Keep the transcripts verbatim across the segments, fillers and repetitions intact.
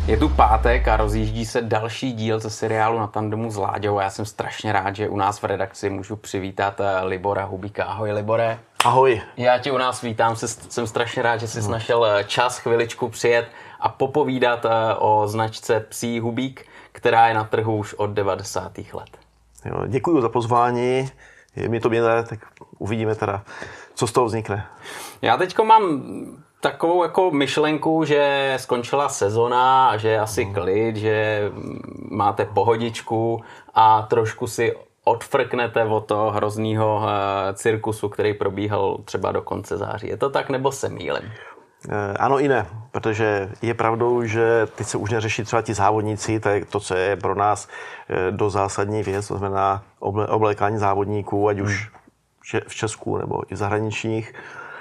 Je tu pátek a rozjíždí se další díl ze seriálu Na tandemu s Láďou a já jsem strašně rád, že u nás v redakci můžu přivítat Libora Hubíka. Ahoj, Libore. Ahoj. Já tě u nás vítám, jsem strašně rád, že jsi no. našel čas, chviličku přijet a popovídat o značce Psí Hubík, která je na trhu už od devadesátých let. Jo, děkuji za pozvání, je mi to milé, tak uvidíme teda, co z toho vznikne. Já teďko mám takovou jako myšlenku, že skončila sezona a že je asi klid, že máte pohodičku a trošku si odfrknete od toho hroznýho cirkusu, který probíhal třeba do konce září. Je to tak, nebo se mýlim? Ano i ne, protože je pravdou, že teď se už neřeší třeba ti závodníci, to je to, co je pro nás do zásadní věc, to znamená oblékání závodníků, ať už v Česku nebo i v zahraničních.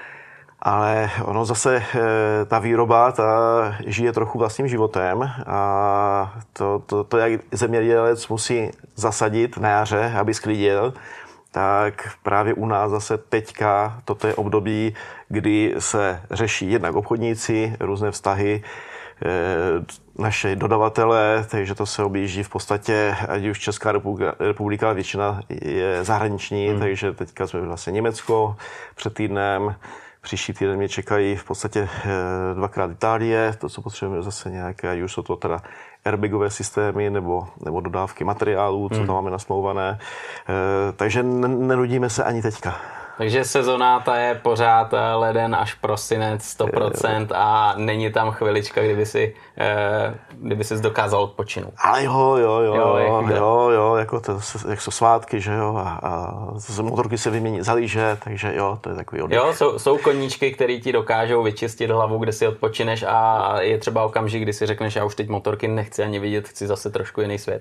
Ale ono zase, ta výroba, ta žije trochu vlastním životem a to, to, to jak zemědělec musí zasadit na jaře, aby sklidil, tak právě u nás zase teďka toto je období, kdy se řeší jednak obchodníci, různé vztahy, naše dodavatele, takže to se objíždí v podstatě, ať už Česká republika, většina je zahraniční, hmm. takže teďka jsme vlastně Německo před týdnem. Příští týden mě čekají v podstatě dvakrát Itálie, to, co potřebujeme zase nějaké, ať už jsou to teda airbagové systémy nebo, nebo dodávky materiálů, co tam máme nasmlouvané. E, takže nenudíme se ani teďka. Takže sezona ta je pořád leden až prosinec sto procent a není tam chvilička, kdyby si, kdyby si dokázal odpočinout. Ale jo, jo, jo, jo, jo, jo, jo jako to, jak jsou svátky, že jo, a, a motorky se vymění za lyže, takže jo, to je takový oddych. Jo, jsou, jsou koníčky, který ti dokážou vyčistit hlavu, kde si odpočineš a je třeba okamžik, kdy si řekneš, já už teď motorky nechci ani vidět, chci zase trošku jiný svět.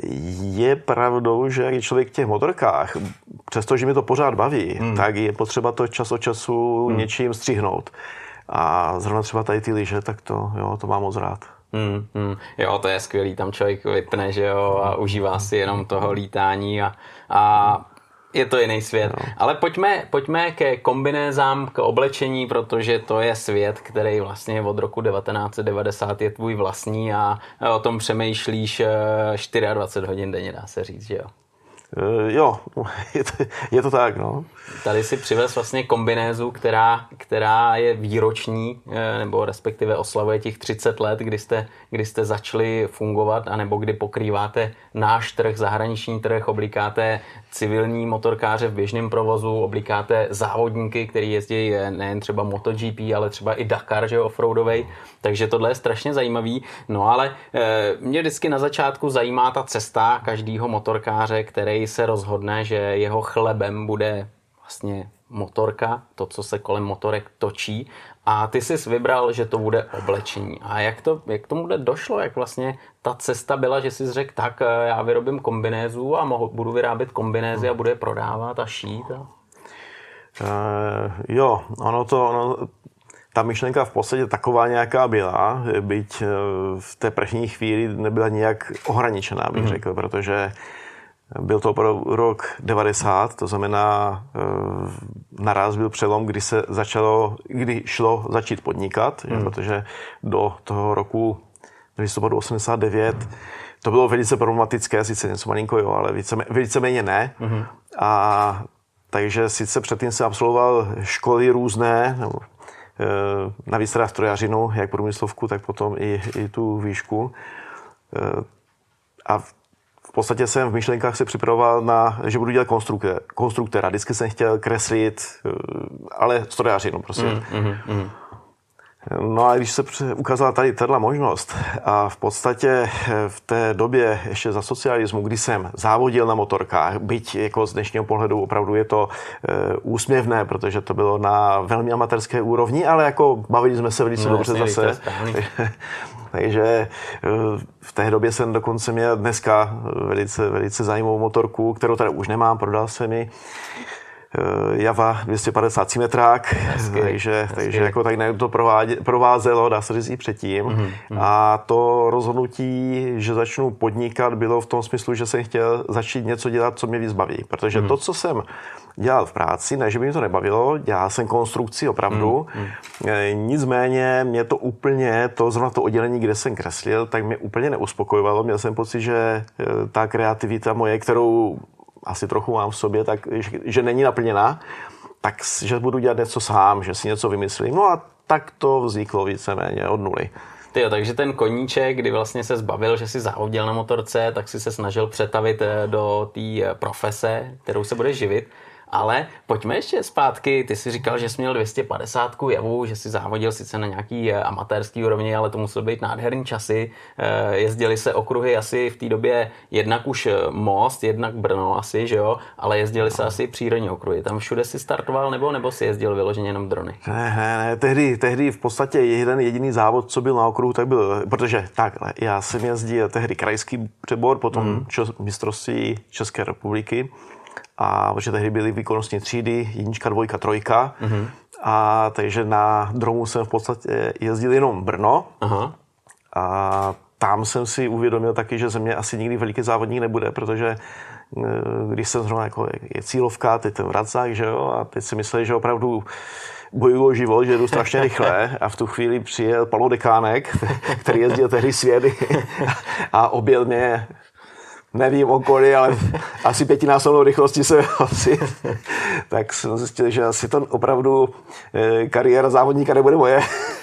Je pravdou, že jak člověk v těch motorkách, přestože mi to pořád baví, hmm. tak je potřeba to čas od času hmm. něčím střihnout. A zrovna třeba tady ty lyže, tak to, jo, to mám moc rád. Hmm, hmm. Jo, to je skvělý, tam člověk vypne, že jo, a užívá si jenom toho lítání a, a je to jiný svět. No. Ale pojďme, pojďme ke kombinézám, k oblečení, protože to je svět, který vlastně od roku devatenáct set devadesát je tvůj vlastní a o tom přemýšlíš dvacet čtyři hodin denně, dá se říct, že jo? Uh, jo, je to, je to tak, no. Tady si přivez vlastně kombinézu, která, která je výroční, nebo respektive oslavuje těch třicet let, kdy jste, kdy jste začali fungovat, anebo kdy pokrýváte náš trh, zahraniční trh, oblíkáte civilní motorkáře v běžném provozu, oblíkáte závodníky, který jezdí nejen třeba MotoGP, ale třeba i Dakar, že offroadovej, takže tohle je strašně zajímavý. No ale e, mě vždycky na začátku zajímá ta cesta každého motorkáře, který se rozhodne, že jeho chlebem bude vlastně motorka, to, co se kolem motorek točí. A ty jsi vybral, že to bude oblečení. A jak to, jak tomu došlo? Jak vlastně ta cesta byla, že jsi řekl, tak já vyrobím kombinézu a mohu, budu vyrábět kombinézy a budu je prodávat a šít? A... Uh, jo, ono to... Ono... Ta myšlenka v podstatě taková nějaká byla, byť v té první chvíli nebyla nějak ohraničená, bych mm. řekl, protože byl to rok devadesát, to znamená naraz byl přelom, kdy se začalo, kdy šlo začít podnikat, mm. že, protože do toho roku listopadu osmdesát devět to bylo velice problematické, sice něco malinko jo, ale více, víceméně ne. Mm. A takže sice předtím se absolvoval školy různé, nebo navíc teda strojařinu, jak průmyslovku, tak potom i, i tu výšku. A v podstatě jsem v myšlenkách se připravoval na, že budu dělat konstruktéra. konstruktéra. Vždycky jsem chtěl kreslit, ale strojařinu prostě. Mm, mm, mm. No a když se ukázala tady tato možnost a v podstatě v té době ještě za socialismu, kdy jsem závodil na motorkách, byť jako z dnešního pohledu opravdu je to e, úsměvné, protože to bylo na velmi amatérské úrovni, ale jako bavili jsme se velice no, dobře zase. Takže v té době jsem dokonce měl dneska velice, velice zajímavou motorku, kterou tady už nemám, prodal jsem ji. Java dvě stě padesát metrák, takže, takže jako tak to provázelo, dá se říct i předtím. Mm-hmm. A to rozhodnutí, že začnu podnikat, bylo v tom smyslu, že jsem chtěl začít něco dělat, co mě víc baví. Protože mm-hmm. to, co jsem dělal v práci, ne, že by mi to nebavilo, dělal jsem konstrukci opravdu, mm-hmm. nicméně mě to úplně, to zrovna to oddělení, kde jsem kreslil, tak mě úplně neuspokojovalo. Měl jsem pocit, že ta kreativita moje, kterou asi trochu mám v sobě, tak, že, že není naplněná, tak že budu dělat něco sám, že si něco vymyslím. No a tak to vzniklo víceméně od nuly. Tyjo, takže ten koníček, kdy vlastně se zbavil, že si závodil na motorce, tak si se snažil přetavit do té profese, kterou se budeš živit. Ale pojďme ještě zpátky, ty jsi říkal, že jsi měl dvě stě padesát Javu, že jsi závodil sice na nějaký amatérský úrovni, ale to muselo být nádherný časy. Jezdili se okruhy asi v té době jednak už Most, jednak Brno asi, že jo, ale jezdili se asi přírodní okruhy. Tam všude si startoval nebo, nebo si jezdil vyloženě jenom drony? Ne, ne, ne, tehdy, tehdy v podstatě jeden jediný závod, co byl na okruhu, tak byl, protože takhle, já jsem jezdil tehdy krajský přebor, potom mm. čes, mistrovství České republiky. A protože tehdy byly výkonnostní třídy, jednička, dvojka, trojka. Uh-huh. A takže na dromu jsem v podstatě jezdil jenom Brno. Uh-huh. A tam jsem si uvědomil taky, že ze mě asi nikdy veliký závodník nebude, protože když jsem zrovna jako je cílovka, teď ten vracák, že jo, a teď si mysleli, že opravdu bojuju o život, že jdu strašně rychle a v tu chvíli přijel Paolo Dekánek, který jezdil tehdy svědy a objel mě, nevím o kolik, ale asi pětinásobnou rychlostí se asi. Tak jsem zjistil, že asi to opravdu kariéra závodníka nebude moje.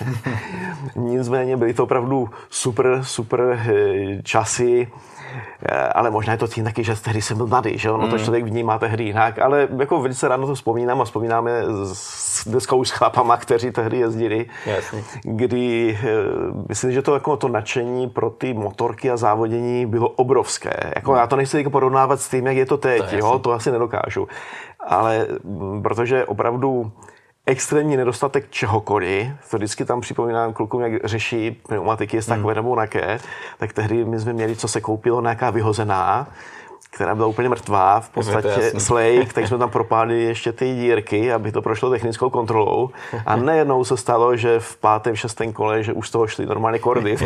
Nicméně byly to opravdu super, super časy. Ale možná je to tím taky, že tehdy jsem byl mladý, že no to člověk vnímá tehdy jinak, ale jako velice ráno to vzpomínám a vzpomínáme s, dneska už s chlapama, kteří tehdy jezdili, Jasně. kdy myslím, že to, jako to nadšení pro ty motorky a závodění bylo obrovské. Jako no. Já to nechci porovnávat s tím, jak je to teď, to, jo, to asi nedokážu, ale protože opravdu extrémní nedostatek čehokoliv, to vždycky tam připomínám klukům, jak řeší pneumatiky, jest takové hmm. nebo onaké, tak tehdy my jsme měli, co se koupilo, nějaká vyhozená, která byla úplně mrtvá, v podstatě slejk, tak jsme tam propádli ještě ty dírky, aby to prošlo technickou kontrolou. A nejednou se stalo, že v pátém, šestém kole, že už z toho šly normálně kordy.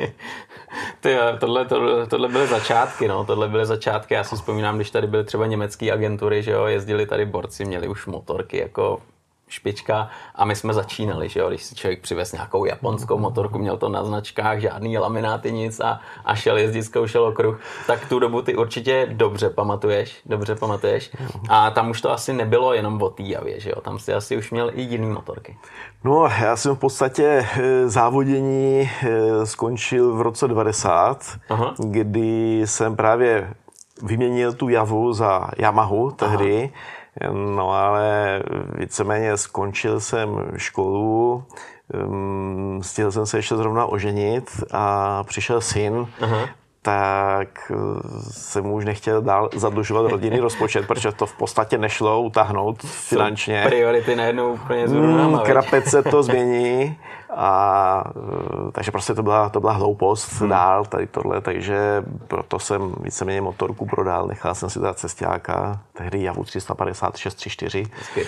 Ty, tohle, tohle, tohle byly začátky, no, tohle byly začátky. Já si vzpomínám, když tady byly třeba německé agentury, že jo, jezdili tady borci, měli už motorky jako špička a my jsme začínali, že jo, když si člověk přivez nějakou japonskou motorku, měl to na značkách, žádný lamináty, nic a, a šel jezdit, zkoušel okruh, tak tu dobu ty určitě dobře pamatuješ, dobře pamatuješ a tam už to asi nebylo jenom o té Javě, že jo, tam si asi už měl i jiný motorky. No, já jsem v podstatě závodění skončil v roce devadesát, Aha. kdy jsem právě vyměnil tu Javu za Yamahu tehdy. Aha. No ale víceméně skončil jsem školu, um, stihl jsem se ještě zrovna oženit a přišel syn, Aha. tak jsem už nechtěl dál zadlužovat rodinný rozpočet, protože to v podstatě nešlo utáhnout finančně. Priority najednou úplně zrovna. Krapec se to změní a takže prostě to byla, to byla hloupost hmm. dál tady tohle, takže proto jsem víceméně motorku prodal, nechal jsem si dát cesťáka, tehdy Javu tři sta padesát šest tři čtyři.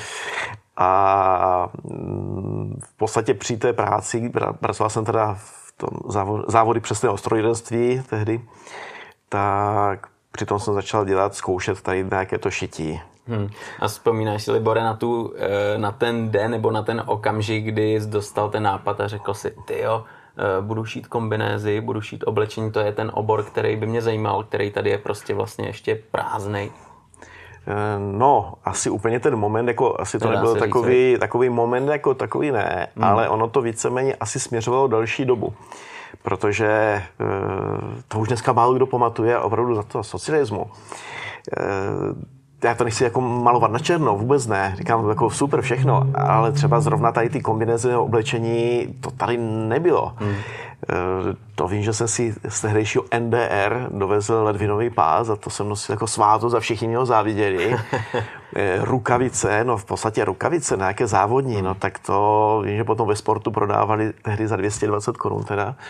A v podstatě při té práci, pracoval jsem teda v tom závod, závody přesného strojírenství tehdy, tak přitom jsem začal dělat, zkoušet tady nějaké to šití. Hmm. A vzpomínáš si, Libore, na, tu, na ten den nebo na ten okamžik, kdy jsi dostal ten nápad a řekl si, tyjo, budu šít kombinézy, budu šít oblečení, to je ten obor, který by mě zajímal, který tady je prostě vlastně ještě prázdnej. No, asi úplně ten moment, jako asi to, to nebyl takový, takový moment, jako takový ne, hmm. ale ono to víceméně asi směřovalo další dobu. Protože to už dneska málo kdo pamatuje opravdu za to socialismu. Já to nechci jako malovat na černo, vůbec ne, říkám jako super všechno, ale třeba zrovna tady ty kombinézy oblečení, to tady nebylo. Hmm. To vím, že jsem si z tehdejšího N D R dovezl ledvinový pás a to jsem nosil jako svátost a všichni mě ho záviděli. Rukavice, no v podstatě rukavice, nějaké závodní, no tak to vím, že potom ve sportu prodávali tehdy za dvě stě dvacet korun teda.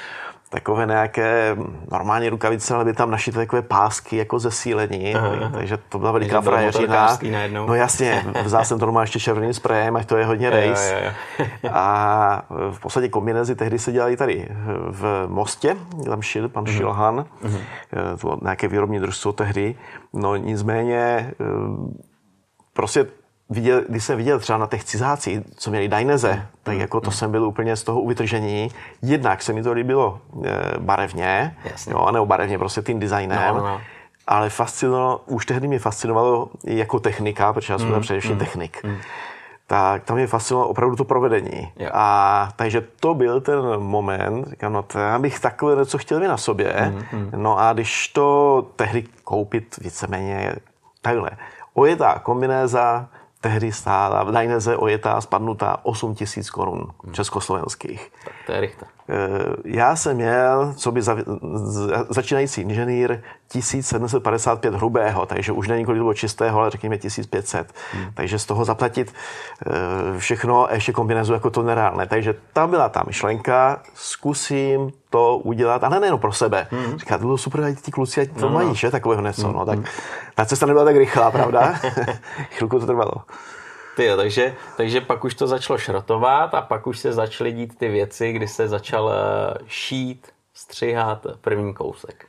takové nějaké normální rukavice, ale by tam našli takové pásky jako zesílení, aha, aha. takže to byla veliká frajeřina. No jasně, vzal jsem to doma ještě červeným sprejem, ať to je hodně race. A v podstatě kombinézy tehdy se dělali tady v Mostě, tam šil pan Šilhan, uh-huh. to bylo nějaké výrobní družstvo tehdy, no nicméně prostě viděl, když jsem viděl třeba na těch cizácích, co měli Dainese, mm. tak jako to mm. jsem byl úplně z toho uvytržení. Jednak se mi to líbilo e, barevně, jo, nebo barevně prostě tím designem, no, no. ale fascinovalo, už tehdy mě fascinovalo jako technika, protože já jsem mm. především mm. technik. Mm. Tak tam mě fascinovalo opravdu to provedení. Jo. A takže to byl ten moment, říkám, no to já bych takhle něco chtěl mít na sobě, mm. Mm. no a když to tehdy koupit víceméně takhle. Ojetá kombinéza, tehdy stála v Dainese ojetá, spadnutá osm tisíc korun hmm. československých. Tak to je rychta. Já jsem měl, co by za, začínající inženýr, tisíc sedm set padesát pět hrubého, takže už není kolik bylo čistého, ale řekněme tisíc pět set. Hmm. Takže z toho zaplatit všechno, ještě kombinézu jako to nereálné. Takže tam byla ta myšlenka, zkusím to udělat, ale nejen pro sebe. Hmm. Říká, to bylo super, ať ti kluci, ať to no, mají, že, takového něco. Hmm. No, tak ta cesta nebyla tak rychlá, pravda? Chvilku to trvalo. Tyjo, takže, takže pak už to začalo šrotovat a pak už se začaly dít ty věci, kdy se začal šít, střihat první kousek.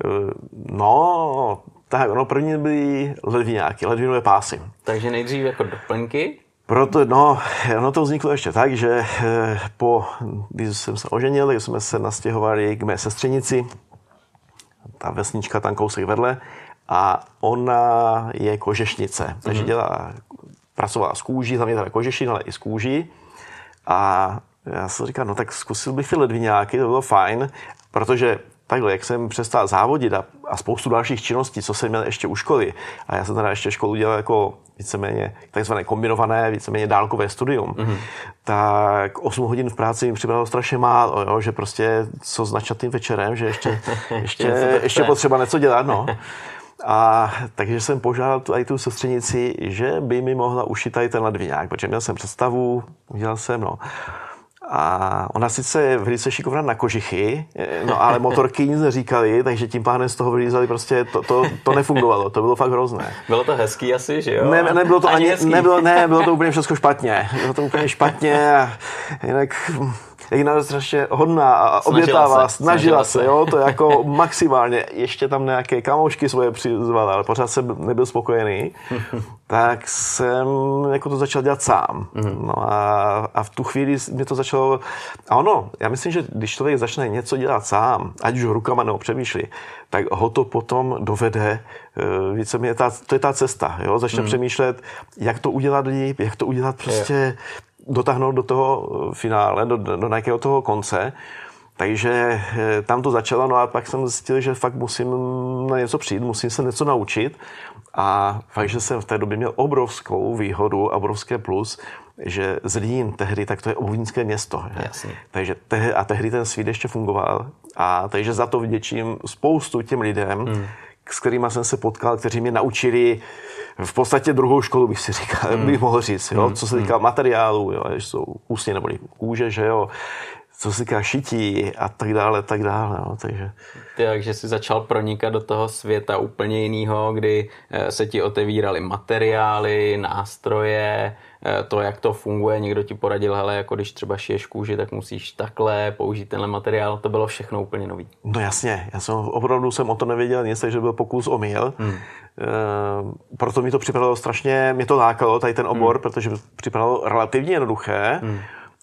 No, tak, no první byly ledviňáky, ledvinové pásy. Takže nejdřív jako doplňky? Proto, no, ono to vzniklo ještě tak, že po, když jsem se oženil, tak jsme se nastěhovali k mé sestřenici, ta vesnička tam kousek vedle, a ona je kožešnice, takže dělá, pracovala s kůží, hlavně teda kožešin, ale i s kůží. A já jsem říkal, no tak zkusil bych ty ledviňáky, to bylo fajn, protože takhle, jak jsem přestal závodit a, a spoustu dalších činností, co jsem měl ještě u školy, a já jsem teda ještě školu dělal jako víceméně takzvané kombinované, víceméně dálkové studium, mm-hmm. tak osm hodin v práci mi připadalo strašně málo, jo, že prostě co s načatým večerem, že ještě, ještě, ještě potřeba něco dělat, no. A takže jsem požádal tu, i tu sestřenici, že by mi mohla ušít tady ten ledviňák, protože měl jsem představu, udělal jsem, no. A ona sice je velice šikovná na kožichy, no ale motorky nic neříkali, takže tím pádem z toho vylízali prostě, to, to, to nefungovalo, to bylo fakt hrozné. Bylo to hezký asi, že jo? Ne, nebylo to ani, ani nebylo, ne, bylo to úplně všechno špatně, bylo to úplně špatně a jinak... Jina strašně hodná a obětává, snažila, snažila se, jo, to jako maximálně. Ještě tam nějaké kamoušky svoje přizvala, ale pořád jsem nebyl spokojený. Tak jsem jako to začal dělat sám. No a, a v tu chvíli mě to začalo... A ono, já myslím, že když člověk začne něco dělat sám, ať už rukama nebo přemýšlí, tak ho to potom dovede, víceméně ta, to je ta cesta, jo, začne hmm. přemýšlet, jak to udělat líp, jak to udělat prostě... Je. dotáhnout do toho finále, do, do nějakého toho konce. Takže tam to začalo, no a pak jsem zjistil, že fakt musím na něco přijít, musím se něco naučit. A fakt, že jsem v té době měl obrovskou výhodu, obrovské plus, že Zlín tehdy, tak to je obuvnické město. Jasně. Takže tehdy, a tehdy ten svíd ještě fungoval. A takže za to vděčím spoustu těm lidem, hmm. s kterými jsem se potkal, kteří mě naučili v podstatě druhou školu, bych si říkal, hmm. bych mohl říct, jo? Co se týká materiálu, jo? Že jsou ústně nebo kůže, že jo, co se týká šití a tak dále, tak dále, jo? Takže... Takže jsi začal pronikat do toho světa úplně jinýho, kdy se ti otevíraly materiály, nástroje, to, jak to funguje, někdo ti poradil, hele, jako když třeba šiješ kůži, tak musíš takhle použít tenhle materiál, to bylo všechno úplně nový. No jasně, já jsem opravdu jsem o to nevěděl nic, takže byl pokus omyl. Hmm. E, proto mi to připadalo strašně, mě to lákalo, tady ten obor, hmm. protože připadalo relativně jednoduché. Hmm.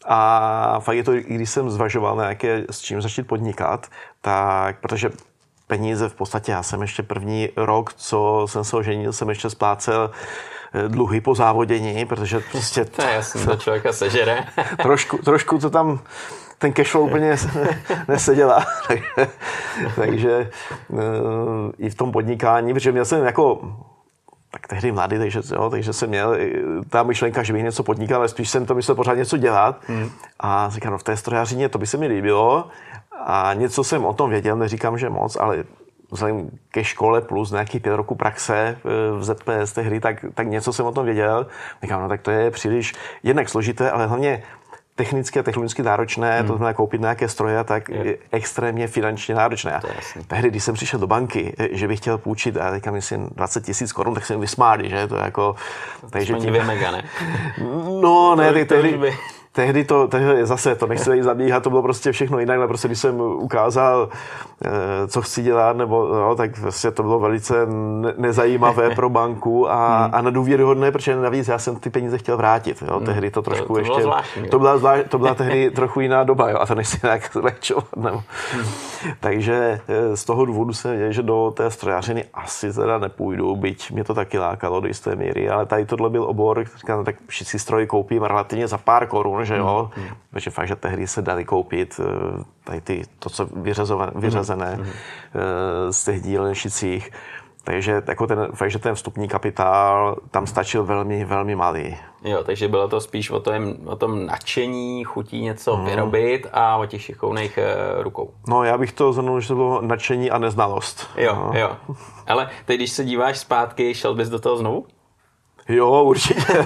A fakt je to, i když jsem zvažoval nějaké, s čím začít podnikat, tak protože peníze v podstatě, já jsem ještě první rok, co jsem se oženil, jsem ještě splácel dluhy po závodění, protože prostě... To je jasný, to člověka sežere. trošku, trošku to tam, ten cashflow úplně neseděla. takže, takže i v tom podnikání, protože měl jsem jako... tak tehdy mladý, takže, jo, takže jsem měl ta myšlenka, že bych něco podnikal, ale spíš jsem to myslel pořád něco dělat. Hmm. A říkám, no v té strojařině to by se mi líbilo. A něco jsem o tom věděl, neříkám, že moc, ale vzhledem ke škole plus nějaký pět roku praxe v Z P S tehdy, tak, tak něco jsem o tom věděl. Říkám, no tak to je příliš jednak složité, ale hlavně technicky a technologicky náročné, hmm. to znamená koupit nějaké stroje, tak je. je extrémně finančně náročné. Tehdy, když jsem přišel do banky, že bych chtěl půjčit, a teďka myslím dvacet tisíc korun, tak jsem vysmáli, že? To je jako... Takže tím... dvě mega, ne? No, ne, to, tehdy... To Tehdy to, tehdy zase, to nechci tady zabíhat, to bylo prostě všechno jinak, ale prostě když jsem ukázal, co chci dělat, nebo no, tak prostě to bylo velice nezajímavé pro banku a, hmm. a nedůvěryhodné, protože navíc já jsem ty peníze chtěl vrátit, jo, tehdy to trošku to, to ještě, zvláštní, to byla, zvlášť, to byla tehdy trochu jiná doba, jo, a to nechci nějak zlehčovat, nebo. Hmm. Takže z toho důvodu jsem věděl, že do té strojářiny asi teda nepůjdu, byť mě to taky lákalo do jisté míry, ale tady tohle byl obor, říkám, tak si stroj koupím relativně za pár korun, že jo, hmm. protože fakt, že tehdy se dali koupit tady ty, to, co vyřazené hmm. z těch dílen šicích. Takže jako ten, fakt, že ten vstupní kapitál tam stačil velmi, velmi malý. Jo, takže bylo to spíš o tom, o tom nadšení, chutí něco hmm. vyrobit a o těch šikovných uh, rukou. No, já bych to zhrnul, že to bylo nadšení a neznalost. Jo, no. jo. Ale teď, když se díváš zpátky, šel bys do toho znovu? Jo, určitě.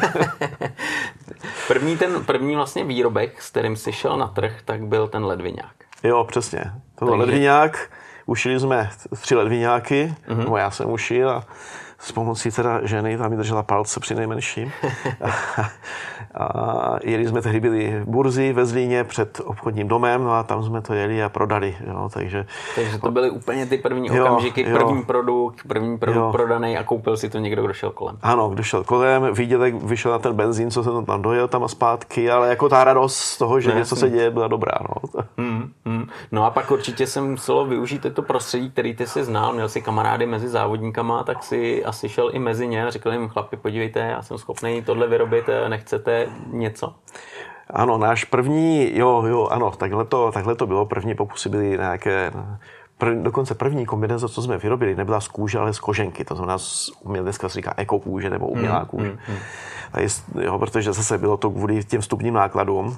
první ten první vlastně výrobek, s kterým jsi šel na trh, tak byl ten ledviňák. Jo, přesně. To byl Takže... ledviňák. Ušili jsme tři ledviňáky, mm-hmm. nebo já jsem ušil a s pomocí teda ženy, tam mi držela palce při nejmenším. a, a jeli jsme, tehdy byli v Burzi ve Zlíně před obchodním domem, no a tam jsme to jeli a prodali. Jo, takže, takže to byly úplně ty první jo, okamžiky, jo, první produkt, první produkt jo. prodaný a koupil si to někdo, kdo šel kolem. Ano, kdo šel kolem, výdělek vyšel na ten benzín, co jsem tam dojel tam a zpátky, ale jako ta radost z toho, že no, něco se děje, byla dobrá. No. Hmm, hmm. no a pak určitě se muselo využít to prostředí, který ty jsi znal, měl si kamarády mezi závodníkama, tak si asi šel i mezi ně a řekl jim, chlapi, podívejte, já jsem schopný tohle vyrobit, nechcete něco? Ano, náš první, jo, jo, ano, takhle to, takhle to bylo, první pokusy byly nějaké, prv, dokonce první kombinace, co jsme vyrobili, nebyla z kůže, ale z koženky, to znamená, dneska se říká ekokůže nebo umělá mm, kůže. Mm, mm. Tady, jo, protože zase bylo to kvůli těm vstupním nákladům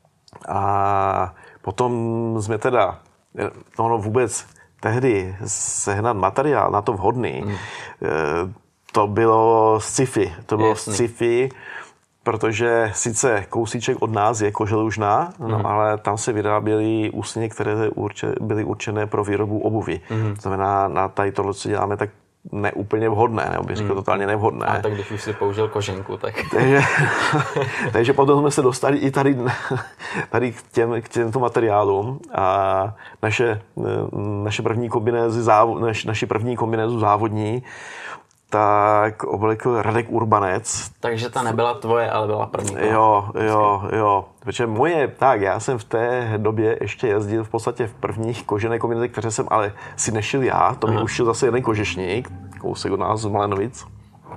a potom jsme teda, ono vůbec tehdy sehnat materiál na to vhodný, mm. to bylo sci-fi, to bylo Jasný. sci-fi, protože sice kousíček od nás je koželužná, no, mm. ale tam se vyráběly úsně, které byly určené pro výrobu obuvy. Mm. To znamená, na tady tohle, co děláme, tak neúplně vhodné, nebo bych řekl mm. totálně nevhodné. A tak když už si použil koženku, tak... takže, takže potom jsme se dostali i tady, tady k, těm, k těmto materiálům a naše, naše první kombinézy, závo, naš, naši první kombinézu závodní, tak oblekl Radek Urbanec. Takže ta nebyla tvoje, ale byla první. Jo, jo, jo. Protože moje, tak já jsem v té době ještě jezdil v podstatě v prvních kožené kombinace, které jsem ale si nešil já. To mi ušil zase jeden kožešník, kousek od nás z Malenovic.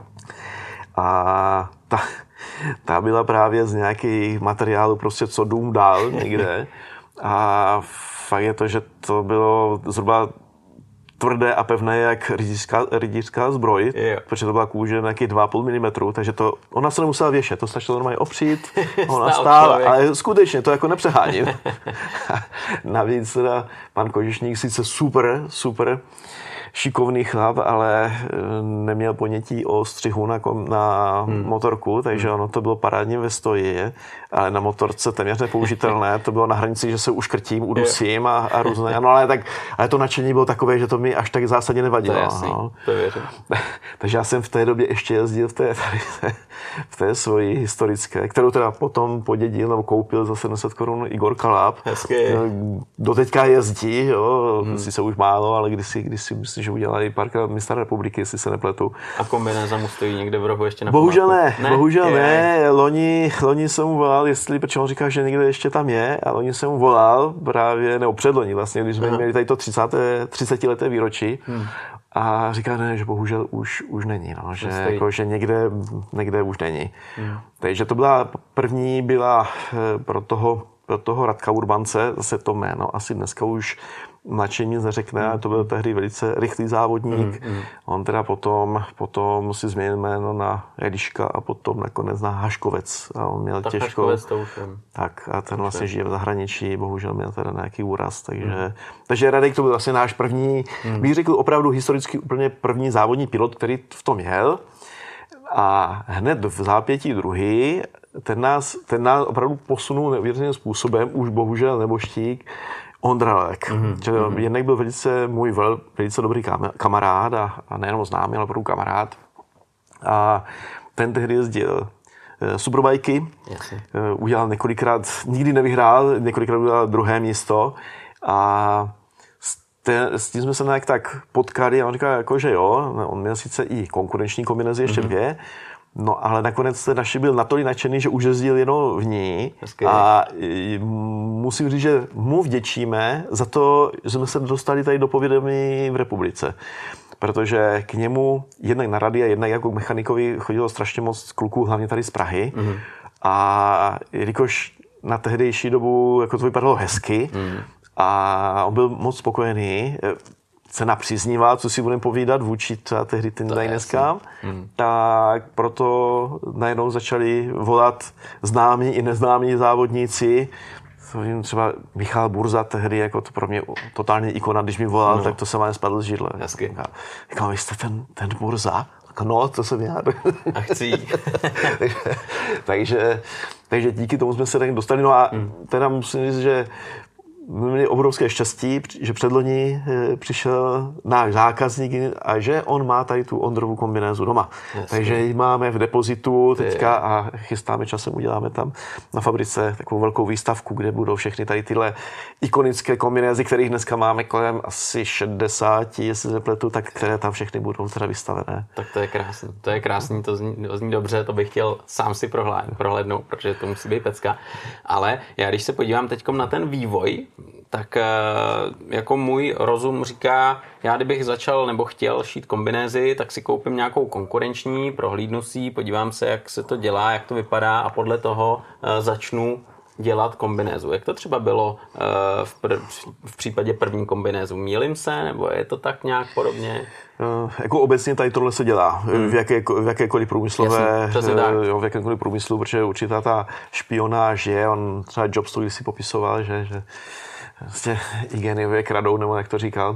A ta, ta byla právě z nějakých materiálů prostě co dům dál někde. A fakt je to, že to bylo zhruba tvrdé a pevné jak rytířská, rytířská zbroj, yeah. protože to byla kůže nějakých dva a půl milimetru, takže to, ona se nemusela věšet, to stačilo normálně opřít, ona stála, ale skutečně to jako nepřeháním. Navíc teda pan kožešník sice super, super šikovný chlap, ale neměl ponětí o střihu na, na hmm. motorku, takže ono to bylo parádně ve stoji, ale na motorce téměř nepoužitelné, to bylo na hranici, že se uškrtím, udusím a, a různé, no ale, tak, ale to nadšení bylo takové, že to mi až tak zásadně nevadilo. To je jasný, no. To věřím. Takže já jsem v té době ještě jezdil v té, tady, v té svojí historické, kterou teda potom podědil nebo koupil za sedm set korun Igor Kaláp. Hezky. Doteďka jezdí, jo, hmm. sice už málo, ale kdysi, kdysi myslím, že udělali párkrát mistra republiky, jestli se nepletu. A kombinéza mu stojí někde v rohu ještě na Bohužel ne, ne, bohužel je. ne. Loni, loni jsem mu volal, jestli, protože on říká, že někde ještě tam je, a loni jsem mu volal právě, nebo předloni vlastně, když jsme Aha. měli tady to třicetileté výročí. Hmm. A říká, ne, že bohužel už, už není, no, že, jako, že někde, někde už není. Hmm. Takže to byla první, byla pro toho, pro toho Radka Urbance, zase to jméno, asi dneska už mladší nic neřekne, mm. ale to byl tehdy velice rychlý závodník. Mm, mm. On teda potom, potom si změnil jméno na Eliška a potom nakonec na Haškovec. A on měl tak těžko. Haškovec to už vím. Tak a ten vlastně žije v zahraničí, bohužel měl teda nějaký úraz. Takže, mm. takže Radek to byl vlastně náš první, mm. bych řekl opravdu historicky úplně první závodní pilot, který v tom jel. A hned v zápětí druhý ten nás, ten nás opravdu posunul neuvěřeným způsobem, už bohužel neboštík, Ondra Lek. Mm-hmm. Mm-hmm. Jednak byl velice můj vel, velice dobrý kamarád a, a nejenom známý, ale opravdu kamarád. A ten tehdy jezdil superbajky, udělal několikrát, nikdy nevyhrál, několikrát udělal druhé místo a s tím jsme se nějak tak potkali a on říkal, jako, že jo, on měl sice i konkurenční kombinaci, ještě dvě, mm-hmm. no ale nakonec ten naši byl natolik nadšený, že už jezdil jenom v ní. Hezky. A musím říct, že mu vděčíme za to, že jsme se dostali tady do povědomí v republice. Protože k němu jednak na rady a jednak jako mechanikovi chodilo strašně moc kluků, hlavně tady z Prahy. Mm-hmm. A jelikož na tehdejší dobu jako to vypadalo hezky, mm. a on byl moc spokojený, cena příznivá, co si budeme povídat, vůči třeba tehdy ten dneska, mm. tak proto najednou začali volat známí i neznámí závodníci. Třeba Michal Burza tehdy, jako to pro mě totální ikona, když mi volal, no. tak to se vám spadl z židle. Říkal, vy jste ten, ten Burza? No, to jsem já. A chci. takže, takže, takže díky tomu jsme se tak dostali. No a mm. teda musím říct, že měli obrovské štěstí, že předloni přišel náš zákazník a že on má tady tu Ondrovu kombinézu doma. Jasně. Takže ji máme v depozitu teďka a chystáme časem, uděláme tam na fabrice takovou velkou výstavku, kde budou všechny tady tyhle ikonické kombinézy, kterých dneska máme kolem asi šedesát, jestli se pletu, tak které tam všechny budou teda vystavené. Tak to je krásný. To je krásný, to zní, to zní dobře, to bych chtěl sám si prohlédnout, protože to musí být pecka. Ale já když se podívám teďkom na ten vývoj, tak jako můj rozum říká, já kdybych začal nebo chtěl šít kombinézy, tak si koupím nějakou konkurenční, prohlídnu si, podívám se, jak se to dělá, jak to vypadá a podle toho začnu dělat kombinézu. Jak to třeba bylo v, pr- v případě první kombinézu? Mýlím se, nebo je to tak nějak podobně? Uh, jako obecně tady tohle se dělá hmm. v, jaké, v jakékoliv průmyslové, Jasný, jo, v jakémkoliv průmyslu, protože určitá ta špionáž je, on třeba Jobs to si popisoval, že, že vlastně i geniové kradou, nebo jak to říkal.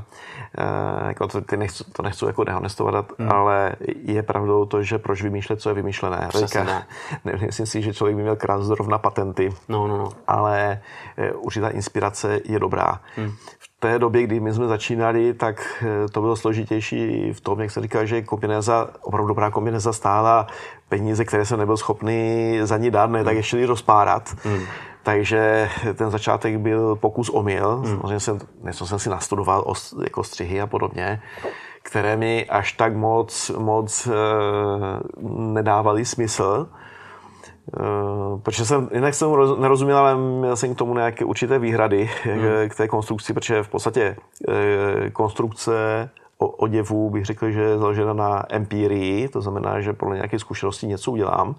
Uh, jako to, ty nechci, to nechci jako dehonestovat, hmm. ale je pravdou to, že proč vymýšlet, co je vymýšlené. Říká, ne. Nemyslím si, že člověk by měl krást zrovna patenty, no, no, no. ale uh, určitá inspirace je dobrá. Hmm. V té době, kdy my jsme začínali, tak to bylo složitější v tom, jak se říká, že kombinéza, opravdu dobrá kombinéza stála peníze, které jsem nebyl schopný za ní dát, ne, hmm. tak ještě rozpárat. Hmm. Takže ten začátek byl pokus omyl. Hmm. Samozřejmě jsem, něco jsem si nastudoval o jako střihy a podobně, které mi až tak moc, moc e, nedávaly smysl. E, protože jsem, jinak jsem roz, nerozuměl, ale měl jsem k tomu nějaké určité výhrady hmm. k té konstrukci, protože v podstatě e, konstrukce oděvů bych řekl, že je založena na empirii, to znamená, že podle nějaké zkušenosti něco udělám.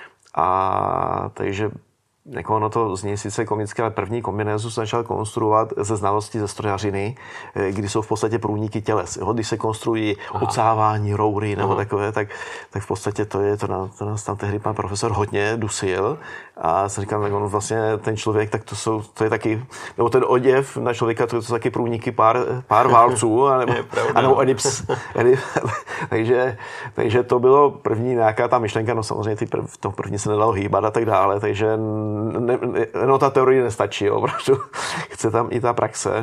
A takže jako ono to zní sice komické, ale první kombinézu se začal konstruovat ze znalosti ze strojařiny, kdy jsou v podstatě průniky těles. Jo? Když se konstruují Aha. ocávání, roury nebo Aha. takové, tak, tak v podstatě to je, to, na, to nás tam tehdy pan profesor hodně dusil. A jsem říkal, tak on vlastně ten člověk, tak to jsou, to je taky, nebo ten oděv na člověka, to jsou taky průniky pár, pár válců, anebo, anebo elips. takže, takže to bylo první nějaká ta myšlenka, no samozřejmě ty prv, to první se nedalo hýbat a tak dále, takže ne, no ta teorie nestačí, jo, opravdu. Chce tam i ta praxe.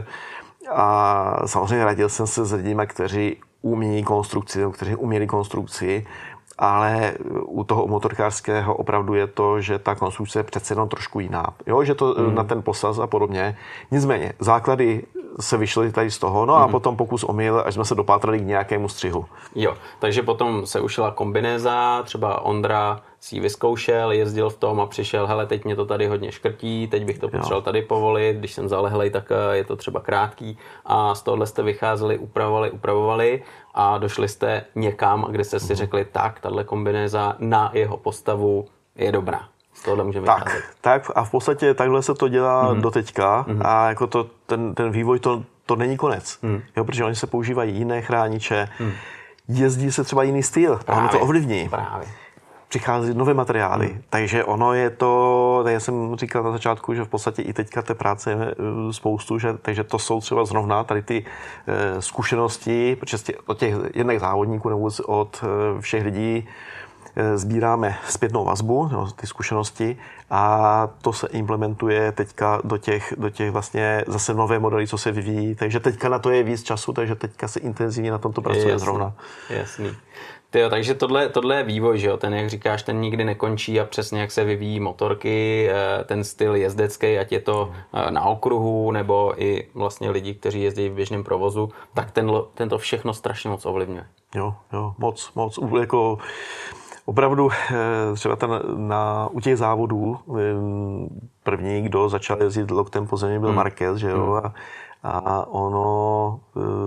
A samozřejmě radil jsem se s lidmi, kteří umí konstrukci, kteří uměli konstrukci, ale u toho motorkářského opravdu je to, že ta konstrukce je přece jenom trošku jiná. Jo, že to mm. na ten posaz a podobně. Nicméně, základy se vyšly tady z toho, no a mm. potom pokus omyl, až jsme se dopátrali k nějakému střihu. Jo, takže potom se ušila kombinéza, třeba Ondra si ji vyzkoušel, jezdil v tom a přišel, hele, teď mě to tady hodně škrtí, teď bych to potřeboval tady povolit, když jsem zalehlej, tak je to třeba krátký a z tohohle jste vycházeli, upravovali, upravovali a došli jste někam, kde jste si mm. řekli, tak, tahle kombinéza na jeho postavu je dobrá. Z tohohle můžeme tak, vycházet. Tak a v podstatě takhle se to dělá mm. doteďka mm. a jako to, ten, ten vývoj to, to není konec, mm. jo, protože oni se používají jiné chrániče, mm. jezdí se třeba jiný styl a ono to ovlivní. Právě. Přichází nové materiály, hmm. takže ono je to, já jsem říkal na začátku, že v podstatě i teďka té práce je spoustu, že, takže to jsou třeba zrovna tady ty e, zkušenosti, protože od těch jedných závodníků nebo od e, všech lidí, sbíráme zpětnou vazbu, no, ty zkušenosti a to se implementuje teďka do těch, do těch vlastně zase nové modely, co se vyvíjí, takže teďka na to je víc času, takže teďka se intenzivně na tomto pracuje jasný, zrovna. Jasný. Tyjo, takže tohle, tohle je vývoj, že jo? Ten, jak říkáš, ten nikdy nekončí a přesně jak se vyvíjí motorky, ten styl jezdecký, ať je to na okruhu nebo i vlastně lidi, kteří jezdí v běžném provozu, tak ten, ten to všechno strašně moc ovlivňuje. Jo, jo, moc, moc. Jako opravdu třeba ten, na, u těch závodů první, kdo začal jezdit loktem po zemi, byl hmm. Marquez, že jo? A, a ono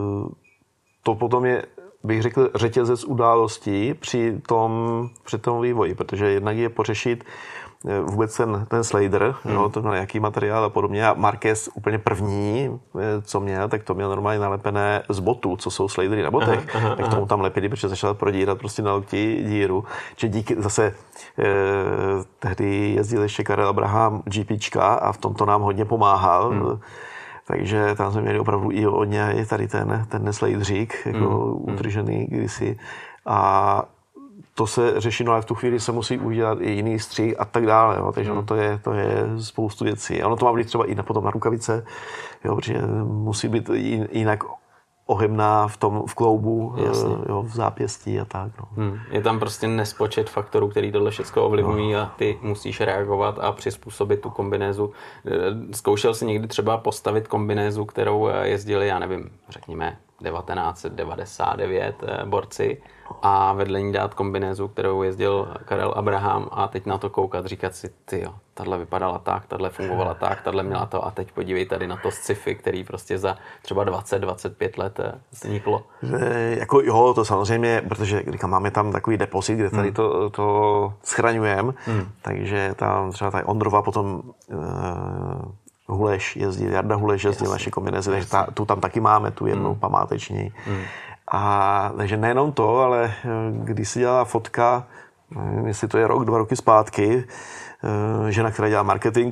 to potom je, bych řekl, řetězec událostí při tom, při tom vývoji, protože jednak je pořešit vůbec ten, ten slider, hmm. no, to jaký materiál a podobně. A Marquez úplně první, co měl, tak to měl normálně nalepené z botů, co jsou slidery na botech, aha, aha, tak tomu tam lepili, protože začal prodírat prostě na lokti díru. Čiže díky zase eh, tehdy jezdil ještě Karel Abraham GPčka a v tomto nám hodně pomáhal. Hmm. Takže tam jsme měli opravdu i od něj tady ten, ten slidřík, jako mm, utržený kdysi. A to se řeší, no ale v tu chvíli se musí udělat i jiný střih a tak dále. Jo. Takže mm. no, to, je, to je spoustu věcí. A ono to má být třeba i na, potom na rukavice, jo, protože musí být jinak ohebná v tom v kloubu, jo, v zápěstí a tak. No. Hmm. Je tam prostě nespočet faktorů, který tohle všechno ovlivňují no. a ty musíš reagovat a přizpůsobit tu kombinézu. Zkoušel jsi někdy třeba postavit kombinézu, kterou jezdili, já nevím, řekněme devatenáct set devadesát devět borci a vedle ní dát kombinézu, kterou jezdil Karel Abraham a teď na to koukat, říkat si, tyjo, tahle vypadala tak, tahle fungovala tak, tahle měla to a teď podívej tady na to sci-fi, který prostě za třeba dvacet dvacet pět let vzniklo. Že, jako jo, to samozřejmě, protože říkám, máme tam takový depozit, kde tady hmm. to, to schraňujeme, hmm. takže tam třeba tady Ondrova potom uh, Huleš jezdil, Jarda Huleš jezdil Jasně. naše kombinézy, takže ta, tu tam taky máme, tu jednou hmm. památeční. Hmm. A takže nejenom to, ale když se dělala fotka, nevím, jestli to je rok, dva roky zpátky, žena, která dělá marketing,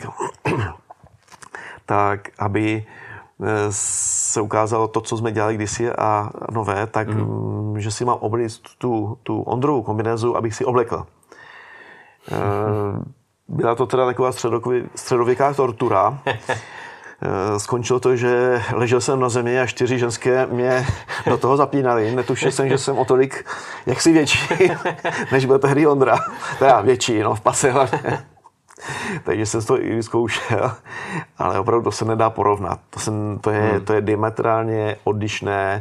tak aby se ukázalo to, co jsme dělali kdysi a nové, tak mm. že si mám oblíct tu, tu Ondrovou kombinézu, abych si oblekl. Byla to teda taková středověká tortura. Skončilo to, že ležel jsem na zemi a čtyři ženské mě do toho zapínali. Netušil jsem, že jsem o tolik jaksi větší, než byl tehdy Ondra. Teda větší, no, v pase hlavně. Takže jsem to i vyzkoušel, ale opravdu to se nedá porovnat. To, jsem, to, je, hmm. to je diametrálně odlišné,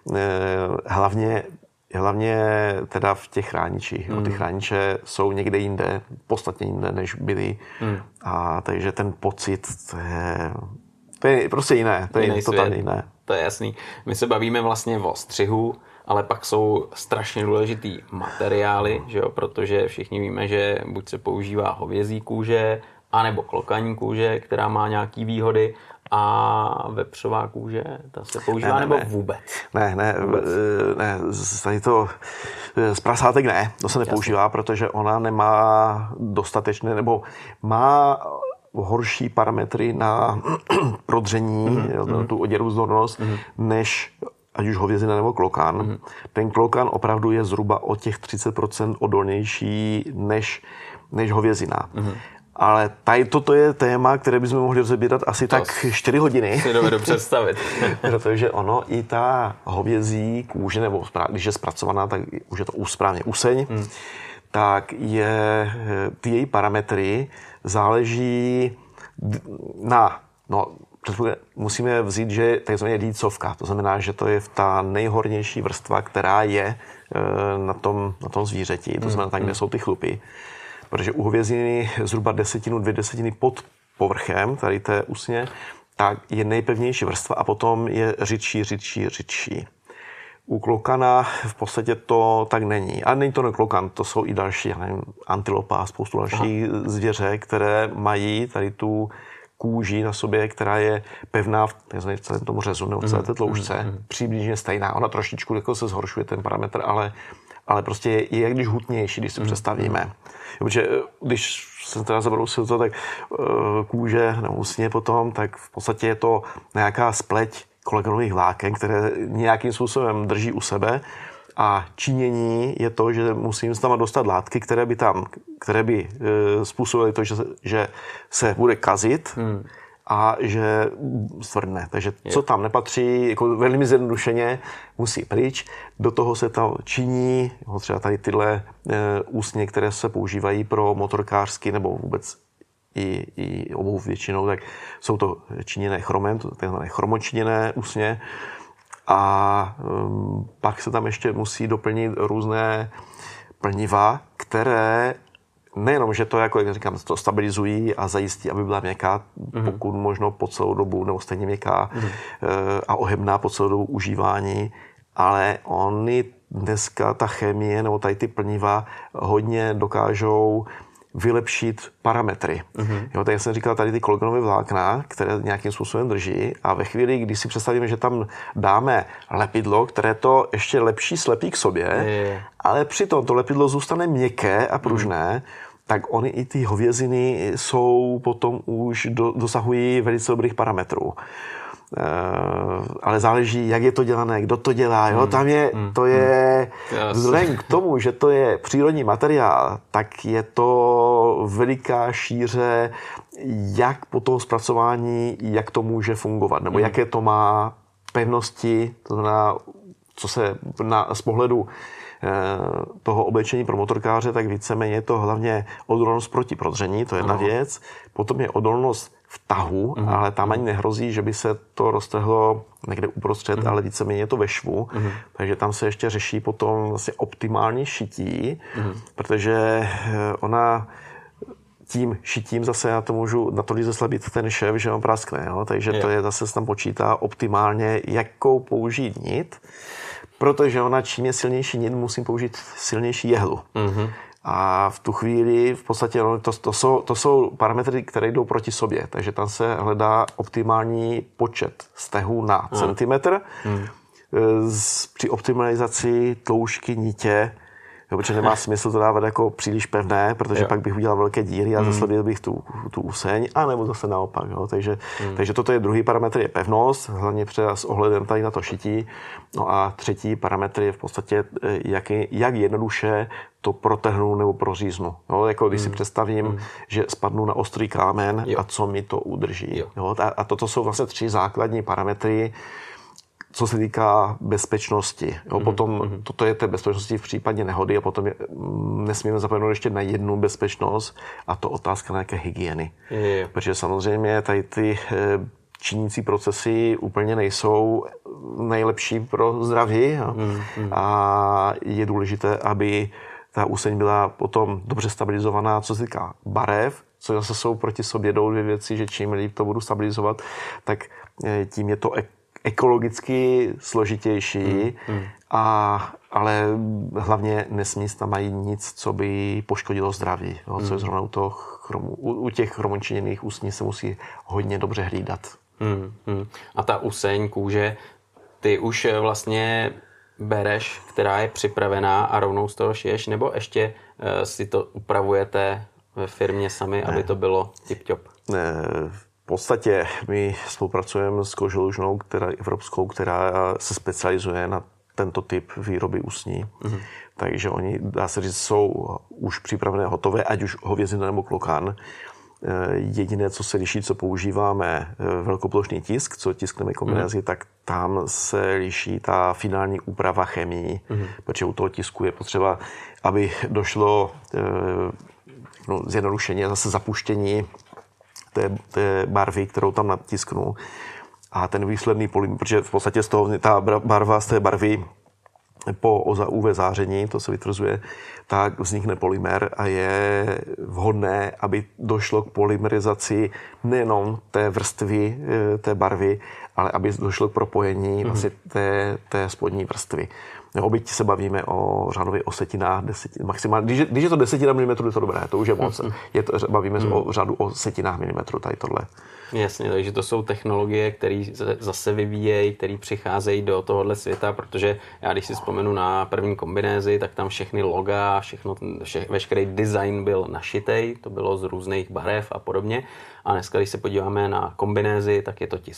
hlavně Hlavně teda v těch chráničích. Mm. Ty chrániče jsou někde jinde, podstatně jinde, než byly. Mm. A takže ten pocit, to je, to je prostě jiné. To je totálně jiné. To je jasný. My se bavíme vlastně o střihu, ale pak jsou strašně důležitý materiály, že jo? Protože všichni víme, že buď se používá hovězí kůže, anebo klokaní kůže, která má nějaký výhody. A vepřová kůže, ta se používá ne, ne, nebo vůbec? Ne, ne, vůbec. ne, tady to z prasátek ne, to se nepoužívá, Jasně. protože ona nemá dostatečné, nebo má horší parametry na prodření, mm-hmm. na tu oděrůzdornost, mm-hmm. než ať už hovězina nebo klokan. Mm-hmm. Ten klokan opravdu je zhruba o těch třicet procent odolnější než, než hovězina. Mm-hmm. Ale tady toto je téma, které bychom mohli rozebírat asi to tak čtyři hodiny. Si dovedu představit. Protože ono i ta hovězí kůže, nebo když je zpracovaná, tak už je to správně useň, hmm. tak je, ty její parametry záleží na, no, musíme vzít, že je takzvaně lícovka. To znamená, že to je ta nejhornější vrstva, která je na tom, na tom zvířeti. To znamená, tam, kde jsou ty chlupy. Protože u hověziny zhruba desetinu, dvě desetiny pod povrchem, tady té usně, tak je nejpevnější vrstva a potom je řidší, řidší, řidší. U klokana v podstatě to tak není. A není to jen klokan, to jsou i další, já nevím, antilopa a spoustu dalších Aha. zvěře, které mají tady tu kůži na sobě, která je pevná v celém tomu řezu nebo v celé té tloušťce, mm-hmm. přibližně stejná. Ona trošičku jako se zhoršuje ten parametr, ale ale prostě je, je jak když hutnější, když si mm. představíme. Protože když jsem teda zabrousil to, tak uh, kůže nebo usně potom, tak v podstatě je to nějaká spleť kolagenových vláken, které nějakým způsobem drží u sebe A činění je to, že musím tam dostat látky, které by tam, které by e, způsobily to, že se, že se bude kazit hmm. a že stvrdne. Takže je. Co tam nepatří, jako velmi zjednodušeně, musí pryč. Do toho se tam činí, třeba tady tyhle e, úsně, které se používají pro motorkářský nebo vůbec i, i obou většinou, tak jsou to činěné chromem, takzvané chromočiněné úsně. A um, pak se tam ještě musí doplnit různé plniva, které nejenom, že to, jako jak říkám, to stabilizují a zajistí, aby byla měkká, mm-hmm. pokud možno po celou dobu, nebo stejně měkká mm-hmm. a ohebná po celou dobu užívání, ale oni dneska, ta chemie nebo tady ty plniva hodně dokážou vylepšit parametry. Mm-hmm. Jo, tak jak jsem říkal, tady ty kolagenové vlákna, které nějakým způsobem drží a ve chvíli, kdy si představíme, že tam dáme lepidlo, které to ještě lepší slepí k sobě, je. Ale přitom to lepidlo zůstane měkké a pružné, mm-hmm. tak oni i ty hověziny jsou potom už do, dosahují velice dobrých parametrů. Uh, ale záleží, jak je to dělané, kdo to dělá. Jo? Mm, Tam je, mm, to je, mm. vzhledem k tomu, že to je přírodní materiál, tak je to veliká šíře, jak po tom zpracování, jak to může fungovat, nebo mm. jaké to má pevnosti, to znamená, co se na, z pohledu toho oblečení pro motorkáře, tak víceméně je to hlavně odolnost proti prodření, to je jedna věc. Potom je odolnost v tahu, mm. ale tam ani nehrozí, že by se to roztrhlo někde uprostřed, mm. ale víceméně je to ve švu. Mm. Takže tam se ještě řeší potom vlastně optimální šití, mm. protože ona tím šitím zase já to můžu natolik zeslabit ten šéf, že on praskne. Jo? Takže je. To je zase se tam počítá optimálně, jakou použít nit, protože ona čím je silnější nit, musím použít silnější jehlu. Mm-hmm. A v tu chvíli v podstatě to, to, jsou, to jsou parametry, které jdou proti sobě. Takže tam se hledá optimální počet stehů na mm. centimetr. Mm. Z, při optimalizaci tloušťky nitě, protože nemá smysl to dávat jako příliš pevné, protože jo. pak bych udělal velké díry a mm. zaslabil bych tu, tu úseň, anebo zase naopak. Jo. Takže, mm. takže toto je druhý parametr, je pevnost, hlavně před s ohledem tady na to šití. No a třetí parametr je v podstatě, jak, jak jednoduše to protrhnu nebo proříznu. Jo, jako když mm. si představím, mm. že spadnu na ostrý kámen jo. a co mi to udrží. Jo. Jo, a, a toto jsou vlastně tři základní parametry, co se týká bezpečnosti. Jo, mm. potom mm. toto je té bezpečnosti v případě nehody a potom je, nesmíme zapomenout ještě na jednu bezpečnost a to otázka nějaké hygieny. Je. Protože samozřejmě tady ty činící procesy úplně nejsou nejlepší pro zdraví mm. a je důležité, aby ta úseň byla potom dobře stabilizovaná, co se týká barev, co zase jsou proti sobě jdou dvě věci, že čím líp to budu stabilizovat, tak tím je to ekologicky složitější, mm, mm. A, ale hlavně nesmí tam mají nic, co by poškodilo zdraví. Jo, co mm. je zrovna u, toho chromu, u, u těch chromočiněných ústní se musí hodně dobře hlídat. Mm, mm. A ta úseň kůže, ty už vlastně bereš, která je připravená a rovnou z toho šiješ, nebo ještě uh, si to upravujete ve firmě sami, ne. aby to bylo tip-top? Ne. V podstatě my spolupracujeme s koželužnou, která evropskou, která se specializuje na tento typ výroby usní. Mm-hmm. Takže oni, dá se říct, jsou už připravené, hotové, ať už hovězina nebo klokan. Jediné, co se liší, co používáme velkoplošný tisk, co tiskneme kombinézy, mm-hmm. tak tam se liší ta finální úprava chemii, mm-hmm. protože u toho tisku je potřeba, aby došlo no, zjednodušeně zase zapuštění Té, té barvy, kterou tam natisknu. A ten výsledný polymer, protože v podstatě z toho, ta barva z té barvy po U V záření, to se vytvrzuje, tak vznikne polymer a je vhodné, aby došlo k polymerizaci nejenom té vrstvy té barvy, ale aby došlo k propojení mm-hmm. vlastně té, té spodní vrstvy. No, byť se bavíme o řádově o setinách, desetin, maximálně. Když, když je to desetina milimetrů, je to dobré, to už je moc. Je to, bavíme se mm. o řádu o setinách milimetrů, tady tohle. Jasně, takže to jsou technologie, které zase vyvíjejí, které přicházejí do tohohle světa, protože já když si vzpomenu na první kombinézy, tak tam všechny loga, všechno, vše, veškerý design byl našitej, to bylo z různých barev a podobně. A dneska, když se podíváme na kombinézy, tak je to tisk.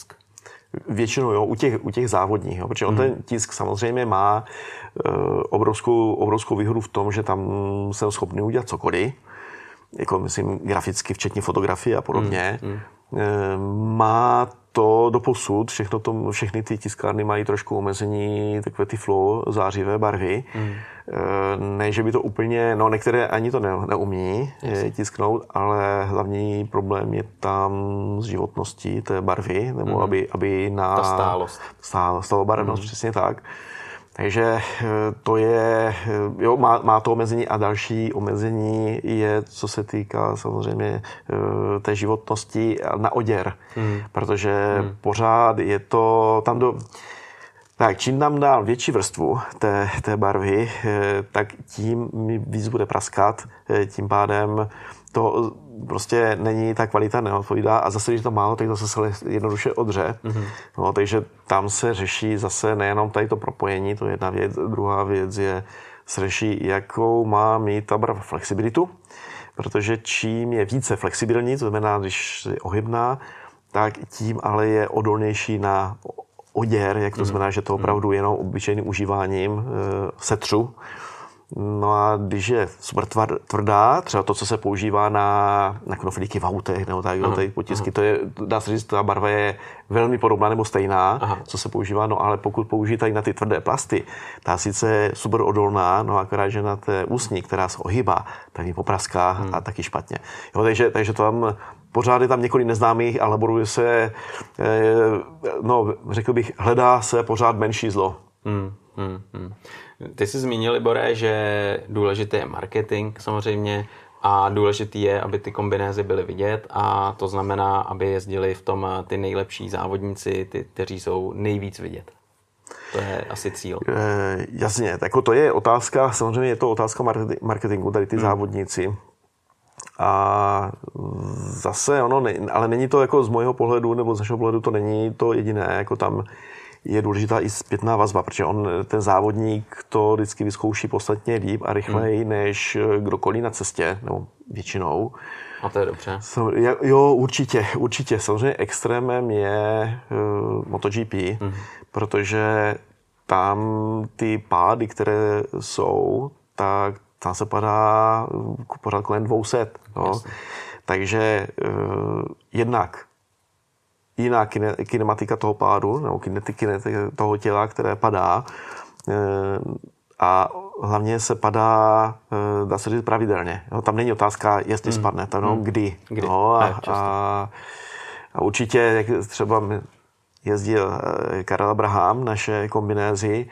Většinou jo, u těch, u těch závodních, jo, protože on ten tisk samozřejmě má e, obrovskou, obrovskou výhodu v tom, že tam jsem schopný udělat cokoliv, jako myslím graficky, včetně fotografie a podobně. Mm, mm. E, má to doposud, všechno to, všechny ty tiskárny mají trošku omezení, takové ty flow, zářivé barvy. Mm. Ne, že by to úplně, no některé ani to ne, neumí yes. tisknout, ale hlavní problém je tam s životností té barvy, nebo mm. aby, aby na... Ta stálost. Stálo, stalobarevnost, mm. přesně tak. Takže to je, jo, má, má to omezení a další omezení je, co se týká samozřejmě té životnosti na oděr, mm. protože mm. pořád je to tam do... Tak, čím nám dál větší vrstvu té, té barvy, tak tím mi víc bude praskat, tím pádem to prostě není ta kvalita neodpovídá a zase, když to málo, tak zase se jednoduše odře. Mm-hmm. No, takže tam se řeší zase nejenom tady to propojení, to je jedna věc, druhá věc je, se řeší, jakou má mít ta barva flexibilitu, protože čím je více flexibilní, to znamená, když je ohybná, tak tím ale je odolnější na oděr, jak to znamená, že to opravdu jenom obyčejným užíváním e, setřu. No a když je super tvrdá, třeba to, co se používá na, na knoflíky v autech, nebo tak, tady potisky, to je, dá se říct, ta barva je velmi podobná nebo stejná, aha. co se používá, no ale pokud použijí tady na ty tvrdé plasty, ta sice je super odolná, no akorát, že na té ústní, která se ohýbá, tak ji popraská hmm. a taky špatně. Jo, takže, takže to tam pořád je tam několik neznámých a laboruje se, no řekl bych, hledá se pořád menší zlo. Hmm, hmm, hmm. Ty jsi zmínil, Libore, že důležitý je marketing samozřejmě a důležitý je, aby ty kombinézy byly vidět a to znamená, aby jezdili v tom ty nejlepší závodníci, ty, kteří jsou nejvíc vidět. To je asi cíl. E, jasně, tak to je otázka, samozřejmě je to otázka marketingu, tady ty hmm. závodníci. A zase ono, ne, ale není to jako z mojho pohledu, nebo z našeho pohledu to není to jediné, jako tam je důležitá i zpětná vazba, protože on, ten závodník to vždycky vyzkouší podstatně líp a rychleji hmm. než kdokoliv na cestě, nebo většinou. A to je dobře. Jo, určitě, určitě. Samozřejmě extrémem je uh, MotoGP, hmm. protože tam ty pády, které jsou, tak tam se padá pořád kolem dvě stě. No. Takže uh, jednak jiná kine, kinematika toho pádu, nebo kinetika toho těla, které padá. Uh, a hlavně se padá, uh, dá se říct, pravidelně. No, tam není otázka, jestli hmm. spadne, tam hmm. kdy. kdy? No, a, a, a určitě, jak třeba jezdil Karel Abraham, naše kombinézy,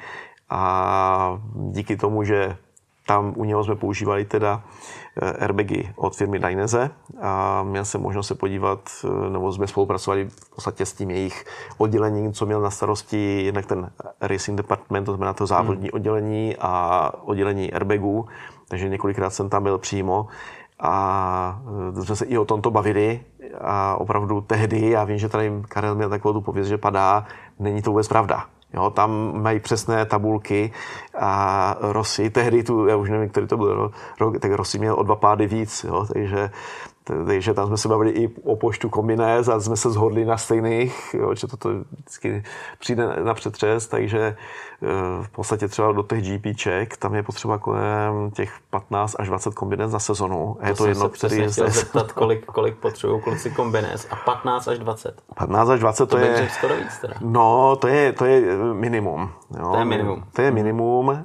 a díky tomu, že tam u něho jsme používali teda airbagy od firmy Dainese a měl jsem možnost se podívat, nebo jsme spolupracovali v podstatě s tím jejich oddělením, co měl na starosti jednak ten racing department, to znamená to závodní hmm. oddělení a oddělení airbagů, takže několikrát jsem tam byl přímo a jsme se i o tomto bavili a opravdu tehdy, já vím, že tady Karel měl takovou tu pověst, že padá, není to vůbec pravda. Jo, tam mají přesné tabulky a Rossi, tehdy tu, já už nevím, který to byl rok, tak Rossi měl o dva pády víc, jo, takže, takže tam jsme se bavili i o počtu kombinéz a jsme se shodli na stejných, jo, že toto vždycky přijde na přetřes, takže v podstatě třeba do těch GPček, tam je potřeba kolem těch patnáct až dvacet kombinéz za sezonu. To je to jedno, který je chtěl zeptat, kolik, kolik potřebují kluci kombinéz a patnáct až dvacet. patnáct až dvacet to, to je... skoro víc teda. No, to je, to je minimum. Jo. To je minimum. To je minimum,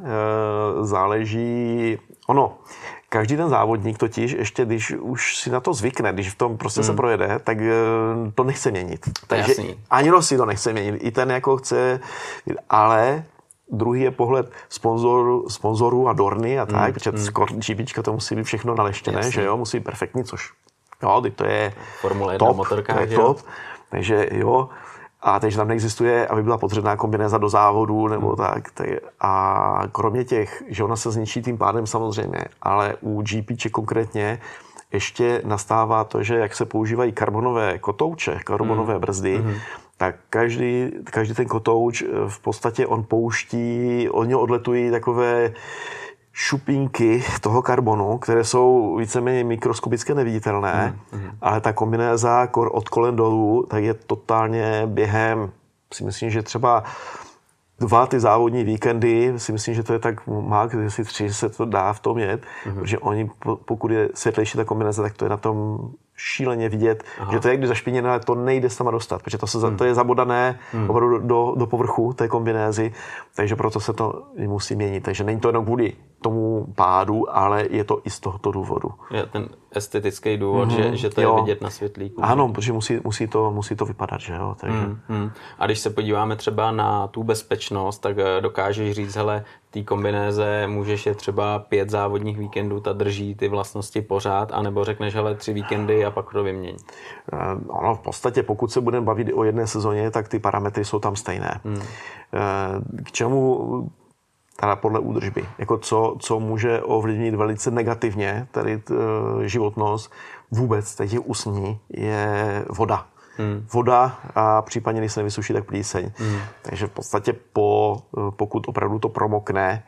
záleží, ono, každý ten závodník totiž, ještě když už si na to zvykne, když v tom prostě hmm. se projede, tak to nechce měnit. Takže ani Rossi to nechce měnit. I ten jako chce, ale druhý je pohled sponzorů, sponzorů a Dorny a tak, hmm. protože hmm. GPčka to musí být všechno naleštěné, jasný. Že jo, musí být perfektní, což jo, to je Formule jedna top, motorka, to je top. Takže jo, a takže tam neexistuje, aby byla potřebná kombinéza do závodu nebo hmm. tak, tak. A kromě těch, že ona se zničí tím pádem samozřejmě, ale u GPček konkrétně ještě nastává to, že jak se používají karbonové kotouče, karbonové hmm. brzdy, hmm. tak každý, každý ten kotouč v podstatě on pouští, od něho odletují takové šupinky toho karbonu, které jsou víceméně mikroskopické neviditelné, mm, mm. ale ta kombinéza od kolen dolů, tak je totálně během si myslím, že třeba dva ty závodní víkendy, si myslím, že to je tak max, jestli tři se to dá v tom jet, mm-hmm. protože oni, pokud je světlejší ta kombinace, tak to je na tom šíleně vidět, Aha. že to je když zašpiněné, ale to nejde sama dostat, protože to, se, hmm. to je zabodané hmm. opravdu do, do povrchu té kombinézy, takže proto se to musí měnit. Takže není to jenom kvůli tomu pádu, ale je to i z tohoto důvodu. Je ten estetický důvod, mm-hmm. že, že to jo. je vidět na světlíku. Ano, protože musí, musí, to, musí to vypadat, že jo. Takže... Mm-hmm. A když se podíváme třeba na tu bezpečnost, tak dokážeš říct, hele, té kombinéze můžeš je třeba pět závodních víkendů, ta drží ty vlastnosti pořád, anebo řekneš, hele, tři víkendy a pak to vyměň. Ono v podstatě, pokud se budeme bavit o jedné sezóně, tak ty parametry jsou tam stejné. Hmm. K čemu teda podle údržby? Jako co, co může ovlivnit velice negativně tady t, životnost vůbec těch usní je voda. Hmm. Voda a případně, když se nevysuší, tak plíseň. Hmm. Takže v podstatě po, pokud opravdu to promokne,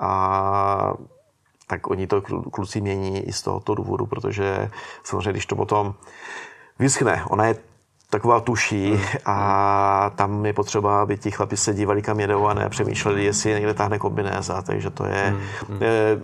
a, tak oni to kluci mění i z tohoto důvodu, protože samozřejmě, když to potom vyschne, ona je taková tuší hmm. a tam je potřeba, aby ti chlapi se dívali, kam jedou a nepřemýšleli, jestli někde táhne kombinéza. Takže to je... Hmm. je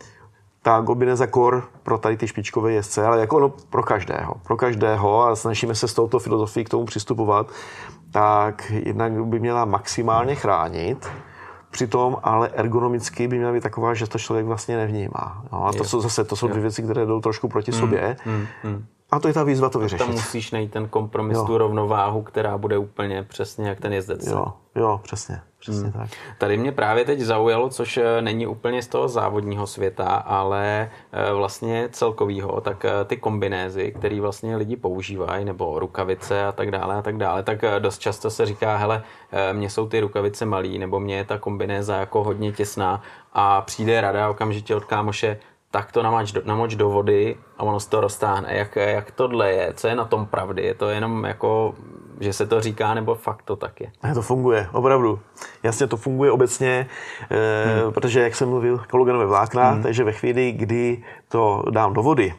ta kombinéza kor pro tady ty špičkové jezdce, ale jako no, pro každého. Pro každého a snažíme se s touto filozofií k tomu přistupovat, tak jednak by měla maximálně chránit, přitom ale ergonomicky by měla být taková, že to člověk vlastně nevnímá. No, a to jsou zase to jsou dvě věci, které jdou trošku proti mm, sobě. Mm, mm. A to je ta výzva to vyřešit. Tam musíš najít ten kompromis, jo. tu rovnováhu, která bude úplně přesně jak ten jezdec. Jo, jo, přesně. Přesně hmm. tak. Tady mě právě teď zaujalo, což není úplně z toho závodního světa, ale vlastně celkovýho, tak ty kombinézy, které vlastně lidi používají, nebo rukavice a tak dále a tak dále, tak dost často se říká, hele, mně jsou ty rukavice malý, nebo mně je ta kombinéza jako hodně těsná a přijde rada okamžitě od kámoše, tak to namoč do, namoč do vody a ono se to roztáhne. Jak, jak tohle je? Co je na tom pravdy? Je to jenom jako, že se to říká, nebo fakt to tak je? To funguje, opravdu. Jasně, to funguje obecně, eh, hmm. protože, jak jsem mluvil, kolagenové vlákna, hmm. takže ve chvíli, kdy to dám do vody,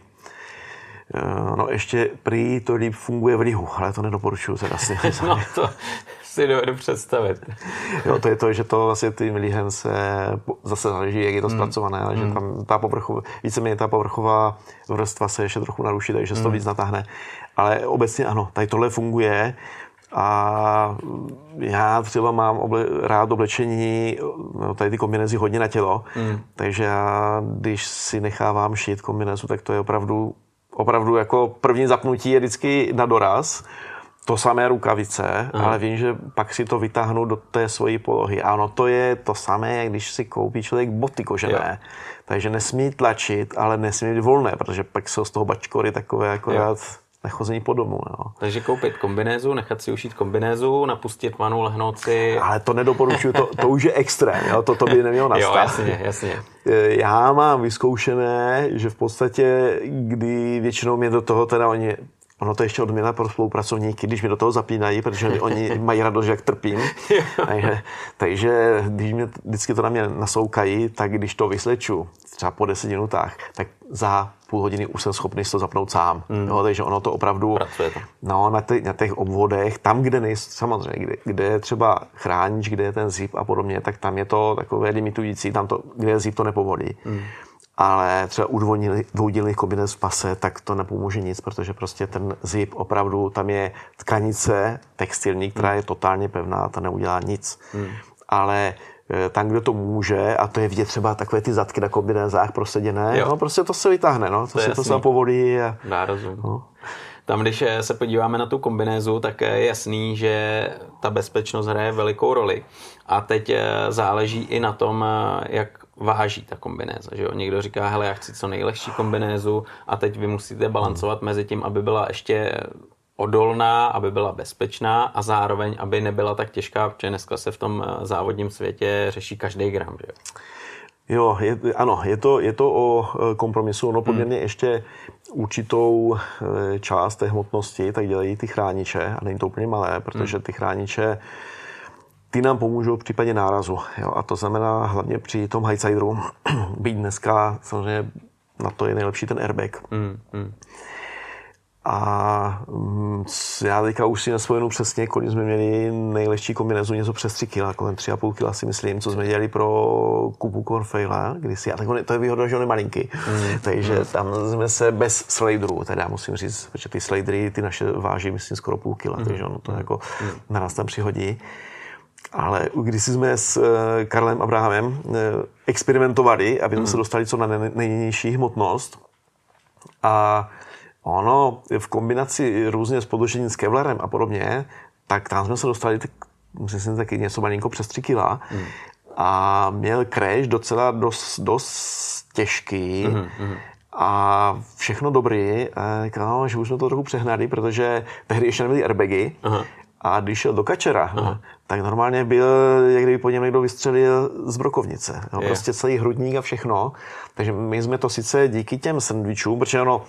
eh, no ještě prý to líp funguje v lihu, ale to nedoporučuju teda si. No to si dovedu představit. Jo, to je to, že to vlastně tím lihem se zase záleží, jak je to zpracované, ale hmm. že tam ta povrchová, víceméně ta povrchová vrstva se ještě trochu naruší, takže se to víc natáhne. Ale obecně ano, tady tohle funguje a já třeba mám oble, rád oblečení, no, tady ty kombinézy hodně na tělo, hmm. takže já, když si nechávám šít kombinézu, tak to je opravdu, opravdu jako první zapnutí je vždycky na doraz. To samé rukavice, Aha. ale vím, že pak si to vytáhnu do té svojí polohy. A ono to je to samé, jak když si koupí člověk boty kožené. Jo. Takže nesmí tlačit, ale nesmí být volné, protože pak jsou z toho bačkory takové akorát nechození po domu. No. Takže koupit kombinézu, nechat si ušít kombinézu, napustit vanu, lehnout si... Ale to nedoporučuju, to, to už je extrém, jo? To, to by nemělo nastat. Jo, jasně, jasně. Já mám vyzkoušené, že v podstatě, kdy většinou mě do toho teda oni... Ono to ještě odměna pro spolupracovníky, když mi do toho zapínají, protože oni mají radost, jak trpím. takže, takže když mě vždycky to na mě nasoukají, tak když to vysleču třeba po deseti minutách, tak za půl hodiny už jsem schopný to zapnout sám. Mm. Jo, takže ono to opravdu to. No, na, ty, na těch obvodech, tam, kde nejsou, samozřejmě, kde, kde je třeba chránič, kde je ten zip a podobně, tak tam je to takové limitující, tam to, kde je zip, to nepovolí. Mm. Ale třeba u dvoudílných kombinéz v pase, tak to nepomůže nic, protože prostě ten zip opravdu, tam je tkanice textilní, která je totálně pevná, ta neudělá nic. Hmm. Ale tam, kde to může, a to je vidět třeba takové ty zadky na kombinézách proseděné, no prostě to se vytáhne, no, to, to se to se povolí. A, Dá rozum. No. Tam, když se podíváme na tu kombinézu, tak je jasný, že ta bezpečnost hraje velikou roli. A teď záleží i na tom, jak váží ta kombinéza. Že jo? Někdo říká, hele, já chci co nejlehčí kombinézu a teď vy musíte balancovat mezi tím, aby byla ještě odolná, aby byla bezpečná a zároveň, aby nebyla tak těžká, protože dneska se v tom závodním světě řeší každý gram. Že jo? Jo, je, ano, je to, je to o kompromisu. Ono poměrně hmm. ještě určitou část té hmotnosti tak dělají ty chrániče a není to úplně malé, protože ty chrániče ty nám pomůžou v případě nárazu. Jo? A to znamená hlavně při tom highsideru být dneska samozřejmě na to je nejlepší ten airbag. Mm, mm. A mm, já teďka už si nespomenu přesně, kolik jsme měli nejlehčí kombinézu, něco přes tři kila, kolem tři a půl kila si myslím, co jsme dělali pro Kubu Cornfeila, kdysi, a tak on, to je výhoda, že on je malinký, mm. takže mm. tam jsme se bez sladerů, teda musím říct, protože ty sladery, ty naše váží, myslím, skoro půl kila, mm. takže ono to mm. jako mm. na nás tam přihodí. Ale když jsme s Karlem Abrahamem experimentovali, aby jsme mm. se dostali co na nejnižší hmotnost, a ono v kombinaci různě s podložením s kevlarem a podobně, tak tam jsme se dostali, tak, myslím taky něco malinko přes tři kila mm. a měl crash docela dost, dost těžký mm, mm. a všechno dobrý. A říkal, že už jsme to trochu přehnali, protože tehdy ještě nebyly airbagy. Aha. A když šel do kačera, Aha. tak normálně byl, jak kdyby po něm někdo vystřelil z brokovnice. Jo, prostě celý hrudník a všechno. Takže my jsme to sice díky těm sandvičům, protože ono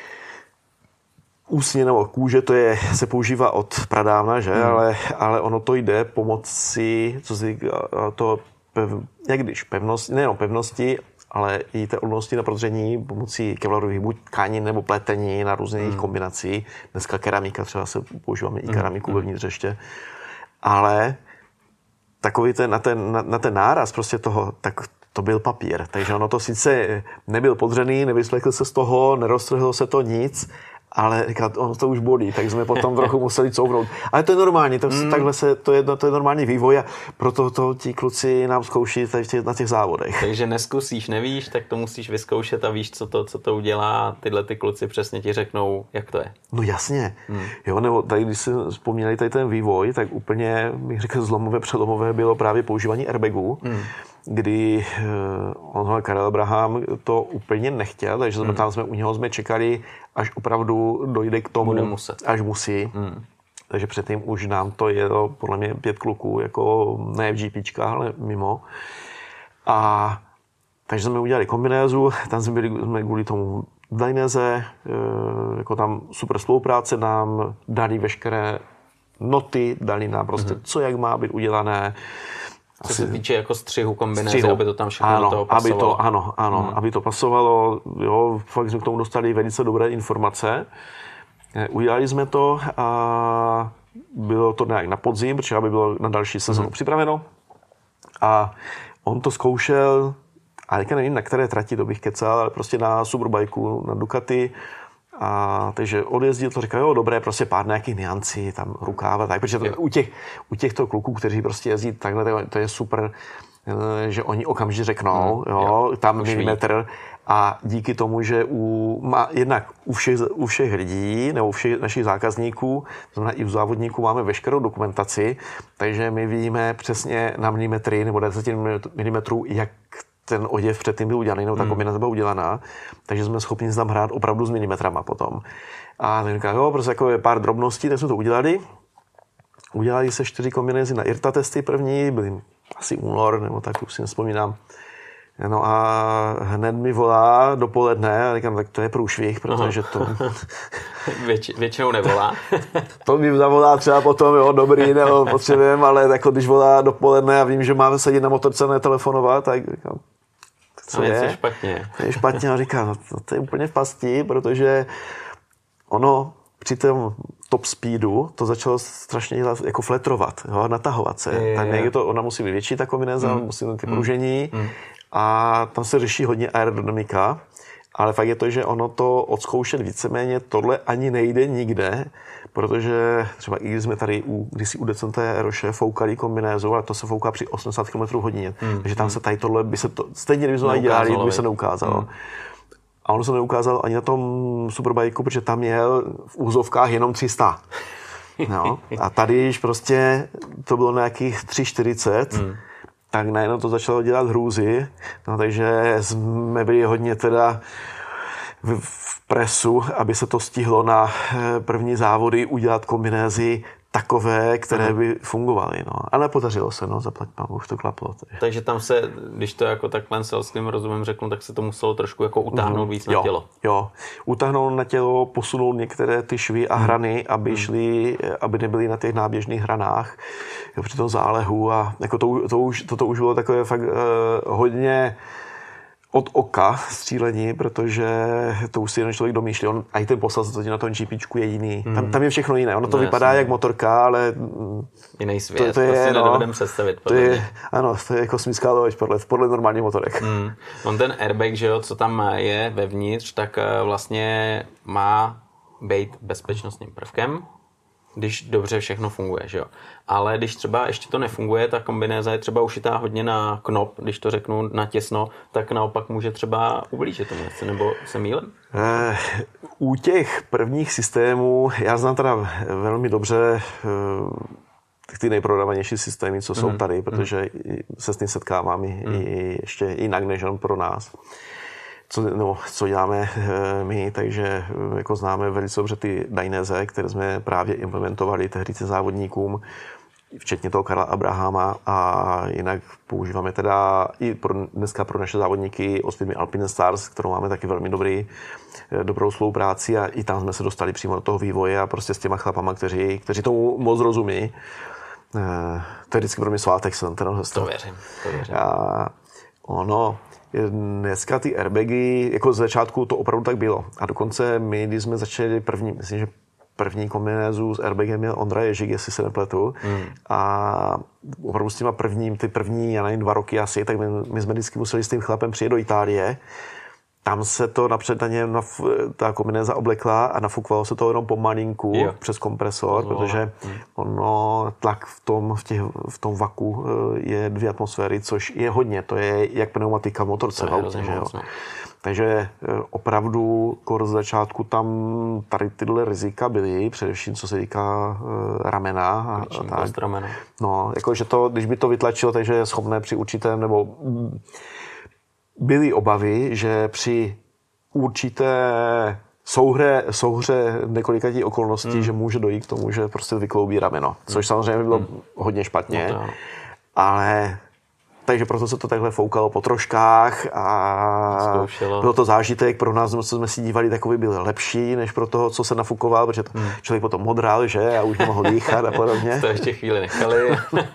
úsně nebo kůže, to je, se používá od pradávna, že? Hmm. Ale, ale ono to jde pomocí, co se týká to, pev, jak když, pevnosti, nejenom pevnosti, ale i té odolnosti na prodření pomocí kevlarových buď tkánin nebo pletení na různých hmm. kombinací. Dneska keramika, třeba se používáme i keramiku hmm. vevnitř ještě. Ale takový ten, na, ten, na, na ten náraz prostě toho, tak to byl papír. Takže ono to sice nebyl podřený, nevyslechl se z toho, neroztrhlo se to nic, ale říkat, ono to už bolí, tak jsme potom trochu museli couvnout. Ale to je normální, to, mm. takhle se, to, je, to je normální vývoj a proto to ti kluci nám zkouší tady těch, na těch závodech. Takže neskusíš, nevíš, tak to musíš vyzkoušet a víš, co to, co to udělá a tyhle ty kluci přesně ti řeknou, jak to je. No jasně. Mm. Jo, nebo tady, když si vzpomínali tady ten vývoj, tak úplně, bych řekl, zlomové, přelomové bylo právě používání airbagů. Mm. kdy on, Karel Abraham, to úplně nechtěl, takže hmm. tam jsme u něho jsme čekali, až opravdu dojde k tomu, až musí. Hmm. Takže předtím už nám to jelo podle mě pět kluků, jako ne v GPčkách, ale mimo. A takže jsme udělali kombinézu, tam jsme byli jsme kvůli tomu v Dainese, jako tam super spolupráce, nám dali veškeré noty, dali nám prostě, hmm. co jak má být udělané. Co se týče jako střihu kombinézy, aby to tam všechno ano, do toho pasovalo. Aby to, ano, ano, hmm. aby to pasovalo. Jo, fakt jsme k tomu dostali velice dobré informace. Udělali jsme to a bylo to nějak na podzim, protože aby bylo na další sezonu hmm. připraveno. A on to zkoušel, a teďka nevím, na které trati to bych kecal, ale prostě na Superbikeu, na Ducati. A takže odjezdil to, říkal, jo, dobré, prostě pár nějakých niancí, tam rukáva, tak, protože to, u, těch, u těchto kluků, kteří prostě jezdí takhle, to je super, že oni okamžitě řeknou, mm, jo, jo, tam milimetr a díky tomu, že u, má, jednak u všech, u všech lidí nebo u všech našich zákazníků, to znamená i u závodníků máme veškerou dokumentaci, takže my víme přesně na milimetry nebo deset milimetrů, jak ten oděv předtím byl udělaný, nebo ta kombinace byla udělaná, takže jsme schopni tam hrát opravdu s milimetrama potom. A tak říkám, jo, prostě jako je pár drobností, tak jsme to udělali. Udělali se čtyři kombinézy na I R T A testy první, byly asi únor, nebo tak, už si nespomínám. No a hned mi volá dopoledne a říkám, tak to je průšvih, protože to... Věč, většinou nevolá. To mi zavolá třeba potom, jo, dobrý, nebo potřebujeme, ale jako když volá dopoledne a vím, že máme sedět na motorce a netelefonovat, tak říkám, co je? je špatně. To je špatně a říkám, no, to, to je úplně v pasti, protože ono při tom top speedu to začalo strašně dělat, jako fletrovat, jo, natahovat se. Je, tam je to, ona musí být větší ta kombinéza, mm. musí mít ty pružení mm. a tam se řeší hodně aerodynamika, ale fakt je to, že ono to odzkoušet víceméně, tohle ani nejde nikde, protože třeba i když jsme tady u, když si u Decente Aeroše foukali kombinézu, ale to se fouká při osmdesát kilometrů hodině, mm. takže tam se tady tohle by se to, stejně kdyby jsme dělali, by se neukázalo. Mm. A ono se neukázalo ani na tom Superbikeu, protože tam jel v úzovkách jenom tři sta. No. A tady, když prostě to bylo nějakých tři čtyřicet, mm. tak najednou to začalo dělat hrůzy. No, takže jsme byli hodně teda v presu, aby se to stihlo na první závody udělat kombinézy takové, které by fungovaly. No. Ale podařilo se, no, zaplať pámu, už to klaplo. Takže. takže tam se, když to jako takhle selským rozumem řeknu, tak se to muselo trošku jako utáhnout mm, víc jo, na tělo. Jo, utáhnout na tělo, posunout některé ty švy a hrany, aby mm. šly, aby nebyly na těch náběžných hranách, jo, při tom zálehu a jako to, to už, toto už bylo takové fakt uh, hodně od oka střílení, protože to už si jeden člověk domýšlí. On, a i ten posaz na tom GPčku je jiný. Hmm. Tam, tam je všechno jiné. Ono to no, vypadá jasný. Jak motorka, ale... Jiný svět, to, to, je, to si no, nedovedeme představit. To je, ano, to je kosmická loď podle, podle normálních motorek. Hmm. On ten airbag, že jo, co tam je vevnitř, tak vlastně má být bezpečnostním prvkem, když dobře všechno funguje, že jo. Ale když třeba ještě to nefunguje, ta kombinéza je třeba ušitá hodně na knop, když to řeknu na těsno, tak naopak může třeba ublížit tomu, nebo se mýlím? Eh, u těch prvních systémů, já znám teda velmi dobře eh, ty nejprodávanější systémy, co jsou mm. tady, protože mm. se s tím setkávám i, mm. i ještě jinak než jen pro nás. Co, no, co děláme e, my, takže e, jako známe velice dobře ty Dainese, které jsme právě implementovali tehdy se závodníkům, včetně toho Karla Abrahama, a jinak používáme teda i pro, dneska pro naše závodníky od firmy Alpine Stars, kterou máme taky velmi dobrý, e, dobrou spolupráci, a i tam jsme se dostali přímo do toho vývoje a prostě s těma chlapama, kteří, kteří tomu moc rozumí. E, to je vždycky pro mě svátek. Jsem ten to věřím, to věřím. A ono, dneska ty airbagy, jako z začátku to opravdu tak bylo. A dokonce my, když jsme začali první, myslím, že první kombinézu s airbagem měl Ondra Ježík, jestli se nepletu. Mm. A opravdu s těma prvním, ty první, já nevím, dva roky asi, tak my, my jsme vždycky museli s tím chlapem přijet do Itálie. Tam se to napřed na něm naf, ta kombinéza oblekla a nafukovalo se to jenom pomalinku jo. přes kompresor, no, protože mm. ono tlak v tom, v, těch, v tom vaku je dvě atmosféry, což je hodně. To je jak pneumatika v motorce. V autě, že jo? Takže opravdu kor z začátku tam tady tyhle rizika byly, především co se týká ramena. A, a tak. Ramena. No, jakože to, když by to vytlačilo, takže je schopné při určitém, nebo byly obavy, že při určité souhře, souhře několika okolností, mm. že může dojít k tomu, že prostě vykloubí rameno. Což samozřejmě by bylo mm. hodně špatně. No ale takže proto se to takhle foukalo po troškách a zkoušelo. Byl to zážitek pro nás, co jsme si dívali, takový byl lepší, než pro toho, co se nafukoval, protože to mm. člověk potom modral, že, a už nemohl dýchat a podobně. To ještě chvíli nechali.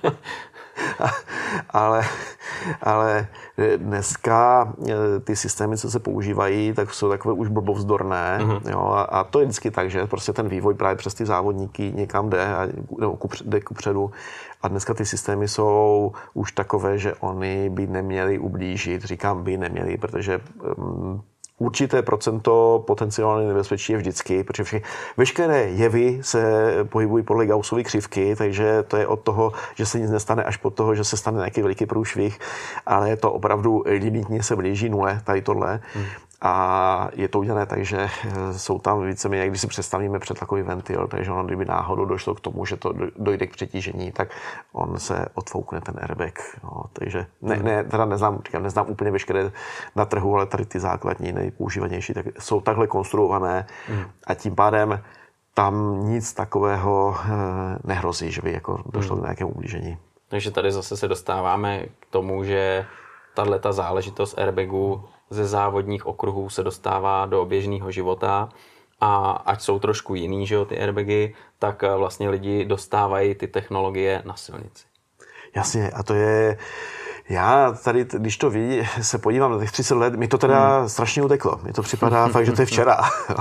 ale, ale dneska ty systémy, co se používají, tak jsou takové už blbovzdorné. Mm-hmm. Jo, a, a to je vždycky tak, že prostě ten vývoj právě přes ty závodníky někam jde a nebo jde kupředu. A dneska ty systémy jsou už takové, že oni by neměli ublížit. Říkám by neměli, protože um, určité procento potenciální nebezpečí je vždycky, protože vše, veškeré jevy se pohybují podle Gaussovy křivky, takže to je od toho, že se nic nestane, až po toho, že se stane nějaký veliký průšvih, ale je to opravdu limitně se blíží nule, tady tohle. Hmm. A je to udělané tak, že jsou tam víceméně, když si představíme přetlakový ventil, takže ono, kdyby náhodou došlo k tomu, že to dojde k přetížení, tak on se odfoukne ten airbag. No, takže ne, ne, teda neznám, říkám, neznám úplně veškeré na trhu, ale tady ty základní, nejpoužívanější, tak jsou takhle konstruované mm. a tím pádem tam nic takového nehrozí, že by jako došlo mm. k nějakému ublížení. Takže tady zase se dostáváme k tomu, že tato záležitost airbagu ze závodních okruhů se dostává do běžného života a ať jsou trošku jiný, že jo, ty airbagy, tak vlastně lidi dostávají ty technologie na silnici. Jasně, a to je... Já tady, když to ví, se podívám na těch třicet let, mi to teda hmm. strašně uteklo. Mi to připadá fakt, že to je včera.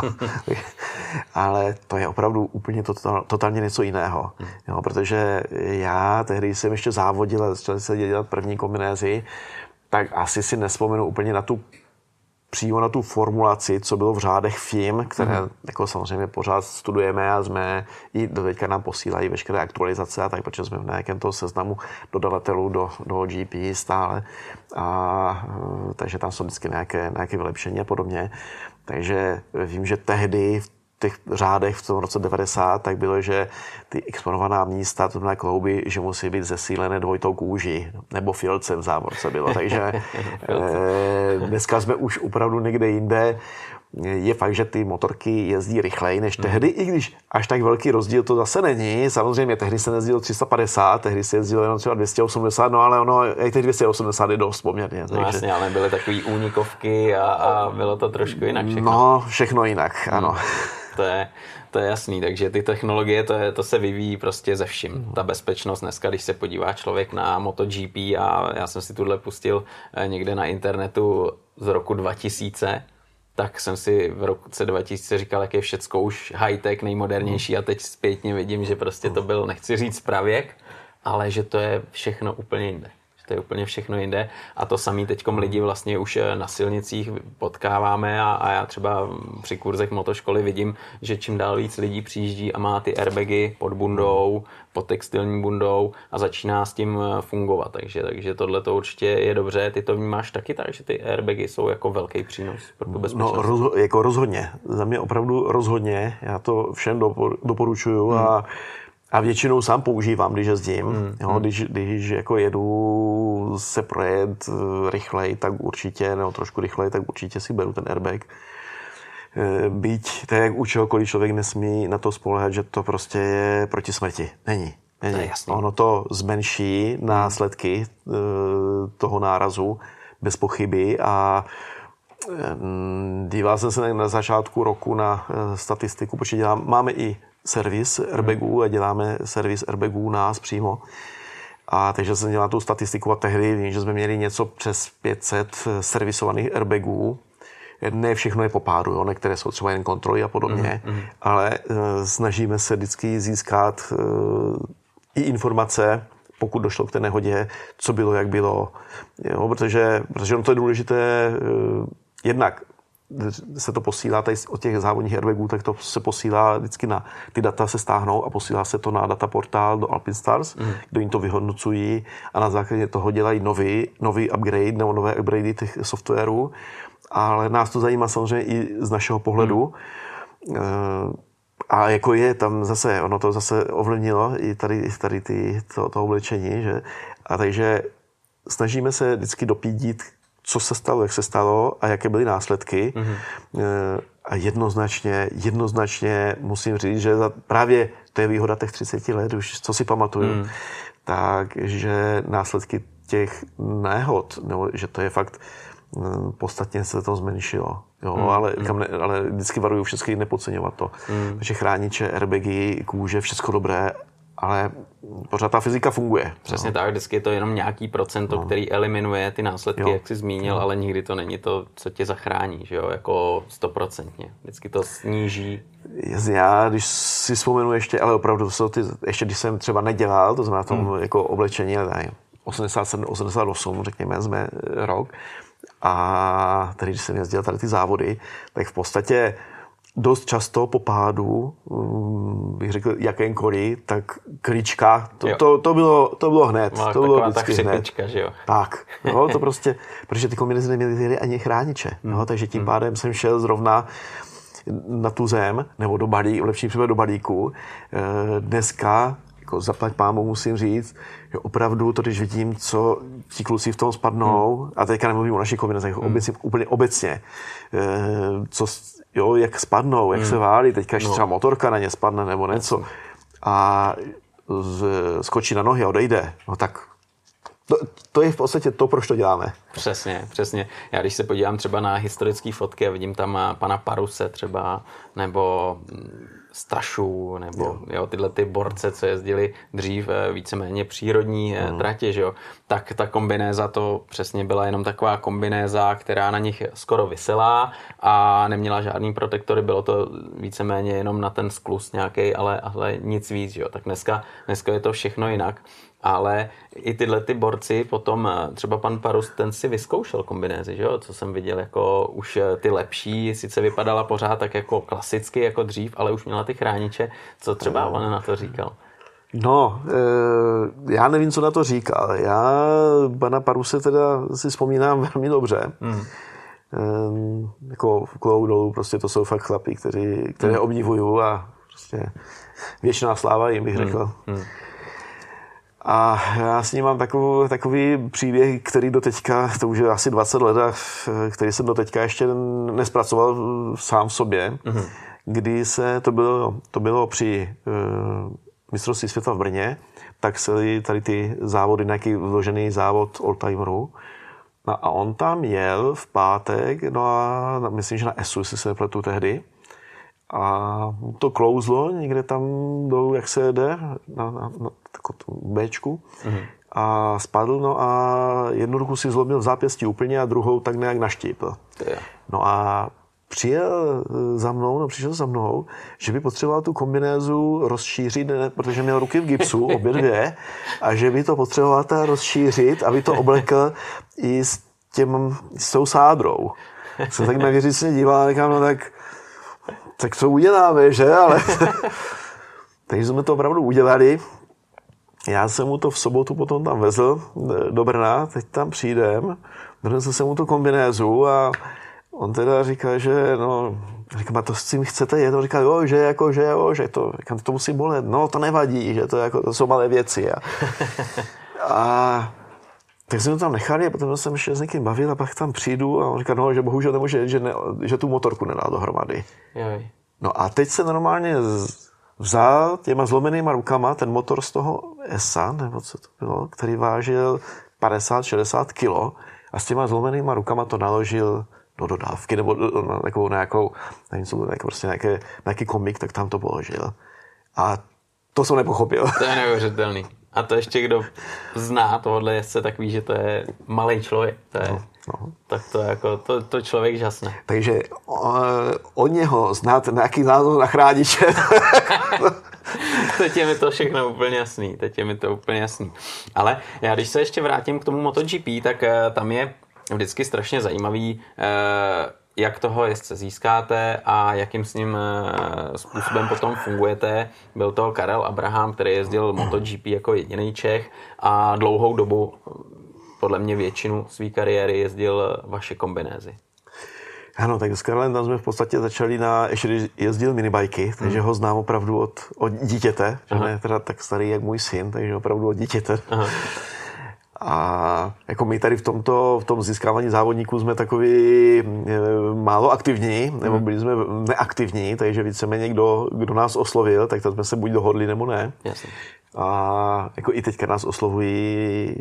Ale to je opravdu úplně total, totálně něco jiného. Hmm. Jo, protože já tehdy jsem ještě závodil a začal se dělat první kombinézy, tak asi si nespomenu úplně na tu přímo na tu formulaci, co bylo v řádech F I M, které mm. jako samozřejmě pořád studujeme a jsme i do teďka nám posílají veškeré aktualizace a tak, protože jsme v nějakém toho seznamu dodavatelů do, do G P stále. A, takže tam jsou vždycky nějaké, nějaké vylepšení a podobně. Takže vím, že tehdy v těch řádech v tom roce devadesát tak bylo, že ty exponovaná místa, to znamená klouby, že musí být zesílené dvojitou kůží, nebo filcem v závorce bylo. Takže dneska jsme už opravdu někde jinde. Je fakt, že ty motorky jezdí rychleji než tehdy, mm. i když až tak velký rozdíl to zase není. Samozřejmě tehdy se nejezdilo tři sta padesát, tehdy se jezdilo jenom třeba dvě stě osmdesát, no ale ono, jak těch dvě stě osmdesát je dost poměrně. No takže... jasně, ale byly takový únikovky a, a bylo to trošku jinak všechno. No, všechno jinak, ano. Mm. To je, To je jasný, takže ty technologie, to, je, to se vyvíjí prostě ze vším. Ta bezpečnost dneska, když se podívá člověk na MotoGP a já jsem si tuhle pustil někde na internetu z roku dva tisíce, tak jsem si v roce dva tisíce říkal, jak je všecko už high-tech, nejmodernější a teď zpětně vidím, že prostě to byl, nechci říct pravěk, ale že to je všechno úplně jinde. To je úplně všechno jinde a to samý teďkom lidi vlastně už na silnicích potkáváme a, a já třeba při kurzech motoškoly vidím, že čím dál víc lidí přijíždí a má ty airbagy pod bundou, pod textilní bundou a začíná s tím fungovat, takže, takže tohle to určitě je dobře. Ty to vnímáš taky tak, že ty airbagy jsou jako velký přínos pro tu bezpečnost? No roz, jako rozhodně, za mě opravdu rozhodně, já to všem doporučuju hmm. a A většinou sám používám, když jezdím. Mm, jo, mm. Když, když jako jedu se projet rychleji, tak určitě, nebo trošku rychleji, tak určitě si beru ten airbag. Byť, tak jak u čehokoliv člověk nesmí na to spoléhat, že to prostě je proti smrti. Není. Není. To je jasný. Ono to zmenší následky toho nárazu bez pochyby a díval jsem se na začátku roku na statistiku, protože dělám, máme i servis airbagů a děláme servis airbagů nás přímo. A takže jsem dělal tu statistiku a tehdy vím, že jsme měli něco přes pět set servisovaných airbagů. Ne všechno je po pádu, jo, některé jsou třeba jen kontroly a podobně, mm, mm. ale uh, snažíme se vždycky získat uh, i informace, pokud došlo k té nehodě, co bylo, jak bylo. Jo, protože, protože to je důležité uh, jednak se to posílá tady od těch závodních airbagů, tak to se posílá vždycky na ty data se stáhnou a posílá se to na dataportál do Alpinstars, mm. kde jim to vyhodnocují a na základě toho dělají nový, nový upgrade nebo nové upgradey těch softwarů. Ale nás to zajímá samozřejmě i z našeho pohledu. Mm. A jako je tam zase, ono to zase ovlivnilo i tady, tady ty, to, to oblečení, že? A takže snažíme se vždycky dopídit, co se stalo, jak se stalo a jaké byly následky. Mm-hmm. A jednoznačně, jednoznačně musím říct, že právě to je výhoda těch třiceti let, už co si pamatuju, mm. takže následky těch nehod, nebo že to je fakt, podstatně se to zmenšilo. Jo, mm. ale, mm. ne, ale vždycky varuju všechny nepodceňovat to. Mm. Takže chrániče, airbagy, kůže, všechno dobré, ale pořád ta fyzika funguje. Přesně no. tak, vždycky je to jenom nějaký procento, no. který eliminuje ty následky, jo. jak jsi zmínil, jo. ale nikdy to není to, co tě zachrání, že jo, jako stoprocentně. Vždycky to sníží. Já, když si vzpomenu ještě, ale opravdu jsou ty, ještě když jsem třeba nedělal, to znamená tom hmm. jako oblečení, ale osmdesát sedm osmdesát osm, řekněme, jsme rok, a tady, když jsem jezdil tady ty závody, tak v podstatě dost často po pádu, bych řekl, jakémkoliv, tak klička, to, to, to, bylo, to bylo hned. No, to bylo vždycky hned. Že jo? Tak, no, to prostě, protože ty kombinézy neměly ani chrániče, hmm. no, takže tím hmm. pádem jsem šel zrovna na tu zem, nebo do balíku, v lepším případě do balíku. Dneska, jako zaplať pámu, musím říct, že opravdu to, když vidím, co ti kluci v tom spadnou, hmm. a teďka nemluvím o našich kombinacích, hmm. obecně, úplně obecně, co jo, jak spadnou, jak mm. se válí, teďka ještě no. třeba motorka na ně spadne nebo něco a z, skočí na nohy a odejde, no tak to, to je v podstatě to, proč to děláme. Přesně, přesně. Já když se podívám třeba na historické fotky a vidím tam pana Paruse třeba, nebo Stašu, nebo jo. Jo, tyhle ty borce, co jezdili dřív víceméně přírodní mm. tratě, že jo, tak ta kombinéza to přesně byla jenom taková kombinéza, která na nich skoro visela a neměla žádný protektory, bylo to víceméně jenom na ten sklus nějaký, ale, ale nic víc, že jo. Tak dneska, dneska je to všechno jinak. Ale i tyhle ty borci, potom třeba pan Parus, ten si vyzkoušel kombinézy, že jo? Co jsem viděl, jako už ty lepší, sice vypadala pořád tak jako klasicky, jako dřív, ale už měla ty chrániče. Co třeba on na to říkal? No, já nevím, co na to říkal. Já pana Paruse teda si vzpomínám velmi dobře. Hmm. Jako klobouk dolů, prostě to jsou fakt chlapí, kteří, které hmm. obdivuju a prostě věčná sláva jim, bych řekl. Hmm. Hmm. A já s ním mám takový, takový příběh, který doteďka, to už je asi dvacet let, který jsem doteďka ještě nespracoval sám v sobě, mm-hmm. kdy se, to bylo, to bylo při uh, mistrovství světa v Brně, tak se tady ty závody, nějaký vložený závod oldtimerů. No a on tam jel v pátek, no a myslím, že na ESU, jestli se nepletu tehdy, a to klouzlo někde tam dolů, jak se jede, na, na, na takovou Bčku. Mm-hmm. A spadl, no a jednu ruku si zlomil v zápěstí úplně a druhou tak nějak naštípl. No a přijel za mnou, no přišel za mnou, že by potřeboval tu kombinézu rozšířit, ne, protože měl ruky v gipsu, obě dvě, a že by to potřeboval ta rozšířit, aby to oblekl i s, těm, s tou sádrou. Jsem tak nevěřícně díval a říkám, no tak, tak co uděláme, že? Ale takže jsme to opravdu udělali. Já jsem mu to v sobotu potom tam vezl do Brna, teď tam přijdem, donesl jsem mu tu kombinézu a on teda říká, že no, říkám, a to s tím chcete jet? On říká, jo, že jako, že jo, že to, říkám, to musí bolet, no to nevadí, že to, jako, to jsou malé věci. A, a tak jsme to tam nechali a potom jsem ještě s někým bavil a pak tam přijdu a on říká, no, že bohužel nemůže, že, ne, že tu motorku nedá dohromady. Joj. No a teď se normálně vzal těma zlomenýma rukama ten motor z toho Esa, nebo co to bylo, který vážil padesát šedesát kilo a s těma zlomenýma rukama to naložil do dodávky, nebo na nějakou, nějakou nevím, co bylo, nějaký, prostě nějaké, nějaký komik, tak tam to položil. A to jsem nepochopil. To je neuvěřitelný. A to ještě kdo zná tohohle jezdce, tak ví, že to je malý člověk. To je, no, no. Tak to jako, to, to člověk žasne. Takže od něho znát nějaký názor na chrániče. Teď je mi to všechno úplně jasný. Teď je mi to úplně jasný. Ale já když se ještě vrátím k tomu MotoGP, tak tam je vždycky strašně zajímavý, jak toho jezdce získáte a jakým s ním způsobem potom fungujete. Byl to Karel Abraham, který jezdil MotoGP jako jediný Čech a dlouhou dobu, podle mě většinu své kariéry, jezdil vaše kombinézy. Ano, tak s Karlem tam jsme v podstatě začali na, ještě když jezdil minibajky, takže hmm. ho znám opravdu od, od dítěte, že ne teda tak starý jak můj syn, takže opravdu od dítěte. Aha. A jako my tady v tomto, v tom získávání závodníků jsme takový e, málo aktivní, nebo byli jsme neaktivní, takže víceméně kdo, kdo nás oslovil, tak tam jsme se buď dohodli, nebo ne. Jasně. A jako i teďka nás oslovují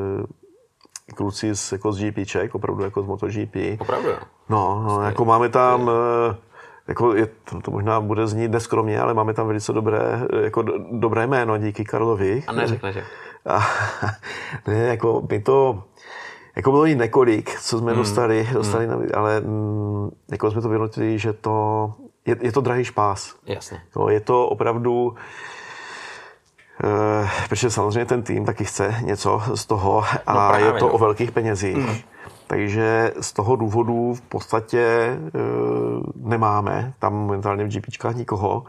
e, kluci z, jako z GPček, opravdu jako z MotoGP. Opravdu? No, no jako máme tam, e, jako je, to, to možná bude znít neskromně, ale máme tam velice dobré, jako do, dobré jméno díky Karlovi. A neřekne, že? A, ne, jako my to, jako bylo jí několik, co jsme mm. dostali, dostali mm. ale mm, jako jsme to vynutili, že to, je, je to drahý špás. Jasně. Jo, je to opravdu, e, protože samozřejmě ten tým taky chce něco z toho a no právě, je to no. o velkých penězích. Mm. Takže z toho důvodu v podstatě e, nemáme tam momentálně v GPčkách nikoho.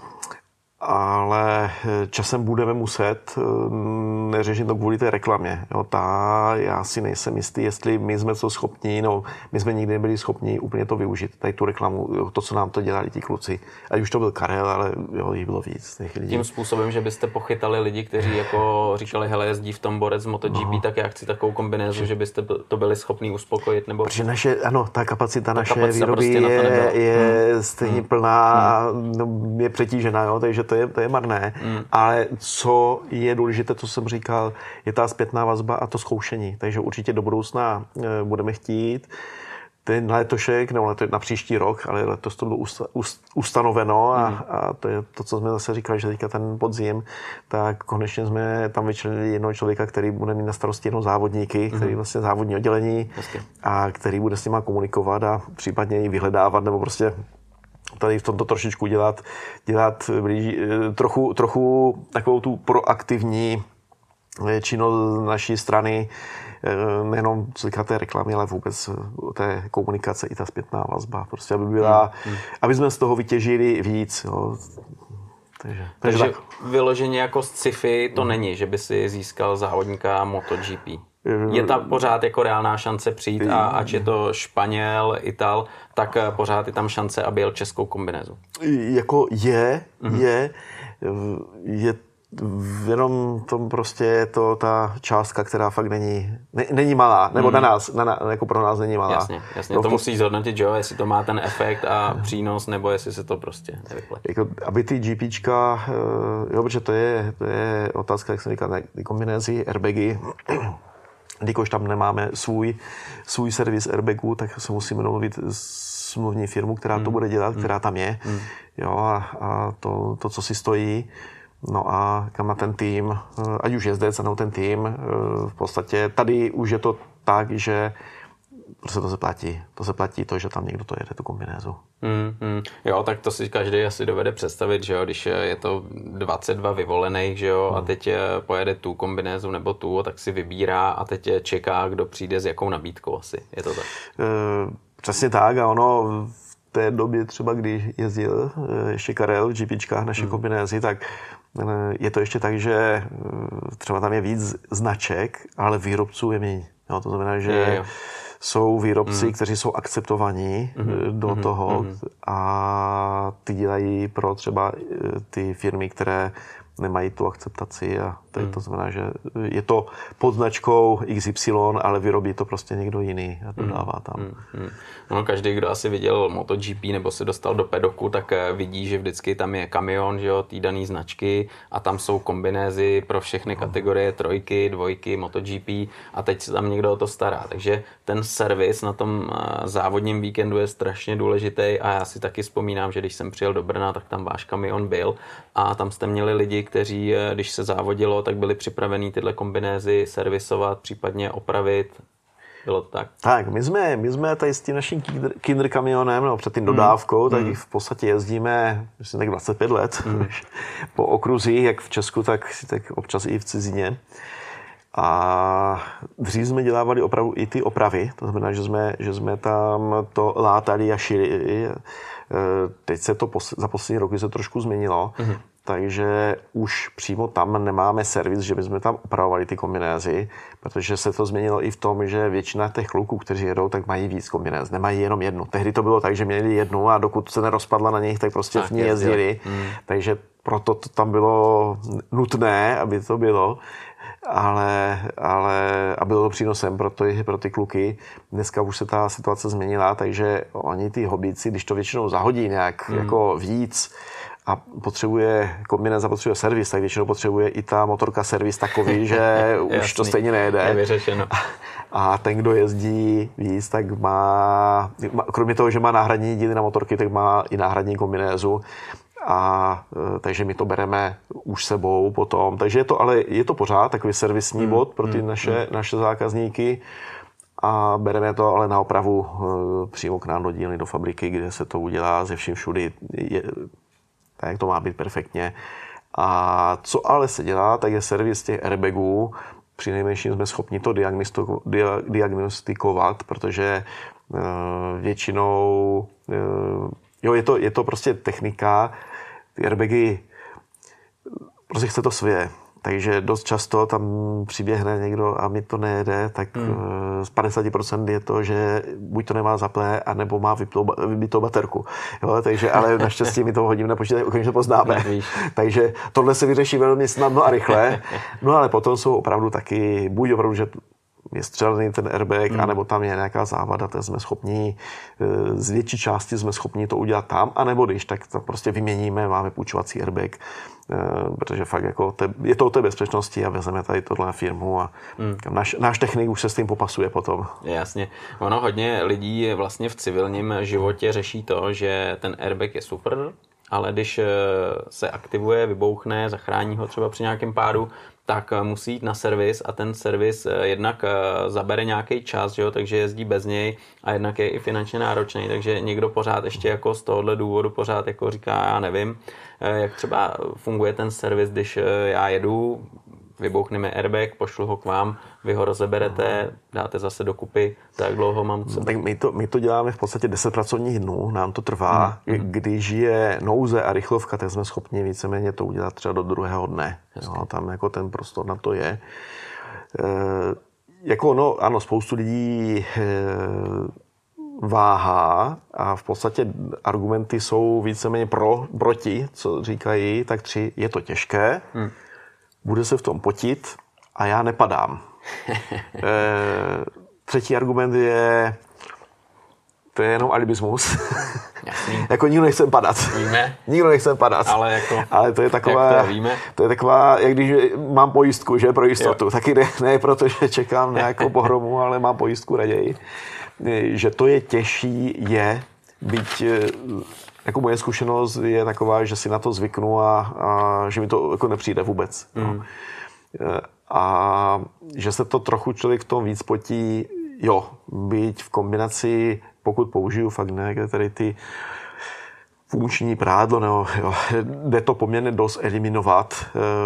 Ale časem budeme muset, neřešit to kvůli té reklamě. Jo, ta, já si nejsem jistý, jestli my jsme to schopni, no, my jsme nikdy nebyli schopni úplně to využít, tady tu reklamu, jo, to, co nám to dělali ti kluci. Ať už to byl Karel, ale jo, jich bylo víc. Lidí. Tím způsobem, že byste pochytali lidi, kteří jako říkali, hele, jezdí v tom borec MotoGP, no. tak já chci takovou kombinézu, že byste to byli schopni uspokojit, nebo... Protože naše, ano, ta kapacita ta naše kapacita výroby prostě je, je hmm. stejně hmm. plná, hmm. No, je přetížená, jo, takže to je, to je marné. Hmm. Ale co je důležité, co jsem říkal, je ta zpětná vazba a to zkoušení. Takže určitě do budoucna budeme chtít ten letošek, nebo leto, na příští rok, ale letos to bylo usta, ust, ustanoveno a, mm. a to je to, co jsme zase říkali, že teďka ten podzim, tak konečně jsme tam vyčlenili jednoho člověka, který bude mít na starosti jenom závodníky, mm. který vlastně závodní oddělení Hezky. A který bude s nima komunikovat a případně i vyhledávat, nebo prostě tady v tomto trošičku dělat, dělat blíží, trochu, trochu takovou tu proaktivní činnost z naší strany, nejenom co týká té reklamy, ale vůbec té komunikace i ta zpětná vazba. Prostě, aby byla, hmm. aby jsme z toho vytěžili víc. Jo. Takže, takže, takže tak. Vyloženě jako z sci-fi to hmm. není, že by si získal závodníka MotoGP. Je tam pořád jako reálná šance přijít a ač je to Španěl, Ital, tak pořád je tam šance, aby jel českou kombinézu. Jako je, hmm. je, je jenom tom prostě je to ta částka, která fakt není, ne, není malá, nebo mm. na nás, na, jako pro nás není malá. Jasně, jasně. No, to musíš zhodnotit, jo, jestli to má ten efekt a přínos, nebo jestli se to prostě nevyplatí. Jako, aby ty GPčka, jo, protože to je, to je otázka, jak jsem říkal, ty kombinézy, airbagy, Když tam nemáme svůj, svůj servis airbagů, tak se musíme domluvit smluvní firmu, která to bude dělat, která tam je. Mm. Jo, a, a to, to, co si stojí. No a kam na ten tým, ať už jezdec, nebo ten tým, v podstatě tady už je to tak, že prostě to se platí. To se platí to, že tam někdo to jede, tu kombinézu. Mm, mm. Jo, tak to si každý asi dovede představit, že jo, když je to dvacet dva vyvolených, že jo, mm. a teď pojede tu kombinézu nebo tu, tak si vybírá a teď čeká, kdo přijde s jakou nabídkou asi. Je to tak? E, přesně tak a ono v té době třeba, když jezdil ještě Karel v GPčkách naše mm. kombinézy, tak je to ještě tak, že třeba tam je víc značek, ale výrobců je méně. Jo, to znamená, že je, jsou výrobci, mm. kteří jsou akceptovaní mm. do mm. toho mm. a ty dělají pro třeba ty firmy, které nemají tu akceptaci a to, mm. to znamená, že je to pod značkou X Y, ale vyrobí to prostě někdo jiný a dodává tam. Mm. Mm. No, každý, kdo asi viděl MotoGP nebo se dostal do pedoku, tak vidí, že vždycky tam je kamion, že jo, tý daný značky a tam jsou kombinézy pro všechny kategorie, trojky, dvojky, MotoGP a teď se tam někdo o to stará. Takže ten servis na tom závodním víkendu je strašně důležitý a já si taky vzpomínám, že když jsem přijel do Brna, tak tam váš kamion byl a tam jste měli lidi, kteří, když se závodilo, tak byli připravení tyhle kombinézy servisovat, případně opravit. Bylo to tak? Tak, my jsme, my jsme tady s tím naším Kinder kamionem, nebo před tím dodávkou, mm. tak v podstatě jezdíme myslím, tak dvacet pět let mm. po okruzích, jak v Česku, tak, tak občas i v cizině. A dřív jsme dělávali opravdu i ty opravy, to znamená, že jsme, že jsme tam to látali a šili. Teď se to za poslední roky se trošku změnilo. Mm. Takže už přímo tam nemáme servis, že bychom tam opravovali ty kombinézy, protože se to změnilo i v tom, že většina těch kluků, kteří jedou, tak mají víc kombinéz, nemají jenom jednu. Tehdy to bylo tak, že měli jednu a dokud se nerozpadla na nich, tak prostě tak v ní jezdili. Hmm. Takže proto to tam bylo nutné, aby to bylo, ale, ale a bylo to přínosem pro ty, pro ty kluky. Dneska už se ta situace změnila, takže oni ty hobíci, když to většinou zahodí nějak hmm. jako víc, a potřebuje kombinéza, potřebuje servis, tak většinou potřebuje i ta motorka servis takový, že už to stejně nejede. Je vyřešeno. A ten, kdo jezdí víc, tak má, kromě toho, že má náhradní díly na motorky, tak má i náhradní kombinézu. A takže my to bereme už sebou potom. Takže je to, ale je to pořád takový servisní hmm. bod pro ty hmm. naše, hmm. naše zákazníky. A bereme to ale na opravu přímo k nám do dílny, do fabriky, kde se to udělá ze vším všudy. Je, tak to má být perfektně. A co ale se dělá, tak je servis těch airbagů. Při nejmenším jsme schopni to diagnostikovat, protože uh, většinou uh, jo, je to, je to prostě technika. Ty airbagy prostě chce to svě. Takže dost často tam přiběhne někdo a mi to nejede, tak hmm. z padesát procent je to, že buď to nemá zaplé, anebo má vybitou baterku. Jo, takže, ale naštěstí my to hodíme na počítač, okamžitě poznáme. Takže tohle se vyřeší velmi snadno a rychle. No ale potom jsou opravdu taky, buď opravdu, že je střelený ten airbag, hmm. anebo tam je nějaká závada, tak jsme schopni, z větší části jsme schopni to udělat tam, anebo když, tak to prostě vyměníme, máme půjčovací airbag, protože fakt jako te, je to o té bezpečnosti a vezmeme tady tohle firmu a hmm. náš, náš technik už se s tím popasuje potom. Jasně. Ono hodně lidí vlastně v civilním životě řeší to, že ten airbag je super, ale když se aktivuje, vybouchne, zachrání ho třeba při nějakém pádu, tak musí jít na servis a ten servis jednak zabere nějaký čas, že jo, takže jezdí bez něj a jednak je i finančně náročný, takže někdo pořád ještě jako z tohohle důvodu pořád jako říká, já nevím, jak třeba funguje ten servis, když já jedu, vybouchneme airbag, pošlu ho k vám, vy ho rozeberete, dáte zase dokupy, tak dlouho mám co? Tak my to, my to děláme v podstatě deset pracovních dnů, nám to trvá. Hmm. Když je nouze a rychlovka, tak jsme schopni víceméně to udělat třeba do druhého dne. Jo, tam jako ten prostor na to je. E, jako no, ano, spoustu lidí e, váhá a v podstatě argumenty jsou víceméně pro, proti, co říkají, tak tři, je to těžké, hmm. bude se v tom potit a já nepadám. e, třetí argument je, to je jenom alibismus. Jako nikdo nechce padat. Víme. Nikdo nechce padat. Ale, jako, ale to je taková, jak to víme? To je taková, jak když mám pojistku, že pro jistotu. Jo. Taky ne, ne protože čekám na nějakou pohromu, ale mám pojistku raději. Že to je těžší, je, byť jako moje zkušenost je taková, že si na to zvyknu a, a že mi to jako nepřijde vůbec. Mm. No. A že se to trochu člověk v tom víc potí, jo, být v kombinaci, pokud použiju fakt ne, tady ty funkční prádlo, nebo jo, jde to poměrně dost eliminovat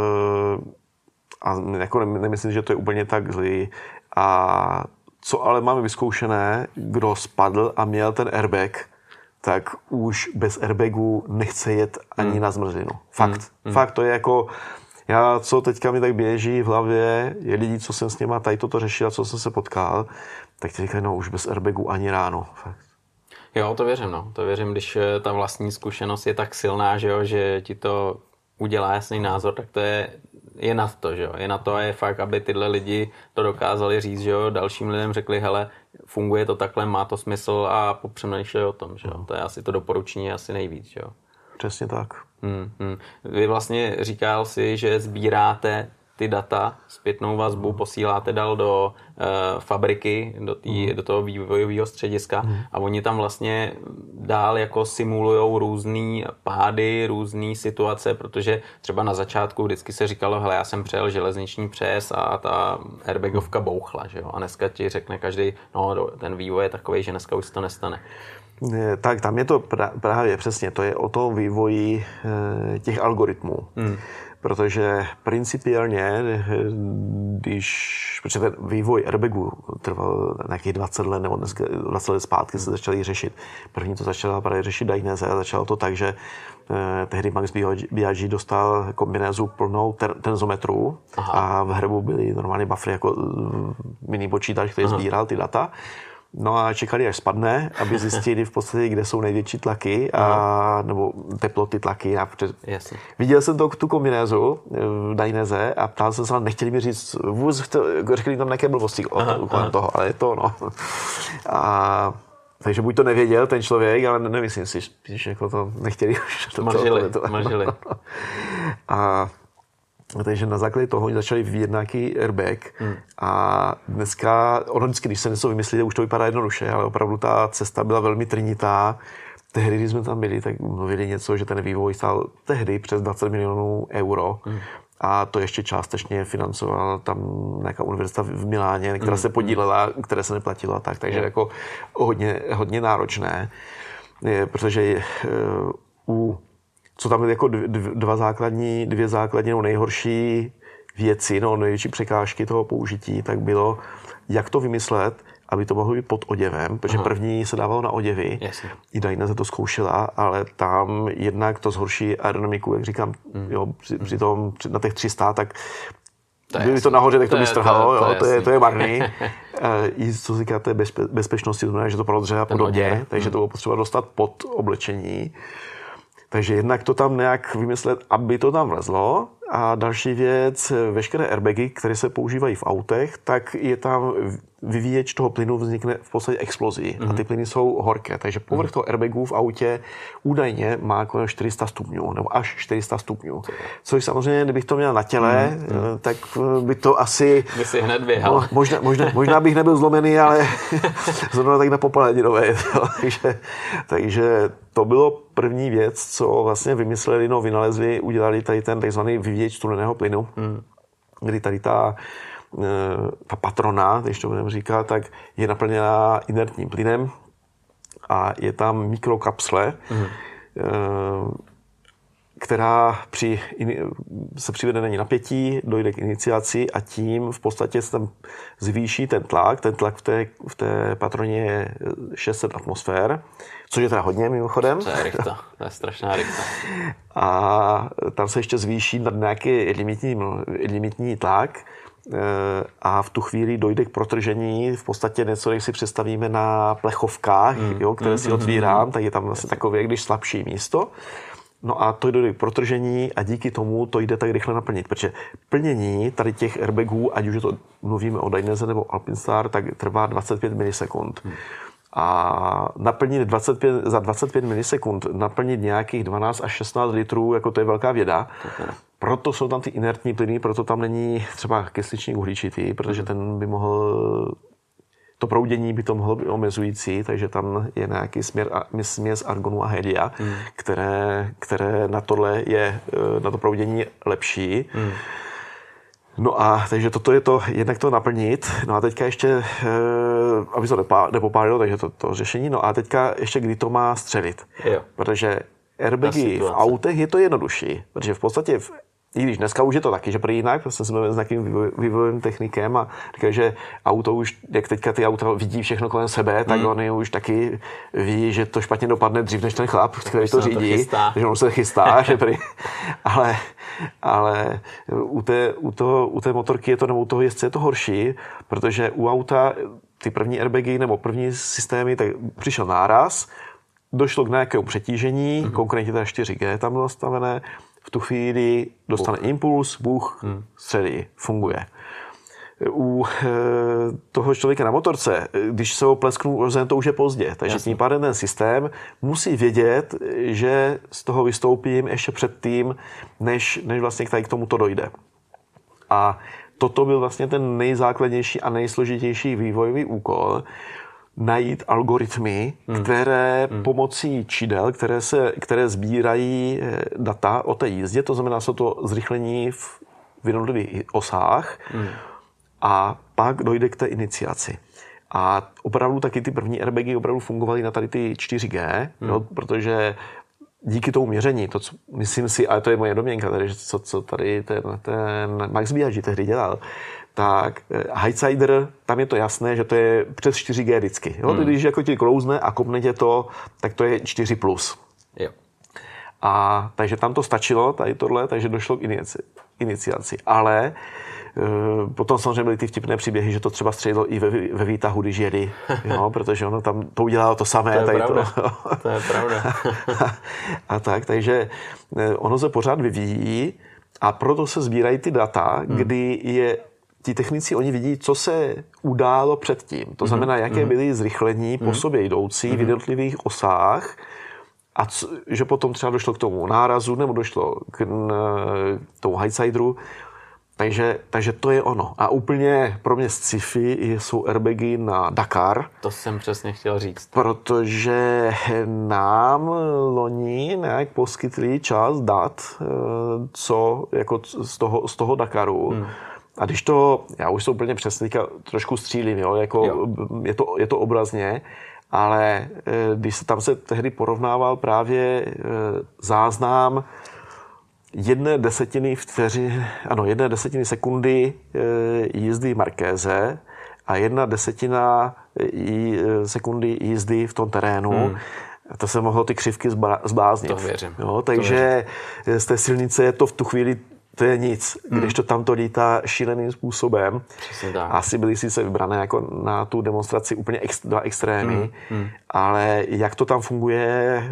a jako nemyslím, že to je úplně tak zlý. A co ale máme vyzkoušené, kdo spadl a měl ten airbag, tak už bez airbagu nechce jet ani hmm. na zmrzlinu. Fakt. Hmm. Fakt, to je jako, já, co teďka mi tak běží v hlavě, je lidí, co jsem s něma tady toto řešil a co jsem se potkal, tak ti říkají, no už bez airbagu ani ráno. Fakt. Jo, to věřím, no. To věřím, když ta vlastní zkušenost je tak silná, že jo, že ti to udělá jasný názor, tak to je, je na to, že jo. Je na to a je fakt, aby tyhle lidi to dokázali říct, že jo, dalším lidem řekli, hele, funguje to takhle, má to smysl a popřemýšleli o tom, že jo. To je asi to doporučení asi nejvíc, že jo. Přesně tak. Hmm, hmm. Vy vlastně říkal si, že sbíráte ty data, zpětnou vazbu, posíláte dal do uh, fabriky, do, tý, mm. do toho vývojového střediska mm. a oni tam vlastně dál jako simulujou různý pády, různý situace, protože třeba na začátku vždycky se říkalo, hele, já jsem přejel železniční přejezd a ta airbagovka bouchla, že jo? A dneska ti řekne každý, no ten vývoj je takovej, že dneska už se to nestane. Tak tam je to právě přesně, to je o tom vývoji těch algoritmů. Mm. Protože principiálně, když, protože ten vývoj airbagu trval nějakých dvacet let, nebo dneska dvacet let zpátky se začali řešit. První to začala právě řešit Dainese a začalo to tak, že eh, tehdy Max Biaggi dostal kombinézu plnou ter- tenzometrů a v hrbu byly normálně buffery jako mini počítač, který Aha. sbíral ty data. No a čekali, až spadne, aby zjistili v podstatě, kde jsou největší tlaky a, nebo teploty, tlaky. A Jasně. Viděl jsem to, tu kombinézu v Dainese a ptal jsem se, nechtěli mi říct, vůz, řekli tam nějaké blbosti kolem toho, ale je to, no. A, takže buď to nevěděl ten člověk, ale nemyslím si, že jako to nechtěli už. To, mažili, to, to, mažili. A takže na základě toho oni začali vyvíjet nějaký airbag hmm. a dneska, ono vždycky, když se něco vymyslí, už to vypadá jednoduše, ale opravdu ta cesta byla velmi trnitá. Tehdy, když jsme tam byli, tak mluvili něco, že ten vývoj stál tehdy přes dvacet milionů euro hmm. a to ještě částečně financovala tam nějaká univerzita v Miláně, která se podílela, které se neplatila tak, takže hmm. jako hodně, hodně náročné, je, protože uh, u co tam jako dva základní, dvě základní no nejhorší věci, no největší překážky toho použití, tak bylo, jak to vymyslet, aby to mohlo být pod oděvem, protože Aha. první se dávalo na oděvy. Jasně. I Dainese to zkoušela, ale tam jednak to zhorší aerodynamiku, jak říkám, mm. jo, při, při tom, při, na těch tři sta, tak kdyby to nahoře, tak to, to by strhalo, to, to, jo, to, je, to je marný. I co říká té bezpe, bezpečnosti, to znamená, že to prodře a podobně, oděv. takže mm. to bylo potřeba dostat pod oblečení. Takže jednak to tam nějak vymyslet, aby to tam vlezlo. A další věc, veškeré airbagy, které se používají v autech, tak je tam vyvíječ toho plynu vznikne v podstatě explozí. Mm-hmm. A ty plyny jsou horké. Takže povrch mm-hmm. toho airbagu v autě údajně má kolem čtyři sta stupňů, nebo až čtyři sta stupňů. Což samozřejmě, kdybych to měl na těle, mm-hmm. tak by to asi... By si hned běhal. No, možná, možná, možná bych nebyl zlomený, ale zrovna tak na popaladinové. takže, takže to bylo první věc, co vlastně vymysleli, no vynalezli, udělali tady ten takzvaný vyvíječ studeného plynu, mm. kdy tady ta, ta patrona, když to budeme říkat, tak je naplněná inertním plynem a je tam mikrokapsle, mm. která při, se přivede na ní napětí, dojde k iniciaci a tím v podstatě se tam zvýší ten tlak. Ten tlak v té, v té patroně je šest set atmosfér, což je teda hodně mimochodem. To je rychta, to je strašná rychta. A tam se ještě zvýší nad nějaký limitní, limitní tlak a v tu chvíli dojde k protržení v podstatě něco, jak si představíme na plechovkách, mm. jo, které mm, si otvírám, mm, tak je tam vlastně takové, když slabší místo. No a to jde k protržení a díky tomu to jde tak rychle naplnit, protože plnění tady těch airbagů, ať už to mluvíme o Dainese nebo Alpinstar, tak trvá dvacet pět milisekund. Hmm. A naplnit dvacet pět, za dvacet pět milisekund naplnit nějakých dvanáct až šestnáct litrů, jako to je velká věda. Proto jsou tam ty inertní plyny, proto tam není třeba kysličník uhličitý, protože ten by mohl, to proudění by to mohlo být omezující, takže tam je nějaký směr, směs argonu a helia, hmm. které, které na tohle je, na to proudění lepší. Hmm. No a takže toto je to, jednak to naplnit, no a teďka ještě, e, aby to nepopálilo, takže to, to řešení, no a teďka ještě kdy to má střelit. Jo. Protože airbagy v autech je to jednodušší, protože v podstatě, v, i když dneska už je to taky, že prý jinak, prostě jsme s nějakým vývojovým technikem a říkají, že auto už, jak teďka ty auta vidí všechno kolem sebe, tak hmm. oni už taky ví, že to špatně dopadne dřív než ten chlap, který to řídí, to že on se chystá, že prý, ale ale u té, u, toho, u té motorky je to, nebo u toho jezdce je to horší, protože u auta ty první airbagy nebo první systémy, tak přišel náraz, došlo k nějakému přetížení, mm-hmm. konkrétně teda čtyři G tam bylo nastavené, v tu chvíli dostane buch. impuls, buch, mm. střelí, funguje. U e, toho člověka na motorce, když se ho plesknu, to už je pozdě. Takže tím pádem ten systém musí vědět, že z toho vystoupím ještě předtím, než, než vlastně tady k tomuto dojde. A toto byl vlastně ten nejzákladnější a nejsložitější vývojový úkol, najít algoritmy, hmm. které hmm. pomocí čidel, které, se, které sbírají data o té jízdě, to znamená, jsou to zrychlení v, v jednotlivých osách, hmm. a pak dojde k té iniciaci. A opravdu taky ty první airbagy opravdu fungovaly na tady ty čtyři G, hmm. no, protože díky tomu měření, to, co, myslím si, ale to je moje domněnka, tady, co, co tady ten, ten Max Biaggi tehdy dělal, tak Highsider, tam je to jasné, že to je přes čtyři G vždycky. Jo? Hmm. Když jako ti klouzne a kopne tě to, tak to je čtyři plus. Jo. A takže tam to stačilo, tady tohle, takže došlo k inici, iniciaci. Ale potom samozřejmě byly ty vtipné příběhy, že to třeba střelilo i ve, ve výtahu, když jeli, jo, protože ono tam to udělalo to samé. To je tady pravda. To. To je pravda. a, a tak, takže ono se pořád vyvíjí a proto se sbírají ty data, hmm. kdy je ti technici, oni vidí, co se událo předtím. To znamená, jaké byly zrychlení po sobě jdoucí v jednotlivých osách a co, že potom třeba došlo k tomu nárazu nebo došlo k, k tomu Highsideru. Takže, takže to je ono. A úplně pro mě sci-fi jsou airbagy na Dakar. To jsem přesně chtěl říct. Protože nám loni nějak poskytli část dat, co jako z toho, z toho Dakaru. Hmm. A když to, já už jsem úplně přesně trošku střílím, jo, jako jo. Je, to, je to obrazně, ale když se tam se tehdy porovnával právě záznam jedné desetiny vteřiny, ano, jedné desetiny sekundy jízdy Markéze a jedna desetina sekundy jízdy v tom terénu. Hmm. To se mohlo ty křivky zbláznit. To věřím. Jo, takže to věřím. Z té silnice je to v tu chvíli to je nic, hmm. když to tam to lítá šíleným způsobem. Asi byly sice vybrané jako na tu demonstraci úplně ex, dva extrémy, hmm. Hmm. ale jak to tam funguje,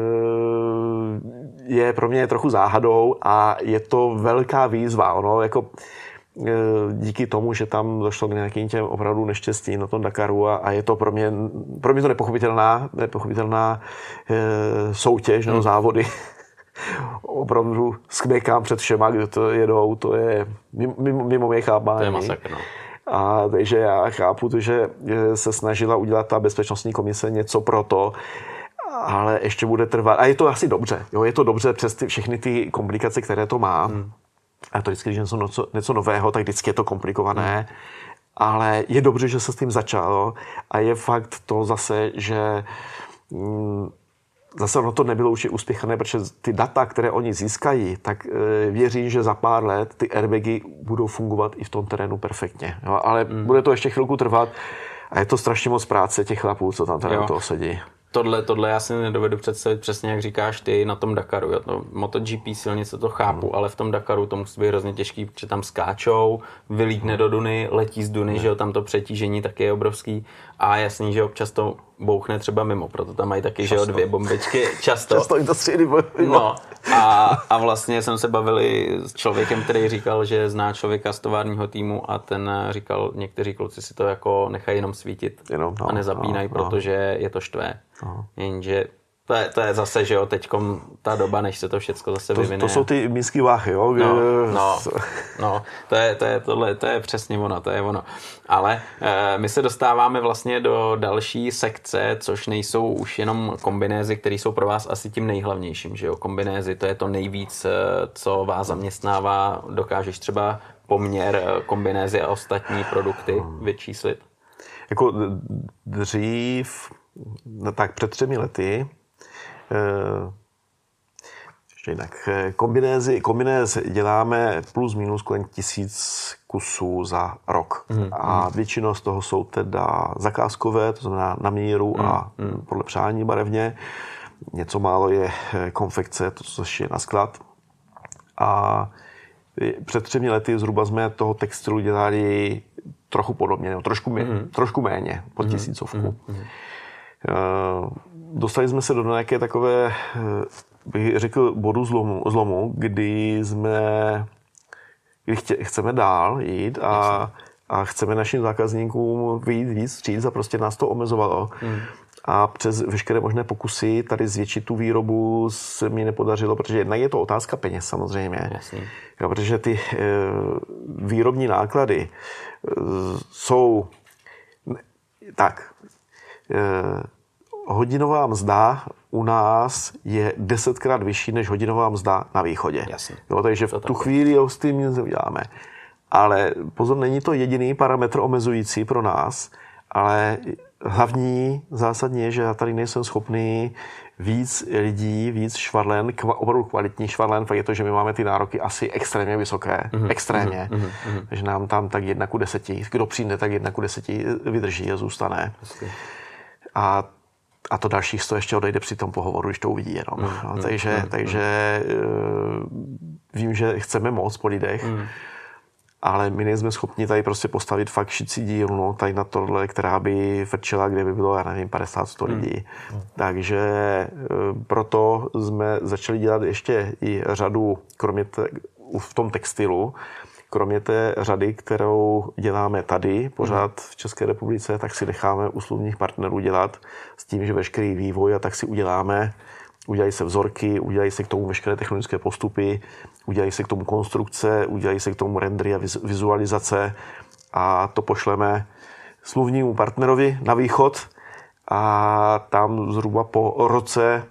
je pro mě trochu záhadou a je to velká výzva. Ono jako díky tomu, že tam došlo k nějakým těm opravdu neštěstí na tom Dakaru a, a je to pro mě, pro mě to nepochopitelná, nepochopitelná e, soutěž nebo hmm. závody. Opravdu skvěkám před všema, kdo to jedou, to je mimo, mimo mě chápání. To je masakr, no. A takže já chápu to, že se snažila udělat ta bezpečnostní komise něco pro to, ale ještě bude trvat. A je to asi dobře. Jo, je to dobře přes ty, všechny ty komplikace, které to má. Hmm. A to vždycky, když je něco, něco nového, tak vždycky je to komplikované. Hmm. Ale je dobře, že se s tím začalo. A je fakt to zase, že mm, zase ono to nebylo už úspěchané, protože ty data, které oni získají, tak e, věří, že za pár let ty airbagy budou fungovat i v tom terénu perfektně. Jo, ale hmm. bude to ještě chvilku trvat a je to strašně moc práce těch chlapů, co tam tady toho sedí. Tohle, tohle já si nedovedu představit přesně, jak říkáš ty, na tom Dakaru. Jo. To MotoGP silnice to chápu, hmm. ale v tom Dakaru to musí být hrozně těžký, protože tam skáčou, vylítne hmm. do duny, letí z duny, hmm. že jo, tam to přetížení taky je obrovský a jasný, že občas to bouchne třeba mimo, proto tam mají taky, že jo, dvě bombičky často. Často jim to střílí mimo. No, a, a vlastně jsem se bavili s člověkem, který říkal, že zná člověka z továrního týmu a ten říkal, někteří kluci si to jako nechají jenom svítit jenom, no, a nezapínají, no, protože no. je to štve. No. Jenže To je, to je zase, že jo, teďkom ta doba, než se to všechno zase to, vyvine. To jsou ty mínský váhy, jo? No, no, no to, je, to, je tohle, to je přesně ono, to je ono. Ale e, my se dostáváme vlastně do další sekce, což nejsou už jenom kombinézy, které jsou pro vás asi tím nejhlavnějším, že jo. Kombinézy, to je to nejvíc, co vás zaměstnává. Dokážeš třeba poměr kombinézy a ostatní produkty vyčíslit? Jako dřív, no tak před třemi lety, ještě jinak, kombinézy, kombinéz děláme plus minus kolem tisíc kusů za rok. Mm, a mm. většinou z toho jsou teda zakázkové, to znamená na míru mm, a mm. podle přání barevně. Něco málo je konfekce, to což je na sklad. A před třemi lety zhruba jsme toho textilu dělali trochu podobně, nebo trošku, mé, mm. trošku méně, pod tisícovku. Mm. Dostali jsme se do nějaké takové, bych řekl, bodu zlomu, zlomu, kdy jsme, kdy chtě, chceme dál jít a, a chceme našim zákazníkům vyjít víc vstříc a prostě nás to omezovalo. Mm. A přes veškeré možné pokusy tady zvětšit tu výrobu se mi nepodařilo, protože jednak je to otázka peněz samozřejmě. Jo, protože ty e, výrobní náklady e, jsou tak. E, hodinová mzda u nás je desetkrát vyšší než hodinová mzda na východě. Jo, takže v tu chvíli s tím nic neuděláme. Ale pozor, není to jediný parametr omezující pro nás, ale hlavní zásadní je, že já tady nejsem schopný víc lidí, víc švadlen, kva, opravdu kvalitní švadlen, fakt je to, že my máme ty nároky asi extrémně vysoké, mm-hmm. extrémně, mm-hmm. takže nám tam tak jedna ku deseti, kdo přijde, tak jedna ku deseti vydrží a zůstane. A, a to dalších sto ještě odejde při tom pohovoru, když to uvidí jenom. Mm, no, takže mm, takže mm. vím, že chceme moc po lidech, mm. ale my nejsme schopni tady prostě postavit fakt šicí dílnu, no, tady na tohle, která by frčela, kde by bylo, já nevím, padesát sto lidí. Mm. Takže proto jsme začali dělat ještě i řadu, kromě te, v tom textilu, kromě té řady, kterou děláme tady, pořád v České republice, tak si necháme u smluvních partnerů dělat s tím, že veškerý vývoj a tak si uděláme, udělají se vzorky, udělají se k tomu veškeré technologické postupy, udělají se k tomu konstrukce, udělají se k tomu rendery a vizualizace a to pošleme smluvnímu partnerovi na východ a tam zhruba po roce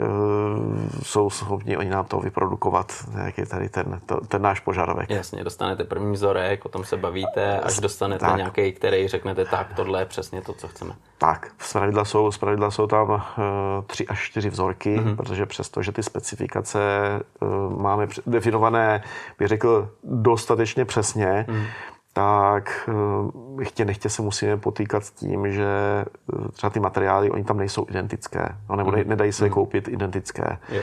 jsou schopni oni nám to vyprodukovat, jak je tady ten, to, ten náš požadavek. Jasně, dostanete první vzorek, o tom se bavíte, až dostanete tak. nějaký, který řeknete, tak, tohle je přesně to, co chceme. Tak, zpravidla jsou, zpravidla jsou tam uh, tři až čtyři vzorky, mm-hmm. protože přesto, že ty specifikace uh, máme definované, bych řekl, dostatečně přesně, mm. tak chtě nechtě se musíme potýkat s tím, že třeba ty materiály, oni tam nejsou identické, no, nebo mm. nedají se mm. koupit identické. Yeah.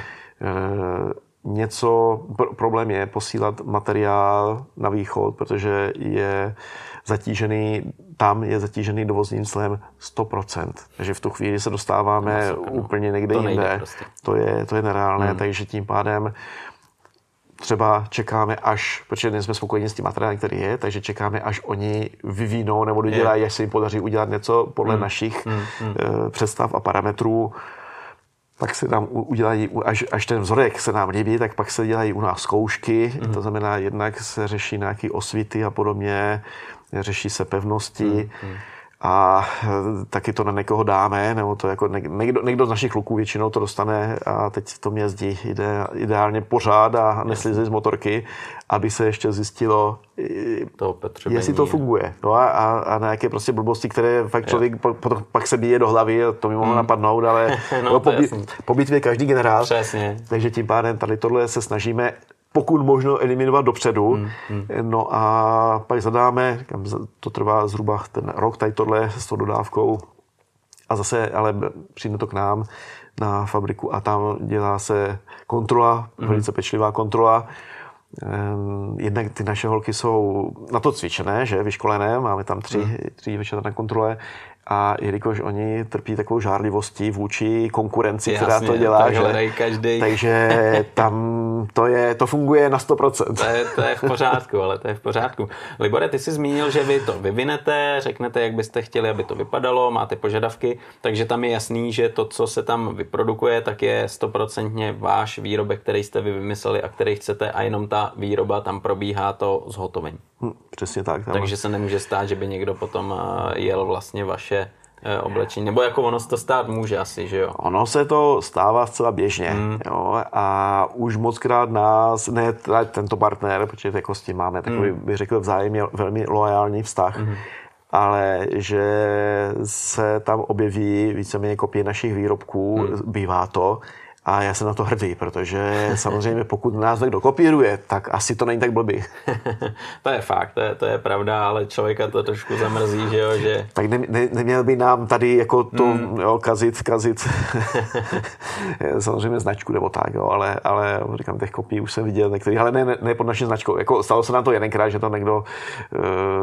Něco, problém je posílat materiál na východ, protože je zatížený, tam je zatížený dovozním clem sto procent. Takže v tu chvíli se dostáváme no, úplně někde to jinde. Prostě. To je, to je nereálné, mm. takže tím pádem třeba čekáme až, protože nejsme spokojeni s tím materiálem, který je, takže čekáme, až oni vyvínou nebo dodělají, až se jim podaří udělat něco podle mm. našich mm. Mm. představ a parametrů. Pak se nám udělají, až, až ten vzorek se nám líbí, tak pak se dělají u nás zkoušky, mm. to znamená, jednak se řeší nějaké osvity a podobně, řeší se pevnosti, mm. a taky to na někoho dáme, nebo to jako někdo, někdo z našich kluků většinou to dostane a teď v tom jezdí ide, ideálně pořád a neslizí z motorky, aby se ještě zjistilo, to jestli to funguje. No a, a na jaké prostě blbosti, které fakt člověk po, po, pak se bíje do hlavy, to mi mohlo hmm. napadnout, ale no, no, po, po bitvě každý generál. Přesně. Takže tím pádem tady tohle se snažíme pokud možno eliminovat dopředu. Hmm, hmm. No a pak zadáme, to trvá zhruba ten rok, tady tohle s tou dodávkou. A zase, ale přijde to k nám na fabriku a tam dělá se kontrola, hmm. velice pečlivá kontrola. Jednak ty naše holky jsou na to cvičené, že, vyškolené, máme tam tři, hmm. tři večera na kontrole A jelikož oni trpí takovou žárlivostí vůči konkurenci, Jasně, která to dělá, tak že, každý. takže tam to, je, to funguje na sto procent. To je, to je v pořádku, ale to je v pořádku. Libore, ty jsi zmínil, že vy to vyvinete, řeknete, jak byste chtěli, aby to vypadalo, máte požadavky, takže tam je jasný, že to, co se tam vyprodukuje, tak je stoprocentně váš výrobek, který jste vy vymysleli a který chcete a jenom ta výroba tam probíhá to zhotovení. Hm, přesně tak. Tam. Takže se nemůže stát, že by někdo potom jel vlastně vaše oblečení. Nebo jako ono se to stát může asi, že jo? Ono se to stává zcela běžně. Hmm. Jo? A už mockrát nás, ne tento partner, protože jako s tím máme takový, hmm. bych řekl, vzájemně velmi loajální vztah, hmm. ale že se tam objeví víceméně kopie našich výrobků, hmm. bývá to. A já jsem na to hrdý, protože samozřejmě pokud nás někdo kopíruje, tak asi to není tak blbý. To je fakt, to je, to je pravda, ale člověka to trošku zamrzí, že jo, že... Tak ne, ne, neměl by nám tady jako to mm. jo, kazit, kazit samozřejmě značku nebo tak, jo, ale, ale říkám, těch kopií už jsem viděl některých, ale ne, ne, ne pod naší značkou. Jako stalo se nám to jedenkrát, že to někdo uh,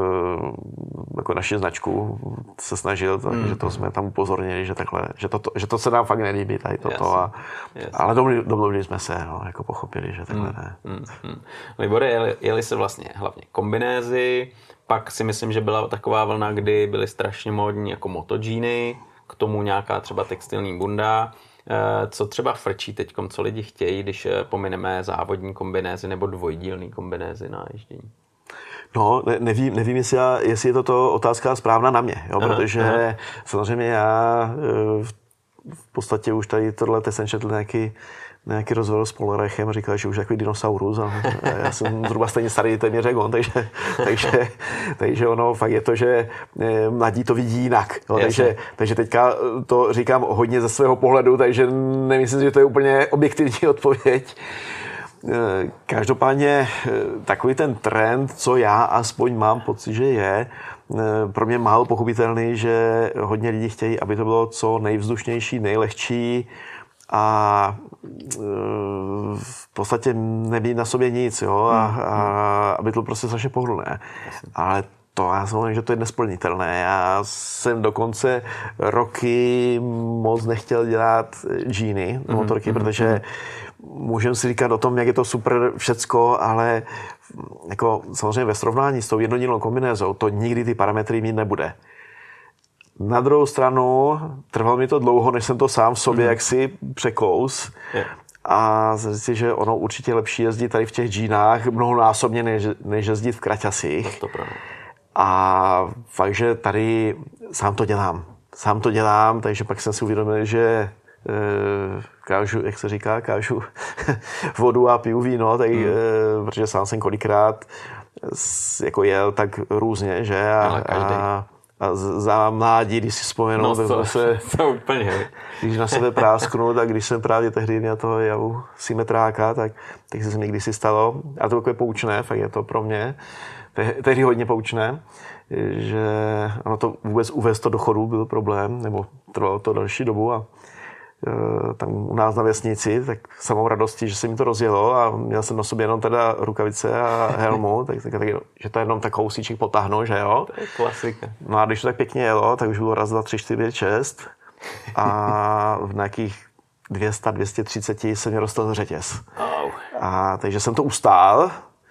jako naši značku se snažil, tak, mm. že to jsme tam upozornili, že takhle, že to, to, že to se nám fakt nelíbí tady toto. A, Yes. ale domluvili jsme se, no, jako pochopili, že takhle mm, ne. Mm, mm. Libore, jeli, jeli se vlastně hlavně kombinézy, pak si myslím, že byla taková vlna, kdy byly strašně módní jako motodžíny, k tomu nějaká třeba textilní bunda. E, co třeba frčí teďkom, co lidi chtějí, když pomineme závodní kombinézy nebo dvojdílný kombinézy na ježdění? No, ne, nevím, nevím jestli, já, jestli je toto otázka správná na mě, jo, aha, protože aha. samozřejmě já v podstatě už tady tohle jsem četl nějaký, nějaký rozhovor s Polarechem, říkal, že už je takový dinosaurus a já jsem zhruba stejně starý téměř jak on, takže, takže, takže ono fakt je to, že mladí to vidí jinak. Jo, takže, takže teďka to říkám hodně ze svého pohledu, takže nemyslím, že to je úplně objektivní odpověď. Každopádně takový ten trend, co já aspoň mám pocit, že je, pro mě málo pochopitelný, že hodně lidí chtějí, aby to bylo co nejvzdušnější, nejlehčí a v podstatě nebýt na sobě nic, jo, a, a aby to prostě strašně pohodlné. Ale to já jsem že to je nesplnitelné. Já jsem dokonce roky moc nechtěl dělat džíny, mm-hmm. motorky, protože můžeme si říkat o tom, jak je to super všecko, ale jako samozřejmě ve srovnání s tou jednodílnou kombinézou to nikdy ty parametry mít nebude. Na druhou stranu trvalo mi to dlouho, než jsem to sám v sobě mm. jaksi překous. Yeah. A říci, že ono určitě je lepší jezdit tady v těch džínách mnohonásobně, než, než jezdit v kraťasích. To to a fakt, že tady sám to dělám. Sám to dělám, takže pak jsem si uvědomil, že kážu, jak se říká, kážu vodu a piju víno, tak, hmm. protože sám jsem kolikrát jako jel tak různě, že? A, a, a za mládí, když si vzpomenu, no, tak to, se, to úplně. Když na sebe prásknu, tak když jsem právě tehdy měl toho javu symetráka, tak, tak se mi kdysi stalo. A to takové poučné, fakt je to pro mě. Tehdy hodně poučné, že ono to vůbec uvést to do chodu byl problém, nebo trvalo to další dobu a tam u nás na vesnici, tak samou radostí, že se mi to rozjelo a měl jsem na sobě jenom teda rukavice a helmu, tak, tak, tak že to jenom tak kousíček potáhnu, že jo. To je klasika. No a když to tak pěkně jelo, tak už bylo raz, dva, tři, čtyři, pět, šest a v nějakých dvě stě, dvě stě třicet se mi roztal řetěz. Oh. A takže jsem to ustál.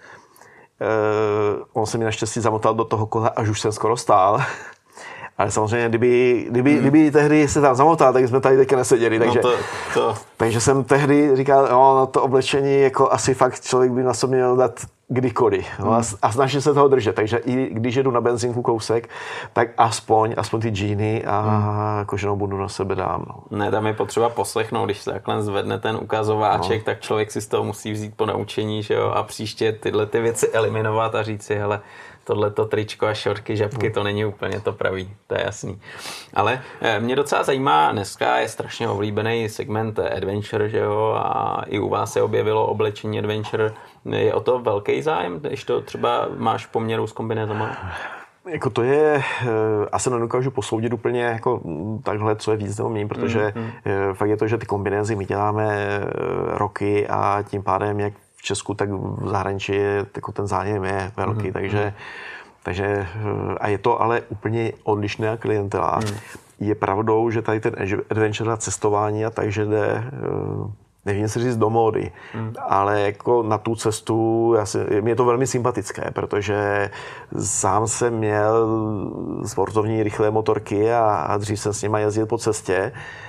Uh, on se mi naštěstí zamotal do toho kola, až už jsem skoro stál. Ale samozřejmě, kdyby, kdyby, hmm. kdyby tehdy se tam zamotal, tak jsme tady teďka neseděli. Takže, no to, to. takže jsem tehdy říkal, no, no to oblečení jako asi fakt člověk by na sobě měl dát kdykoliv. No, hmm. a, a snažím se toho držet. Takže i když jedu na benzínku kousek, tak aspoň, aspoň ty džíny a hmm. koženou bundu na sebe dám. No. Ne, tam je potřeba poslechnout, když se takhle zvedne ten ukazováček, no. tak člověk si z toho musí vzít po naučení, že jo, a příště tyhle ty věci eliminovat a říct si, hele, tohleto tričko a šortky, žabky, to není úplně to pravý, to je jasný. Ale mě docela zajímá, dneska je strašně oblíbený segment adventure, že jo, a i u vás se objevilo oblečení adventure. Je o to velký zájem, když to třeba máš v poměru s kombinézama? Jako to je, asi nedokážu posoudit úplně jako takhle, co je víc nebo méně, protože mm, mm. fakt je to, že ty kombinézy my děláme roky a tím pádem, jak v Česku, tak v zahraničí jako ten zájem je velký, mm, takže, Takže, a je to ale úplně odlišná klientela. Hmm. Je pravdou, že tady ten adventure, cestování a takže jde, nevím si říct do módy, hmm. ale jako na tu cestu, já si, mě je to velmi sympatické, protože sám jsem měl sportovní rychlé motorky a, a dřív jsem s nima jezdil po cestě.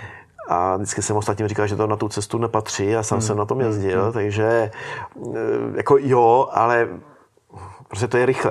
A vždycky jsem ostatním říkal, že to na tu cestu nepatří a sám hmm. jsem na tom jezdil, hmm. takže jako jo, ale prostě to je rychlé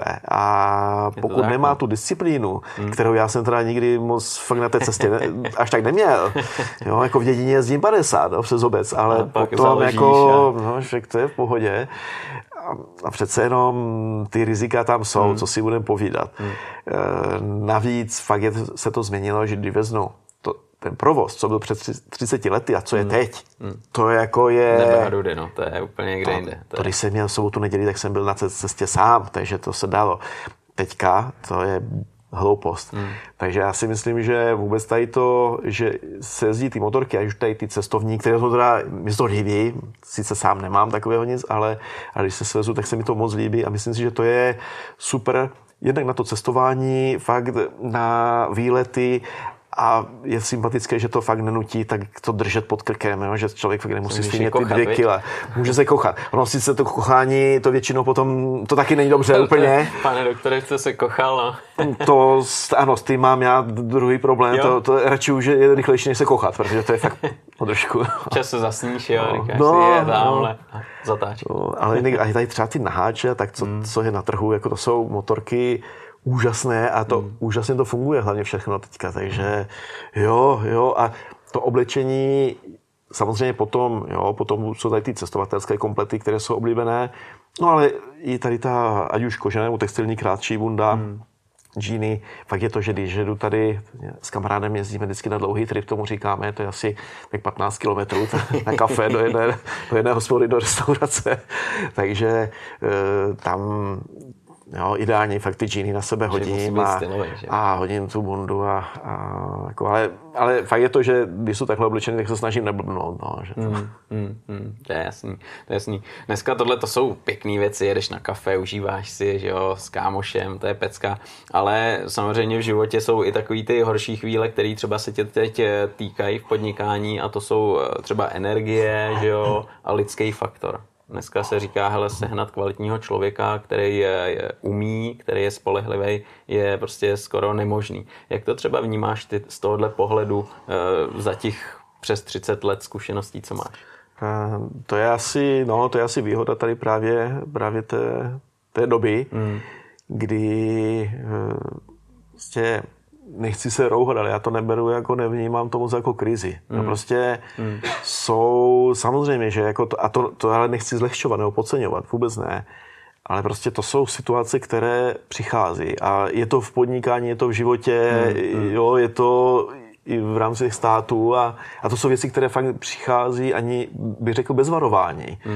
a je pokud nemá no. tu disciplínu, hmm. kterou já jsem teda nikdy moc fakt na té cestě ne, až tak neměl, jo, jako v dědině jezdím padesát no, přes obec, ale a potom jako, no, však to je v pohodě a, a přece jenom ty rizika tam jsou, hmm. co si budeme povídat. Hmm. E, navíc fakt je, se to změnilo, že když veznu ten provoz, co byl před třiceti lety a co je teď, hmm. to jako je... Nebehadudy, no, to je úplně někde jinde. To, to, když jsem měl sobotu, neděli, tak jsem byl na cestě sám, takže to se dalo. Teďka to je hloupost. Hmm. Takže já si myslím, že vůbec tady to, že se jezdí ty motorky, až tady ty cestovní, které to teda, mi to líbí, sice sám nemám takového nic, ale, ale když se svezu, tak se mi to moc líbí a myslím si, že to je super, jednak na to cestování, fakt na výlety. A je sympatické, že to fakt nenutí tak to držet pod krkem, jo? Že člověk fakt nemusí svinět ty dvě kila. Může se kochat. Ono sice to kochání, to většinou potom, to taky není dobře úplně. Pane doktore, jste se kochal, no. To, ano, s tím mám já druhý problém. To, to radši už je rychlejší, než se kochat, protože to je fakt o trošku. Čas se zasníš, jo, no, říkáš no, si, je tamhle, no. zatáčí. No, ale a tady třeba ty naháče, tak co, hmm. co je na trhu, jako to jsou motorky, úžasné a to hmm. úžasně to funguje hlavně všechno teďka, takže jo, jo a to oblečení samozřejmě potom, jo, potom jsou tady ty cestovatelské komplety, které jsou oblíbené, no ale i tady ta, ať už kožené nebo textilní krátší bunda, hmm. džíny, fakt je to, že když jedu tady s kamarádem jezdíme vždycky na dlouhý trip, tomu říkáme, to je asi tak patnáct kilometrů na kafe do jedné, do jedné hospody, do restaurace, takže tam jo, ideálně fakt ty džíny na sebe hodím a, a hodím tu bundu a, a jako, ale, ale fakt je to, že když jsou takhle oblečený, tak se snažím neblbnout. No, že to... mm, mm, mm, to je jasný, to je jasný. Dneska tohle to jsou pěkný věci, jedeš na kafe, užíváš si, že jo, s kámošem, to je pecka, ale samozřejmě v životě jsou i takový ty horší chvíle, které třeba se tě teď týkají v podnikání a to jsou třeba energie, že jo, a lidský faktor. Dneska se říká, hele, sehnat kvalitního člověka, který je, je umí, který je spolehlivý, je prostě skoro nemožný. Jak to třeba vnímáš ty z tohohle pohledu e, za těch přes třicet let zkušeností, co máš? To je asi, no, to je asi výhoda tady právě, právě té, té doby, mm. kdy prostě nechci se rouhat, ale já to neberu jako, nevnímám to moc jako krizi. Mm. No prostě mm. jsou, samozřejmě, že jako to, a to, to ale nechci zlehčovat nebo podceňovat, vůbec ne, ale prostě to jsou situace, které přichází a je to v podnikání, je to v životě, mm. jo, je to i v rámci států a, a to jsou věci, které fakt přichází ani, bych řekl, bez varování. Mm.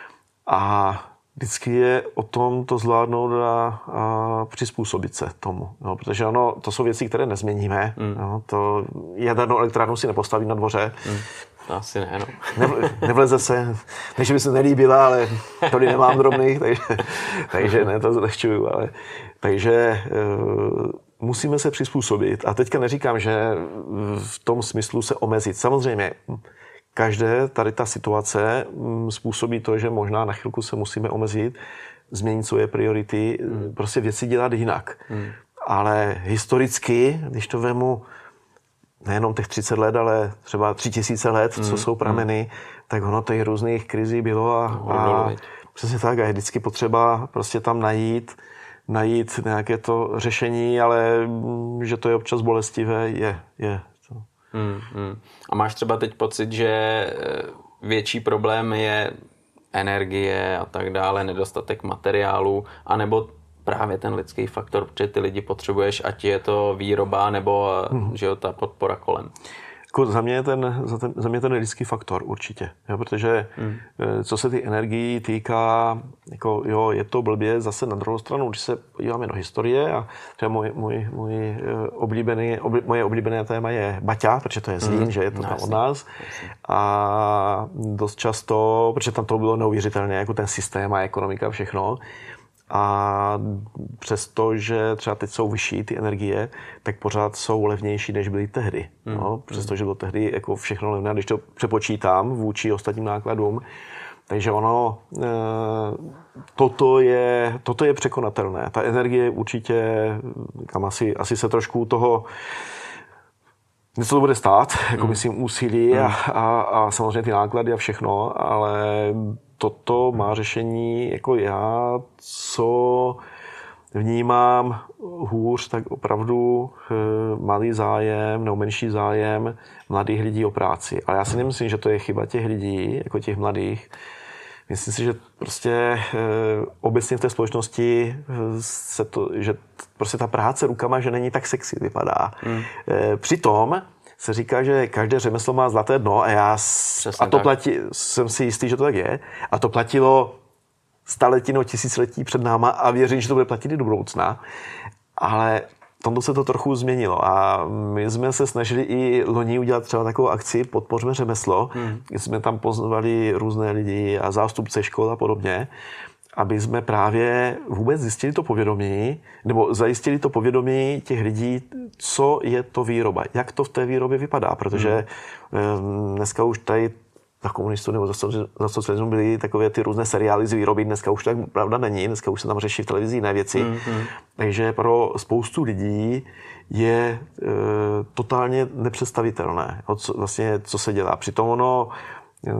A vždycky je o tom to zvládnout a, a přizpůsobit se tomu. No, protože ono, to jsou věci, které nezměníme. Mm. No, to jadernou elektrárnu si nepostaví na dvoře. Mm. To asi ne, no. ne, nevleze se. Ne, že by se nelíbila, ale tady nemám drobných, takže, takže ne, to zlehčuju. Ale, takže e, musíme se přizpůsobit. A teďka neříkám, že v tom smyslu se omezit. Samozřejmě, každé tady ta situace způsobí to, že možná na chvilku se musíme omezit, změnit svoje priority, hmm. prostě věci dělat jinak. Hmm. Ale historicky, když to vemu nejenom těch třicet let, ale třeba tři tisíce let, hmm. co jsou prameny, hmm. tak ono těch různých krizí bylo a, a přesně tak, a je vždycky potřeba prostě tam najít, najít nějaké to řešení, ale že to je občas bolestivé, je, je. Hmm, hmm. A máš třeba teď pocit, že větší problém je energie a tak dále, nedostatek materiálu, anebo právě ten lidský faktor, protože ty lidi potřebuješ, ať je to výroba nebo hmm. že jo, ta podpora kolem? Jako za mě je ten, za, ten, za mě ten lidský faktor určitě, jo, protože hmm. co se ty energií týká, jako, jo, je to blbě, zase na druhou stranu, když se podíváme do historie a třeba můj, můj, můj oblíbený, obli, moje oblíbené téma je Baťa, protože to je Zlín, hmm. že je to no, tam od nás a dost často, protože tam to bylo neuvěřitelné, jako ten systém a ekonomika a všechno. a přesto, že třeba teď jsou vyšší ty energie, tak pořád jsou levnější, než byly tehdy. Hmm. No, přestože bylo tehdy jako všechno levné, když to přepočítám vůči ostatním nákladům. Takže ono, toto je, toto je překonatelné. Ta energie určitě, kam asi, asi se trošku toho, něco to bude stát, jako myslím úsilí a, a, a samozřejmě ty náklady a všechno, ale toto má řešení, jako já, co vnímám hůř, tak opravdu malý zájem nebo menší zájem mladých lidí o práci. Ale já si nemyslím, že to je chyba těch lidí, jako těch mladých. Myslím si, že prostě e, obecně v té společnosti se to, že prostě ta práce rukama, že není tak sexy, vypadá. Hmm. E, přitom se říká, že každé řemeslo má zlaté dno a já a to platí, jsem si jistý, že to tak je. A to platilo staletí nebo tisíciletí před náma a věřím, že to bude platit i do budoucna. Ale tomto se to trochu změnilo a my jsme se snažili i loni udělat třeba takovou akci Podpořme řemeslo, hmm. kdy jsme tam pozvali různé lidi a zástupce škol a podobně, aby jsme právě vůbec zjistili to povědomí, nebo zajistili to povědomí těch lidí, co je to výroba, jak to v té výrobě vypadá, protože hmm. dneska už tady za komunistů nebo za socialismu byly takové ty různé seriály z výroby, dneska už tak pravda není, dneska už se tam řeší v televizi jiné věci. Mm-hmm. Takže pro spoustu lidí je e, totálně nepředstavitelné, co, vlastně, co se dělá. Přitom ono e,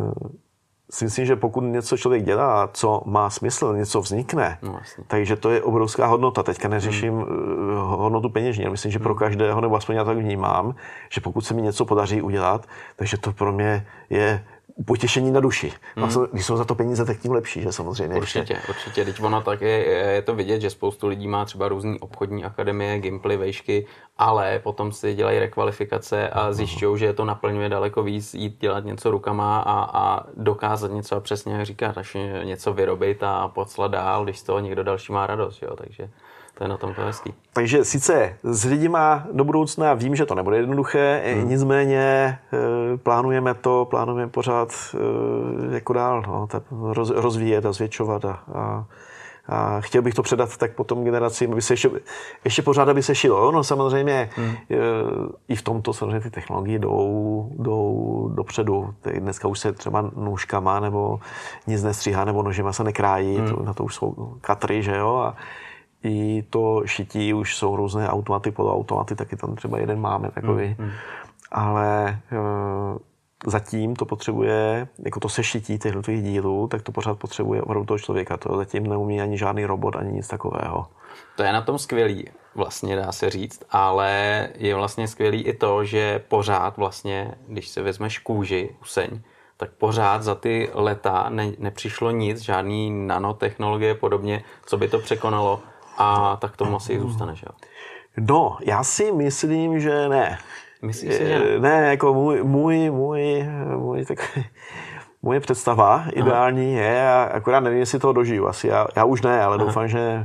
si myslím, že pokud něco člověk dělá, co má smysl, něco vznikne, no, takže to je obrovská hodnota. Teďka neřeším mm. hodnotu peněžní, ale myslím, že pro každého, nebo aspoň já tak vnímám, že pokud se mi něco podaří udělat, takže to pro mě je potěšení na duši. Hmm. Když jsou za to peníze, tak tím lepší, že samozřejmě. Určitě, určitě. Teď ono tak je, je to vidět, že spoustu lidí má třeba různý obchodní akademie, gimply, vejšky, ale potom si dělají rekvalifikace a zjišťují, že je to naplňuje daleko víc jít dělat něco rukama a, a dokázat něco a přesně jak říkáš, až něco vyrobit a poslat dál, když z toho někdo další má radost. Jo? Takže to je na tom to hezký. Takže sice s lidima do budoucna vím, že to nebude jednoduché, hmm. nicméně plánujeme to, plánujeme pořád jako dál, no, roz, rozvíjet a zvětšovat a, a, a chtěl bych to předat tak potom generacím, aby se ještě, ještě pořád, aby se šilo. No samozřejmě hmm. i v tomto samozřejmě ty technologie jdou, jdou dopředu. Dneska už se třeba nůžkama nebo nic nestříhá, nebo nožima se nekrájí, hmm. to, na to už jsou katry, že jo, a i to šití už jsou různé automaty, poloautomaty, taky tam třeba jeden máme takový. Mm, mm. Ale e, zatím to potřebuje, jako to sešití těchto dílů, tak to pořád potřebuje opravdu toho člověka. To zatím neumí ani žádný robot, ani nic takového. To je na tom skvělý, vlastně dá se říct, ale je vlastně skvělý i to, že pořád vlastně, když se vezmeš kůži, useň, tak pořád za ty leta ne, nepřišlo nic, žádný nanotechnologie podobně, co by to překonalo. A tak tomu asi zůstane, že jo? No, já si myslím, že ne. Myslíš si, že ne? Ne, jako můj, můj, můj, můj takový, moje představa Aha. ideální je, a akorát nevím, jestli toho dožiju. Asi já, já už ne, ale Aha. doufám, že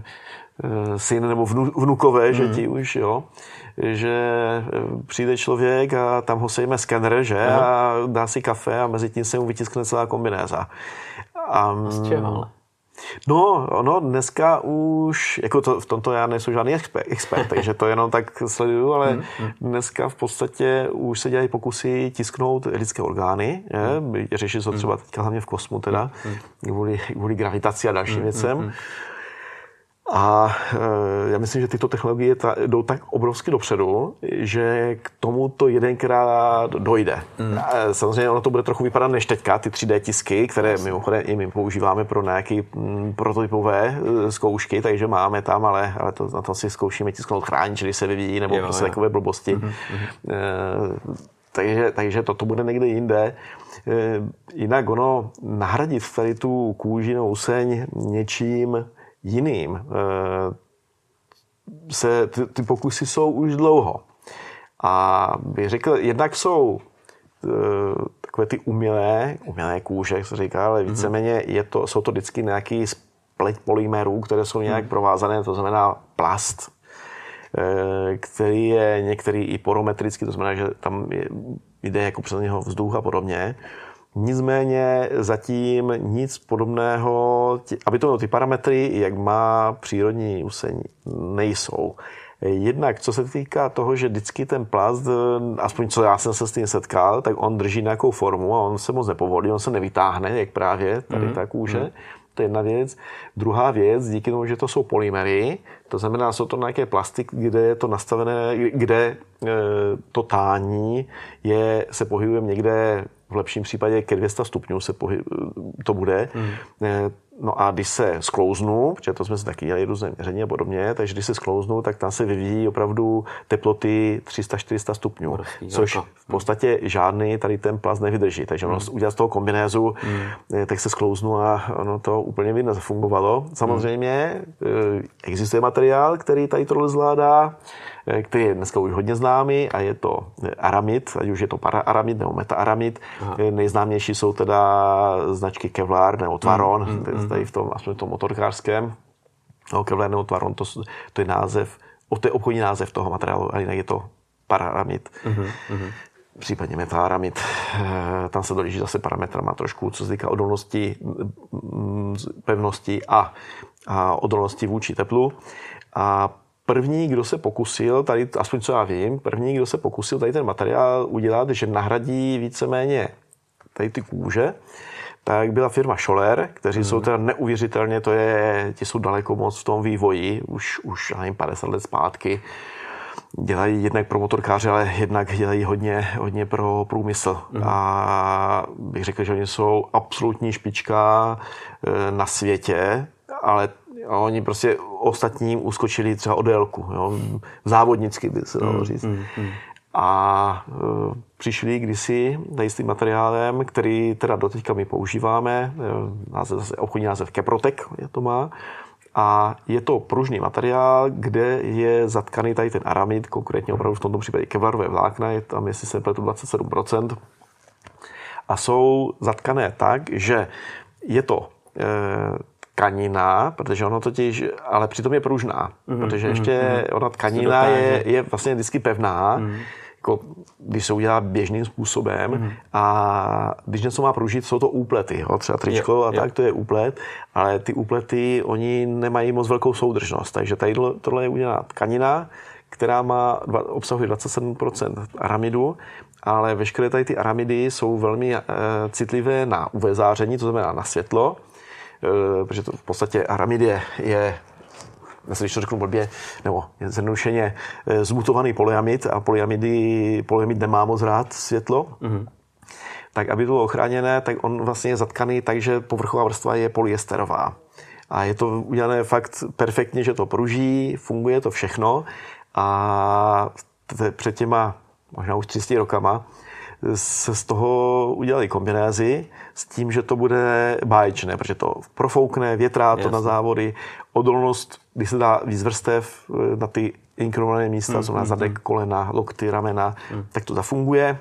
syn nebo vnu, vnukové, že ti už, jo, že přijde člověk a tam ho sejme skener, že, Aha. a dá si kafe a mezi tím se mu vytiskne celá kombinéza. A, a z čeho ale? No, ono dneska už, jako to, v tomto já nejsou žádný expert, expert takže to jenom tak sleduju, ale hmm, hmm. dneska v podstatě už se dělají pokusy tisknout lidské orgány, hmm. řeší se třeba teďka hlavně v kosmu teda, hmm. kvůli, kvůli gravitaci a dalším hmm, věcem. Hmm. A e, já myslím, že tyto technologie ta, jdou tak obrovsky dopředu, že k tomu to jedenkrát dojde. Mm. A samozřejmě ono to bude trochu vypadat než teďka, ty tři dé tisky, které mimochodem i my používáme pro nějaké m, prototypové e, zkoušky, takže máme tam, ale, ale to, na to si zkoušíme tisknout chránič, když se vyvíjí, nebo jo, prostě jo. takové blbosti. Mm-hmm. E, takže, takže to, to bude někde jinde. E, jinak ono nahradit tady tu kůži nebo useň něčím jiným. Se, ty, ty pokusy jsou už dlouho. A bych řekl, jednak jsou takové ty umělé, umělé kůže, jak se říká, ale víceméně je to, jsou to vždycky nějaký spleť polymerů, které jsou nějak hmm. provázané, to znamená plast, který je některý i porometrický, to znamená, že tam je, jde jako přes něho vzduch a podobně. Nicméně zatím nic podobného, aby to ty parametry, jak má přírodní úsení, nejsou. Jednak, co se týká toho, že vždycky ten plast, aspoň co já jsem se s tím setkal, tak on drží nějakou formu a on se moc nepovolí, on se nevytáhne, jak právě tady mm-hmm. ta kůže. Mm-hmm. To je jedna věc. Druhá věc, díky tomu, že to jsou polymery, to znamená, jsou to nějaké plasty, kde je to nastavené, kde e, to tání je, se pohybuje někde v lepším případě ke dvě stě stupňů se pohyb, to bude. Mm. E, no a když se sklouznu, protože to jsme si taky dělali různé měření a podobně, takže když se sklouznu, tak tam se vyvíjí opravdu teploty tři sta až čtyři sta stupňů, Prostý, což jako. v podstatě žádný tady ten plast nevydrží. Takže ono mm. udělat z toho kombinézu, mm. tak se sklouznu a ono to úplně by nezafungovalo. Samozřejmě mm. existuje materiál, který tady tohle zvládá, který je dneska už hodně známý a je to aramid, ať už je to paraaramid nebo metaaramid. Aha. Nejznámější jsou teda značky Kevlar nebo Tvaron, mm, mm, tady v tom, aspoň v tom motorkářském. No, Kevlar nebo Tvaron, to, to je název, to je obchodní název toho materiálu, ale jinak je to paraaramid. Mm, mm. Případně metaaramid. Tam se dolíží zase parametrama trošku, co se týká odolnosti, pevnosti a, a odolnosti vůči teplu. A první, kdo se pokusil, tady, aspoň co já vím, první, kdo se pokusil tady ten materiál udělat, že nahradí víceméně tady ty kůže, tak byla firma Scholler, kteří mm. jsou teda neuvěřitelně, to je, ti jsou daleko moc v tom vývoji, už, už já nevím, padesát let zpátky. Dělají jednak pro motorkáře, ale jednak dělají hodně, hodně pro průmysl. Mm. A bych řekl, že oni jsou absolutní špička na světě, ale a oni prostě ostatním uskočili třeba o délku. Jo? Závodnicky by se dalo říct. Mm, mm. A e, přišli kdysi tady s tím materiálem, který teda doteďka my používáme, e, název, zase obchodní název Keprotek je to má. A je to pružný materiál, kde je zatkaný tady ten aramid, konkrétně opravdu v tomto případě kevlarové vlákna, je tam, jestli se pletu, dvacet sedm procent. A jsou zatkané tak, že je to e, tkanina, protože ono totiž, ale přitom je pružná, mm, protože ještě mm, ona tkanina je, je vlastně vždycky pevná, mm. jako když se udělá běžným způsobem mm. a když něco má pružit, jsou to úplety, jo? Třeba tričko je, a tak, je. To je úplet, ale ty úplety, oni nemají moc velkou soudržnost, takže tady tohle je udělaná tkanina, která má, obsahuje dvacet sedm procent aramidu, ale veškeré tady ty aramidy jsou velmi e, citlivé na U V záření, to znamená na světlo, protože to v podstatě aramid je, je když to řeknu blbě, nebo zjednodušeně zmutovaný polyamid a polyamidy, polyamid nemá moc rád světlo, mm-hmm. tak aby to bylo ochráněné, tak on vlastně je zatkaný tak, že povrchová vrstva je polyesterová. A je to udělané fakt perfektně, že to pruží, funguje to všechno a před těma možná už tři sta rokama se z toho udělali kombinézy s tím, že to bude báječné, protože to profoukne, větrá to Jasně. na závody, odolnost, když se dá víc vrstev na ty inklinované místa, mm, co na mm, zadek, mm. kolena, lokty, ramena, mm. tak to zafunguje.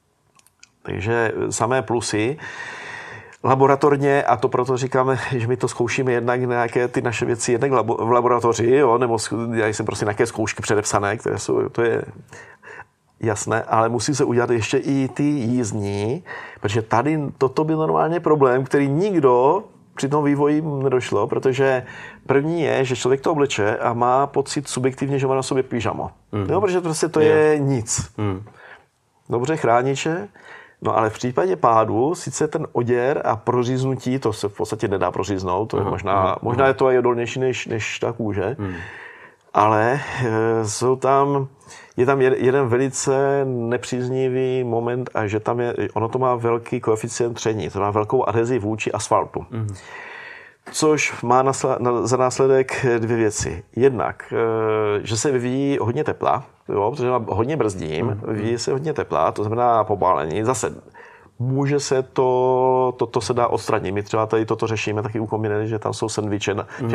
Takže samé plusy. Laboratorně, a to proto říkáme, že my to zkoušíme jednak nějaké ty naše věci, jednak v laboratoři, jo, nebo dělají se prostě nějaké zkoušky předepsané, které jsou, to je jasné, ale musí se udělat ještě i ty jízdní, protože tady toto byl normálně problém, který nikdo při tom vývoji nedošlo, protože první je, že člověk to obleče a má pocit subjektivně, že má na sobě pyžamo. Mm. No, protože prostě to je, je nic. Mm. Dobře, chrániče, no ale v případě pádu sice ten oděr a proříznutí, to se v podstatě nedá proříznout, to je možná, aha, možná je to i odolnější než, než ta kůže, mm. ale e, jsou tam je tam jeden velice nepříznivý moment a že tam je, ono to má velký koeficient tření, to má velkou adhezi vůči asfaltu. Mm. Což má nasla, na, za následek dvě věci. Jednak, že se vyvíjí hodně tepla, jo, protože má hodně brzdím, mm. vyvíjí se hodně tepla, to znamená pobálení. Zase může se to, to, to se dá odstranit. My třeba tady toto řešíme taky u kombinézy, že tam jsou sendviče, mm. že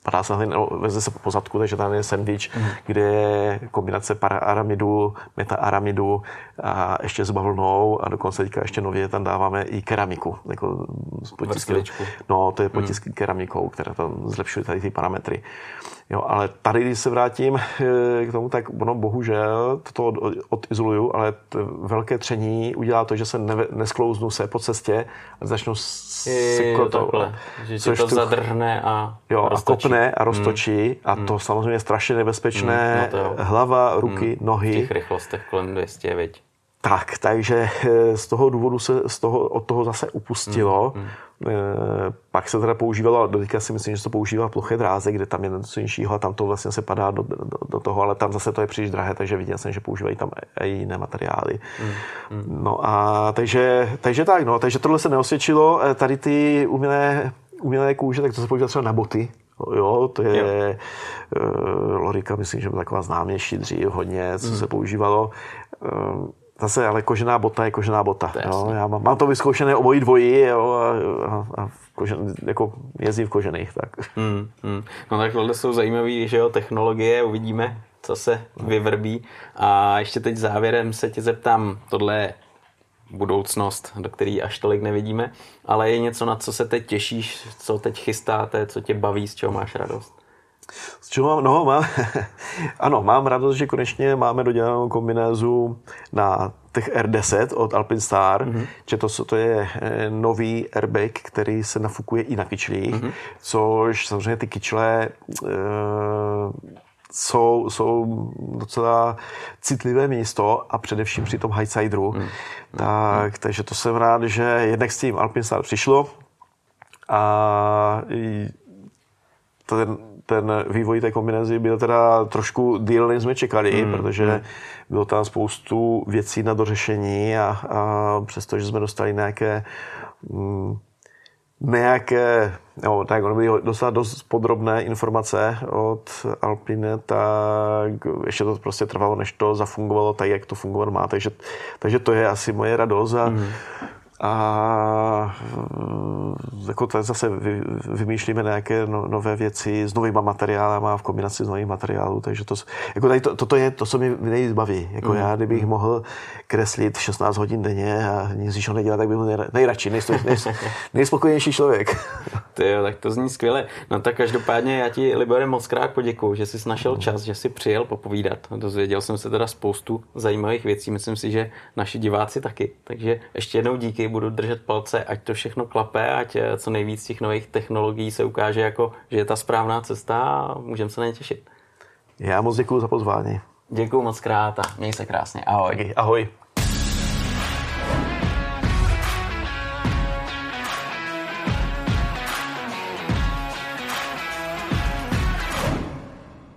padá se na veze se po pozadku, takže tam je sandwich, mm. kde je kombinace paraaramidu, metaaramidu a ještě s bavlnou a dokonce teďka ještě nově tam dáváme i keramiku. Jako Vrstvičku. No, to je potisk mm. keramikou, která tam zlepšuje tady ty parametry. Jo, ale tady, když se vrátím k tomu, tak ono bohužel to odizoluju, ale to velké tření udělá to, že se ne, nesklouznu se po cestě a začnu sykotou. Že ti to tu, zadrhne a jo, roztočí. a kopne a roztočí hmm. a to hmm. samozřejmě je strašně nebezpečné. Hmm, no hlava, ruky, hmm. nohy. V těch rychlostech kolem dvě stě, viď? Tak, takže z toho důvodu se z toho, od toho zase upustilo. Hmm. E, pak se teda používalo, teďka si myslím, že se to používá v ploché dráze, kde tam je něco jinšího a tam to vlastně se padá do, do, do toho, ale tam zase to je příliš drahé, takže viděl jsem, že používají tam i jiné materiály. Hmm. Hmm. No a takže, takže tak, no, takže tohle se neosvědčilo. Tady ty umělé, umělé kůže, tak to se používá třeba na boty. Jo, to je uh, Lorika, myslím, že byla taková známější dřív hodně, co hmm. se používalo. Uh, Zase, ale kožená bota je kožená bota. Jo? Já mám, mám to vyzkoušené obojí dvojí jo? a, a, a kožen, jako jezdím v kožených. Tak. Hmm, hmm. No tak tohle jsou zajímavé, že jo, technologie, uvidíme, co se vyvrbí. A ještě teď závěrem se tě zeptám, tohle je budoucnost, do které až tolik nevidíme, ale je něco, na co se teď těšíš, co teď chystáte, co tě baví, z čeho máš radost? Z čeho mám? No, mám, ano, mám radost, že konečně máme dodělanou kombinézu na těch R deset od Alpinstar, mm-hmm. že to, to je nový airbag, který se nafukuje i na kyčlích, mm-hmm. což samozřejmě ty kyčle e, jsou, jsou docela citlivé místo a především při tom highsideru. Mm-hmm. Tak, takže to jsem rád, že jednak s tím Alpinstar přišlo a ten ten vývoj té kombinézy byl teda trošku díl, než jsme čekali, mm, protože mm. bylo tam spoustu věcí na dořešení a, a přestože jsme dostali nějaké mm, nějaké, no, tak ono byly dostat dost podrobné informace od Alpine, tak ještě to prostě trvalo, než to zafungovalo tak, jak to fungovat má, takže, takže to je asi moje radost a mm. A jako tady zase vy, vymýšlíme nějaké no, nové věci s novýma materiálama v kombinaci s novým materiálů, takže to, jako tady to, toto je to, co mi nejvíc baví. Jako mm. já, kdybych mm. mohl kreslit šestnáct hodin denně a nic jiného nedělat, tak bych byl nejradši, nej, nej, nejspokojenější člověk. Ty jo, tak to zní skvěle. No tak každopádně já ti, Libore, moc krát poděkuju, že jsi našel mm. čas, že jsi přijel popovídat. Dozvěděl jsem se teda spoustu zajímavých věcí, myslím si, že naši diváci taky. Takže ještě jednou díky. Budu držet palce, ať to všechno klape, ať co nejvíc těch nových technologií se ukáže jako, že je ta správná cesta a můžeme se na ně těšit. Já moc děkuju za pozvání. Děkuju moc krát a měj se krásně. Ahoj. Ahoj.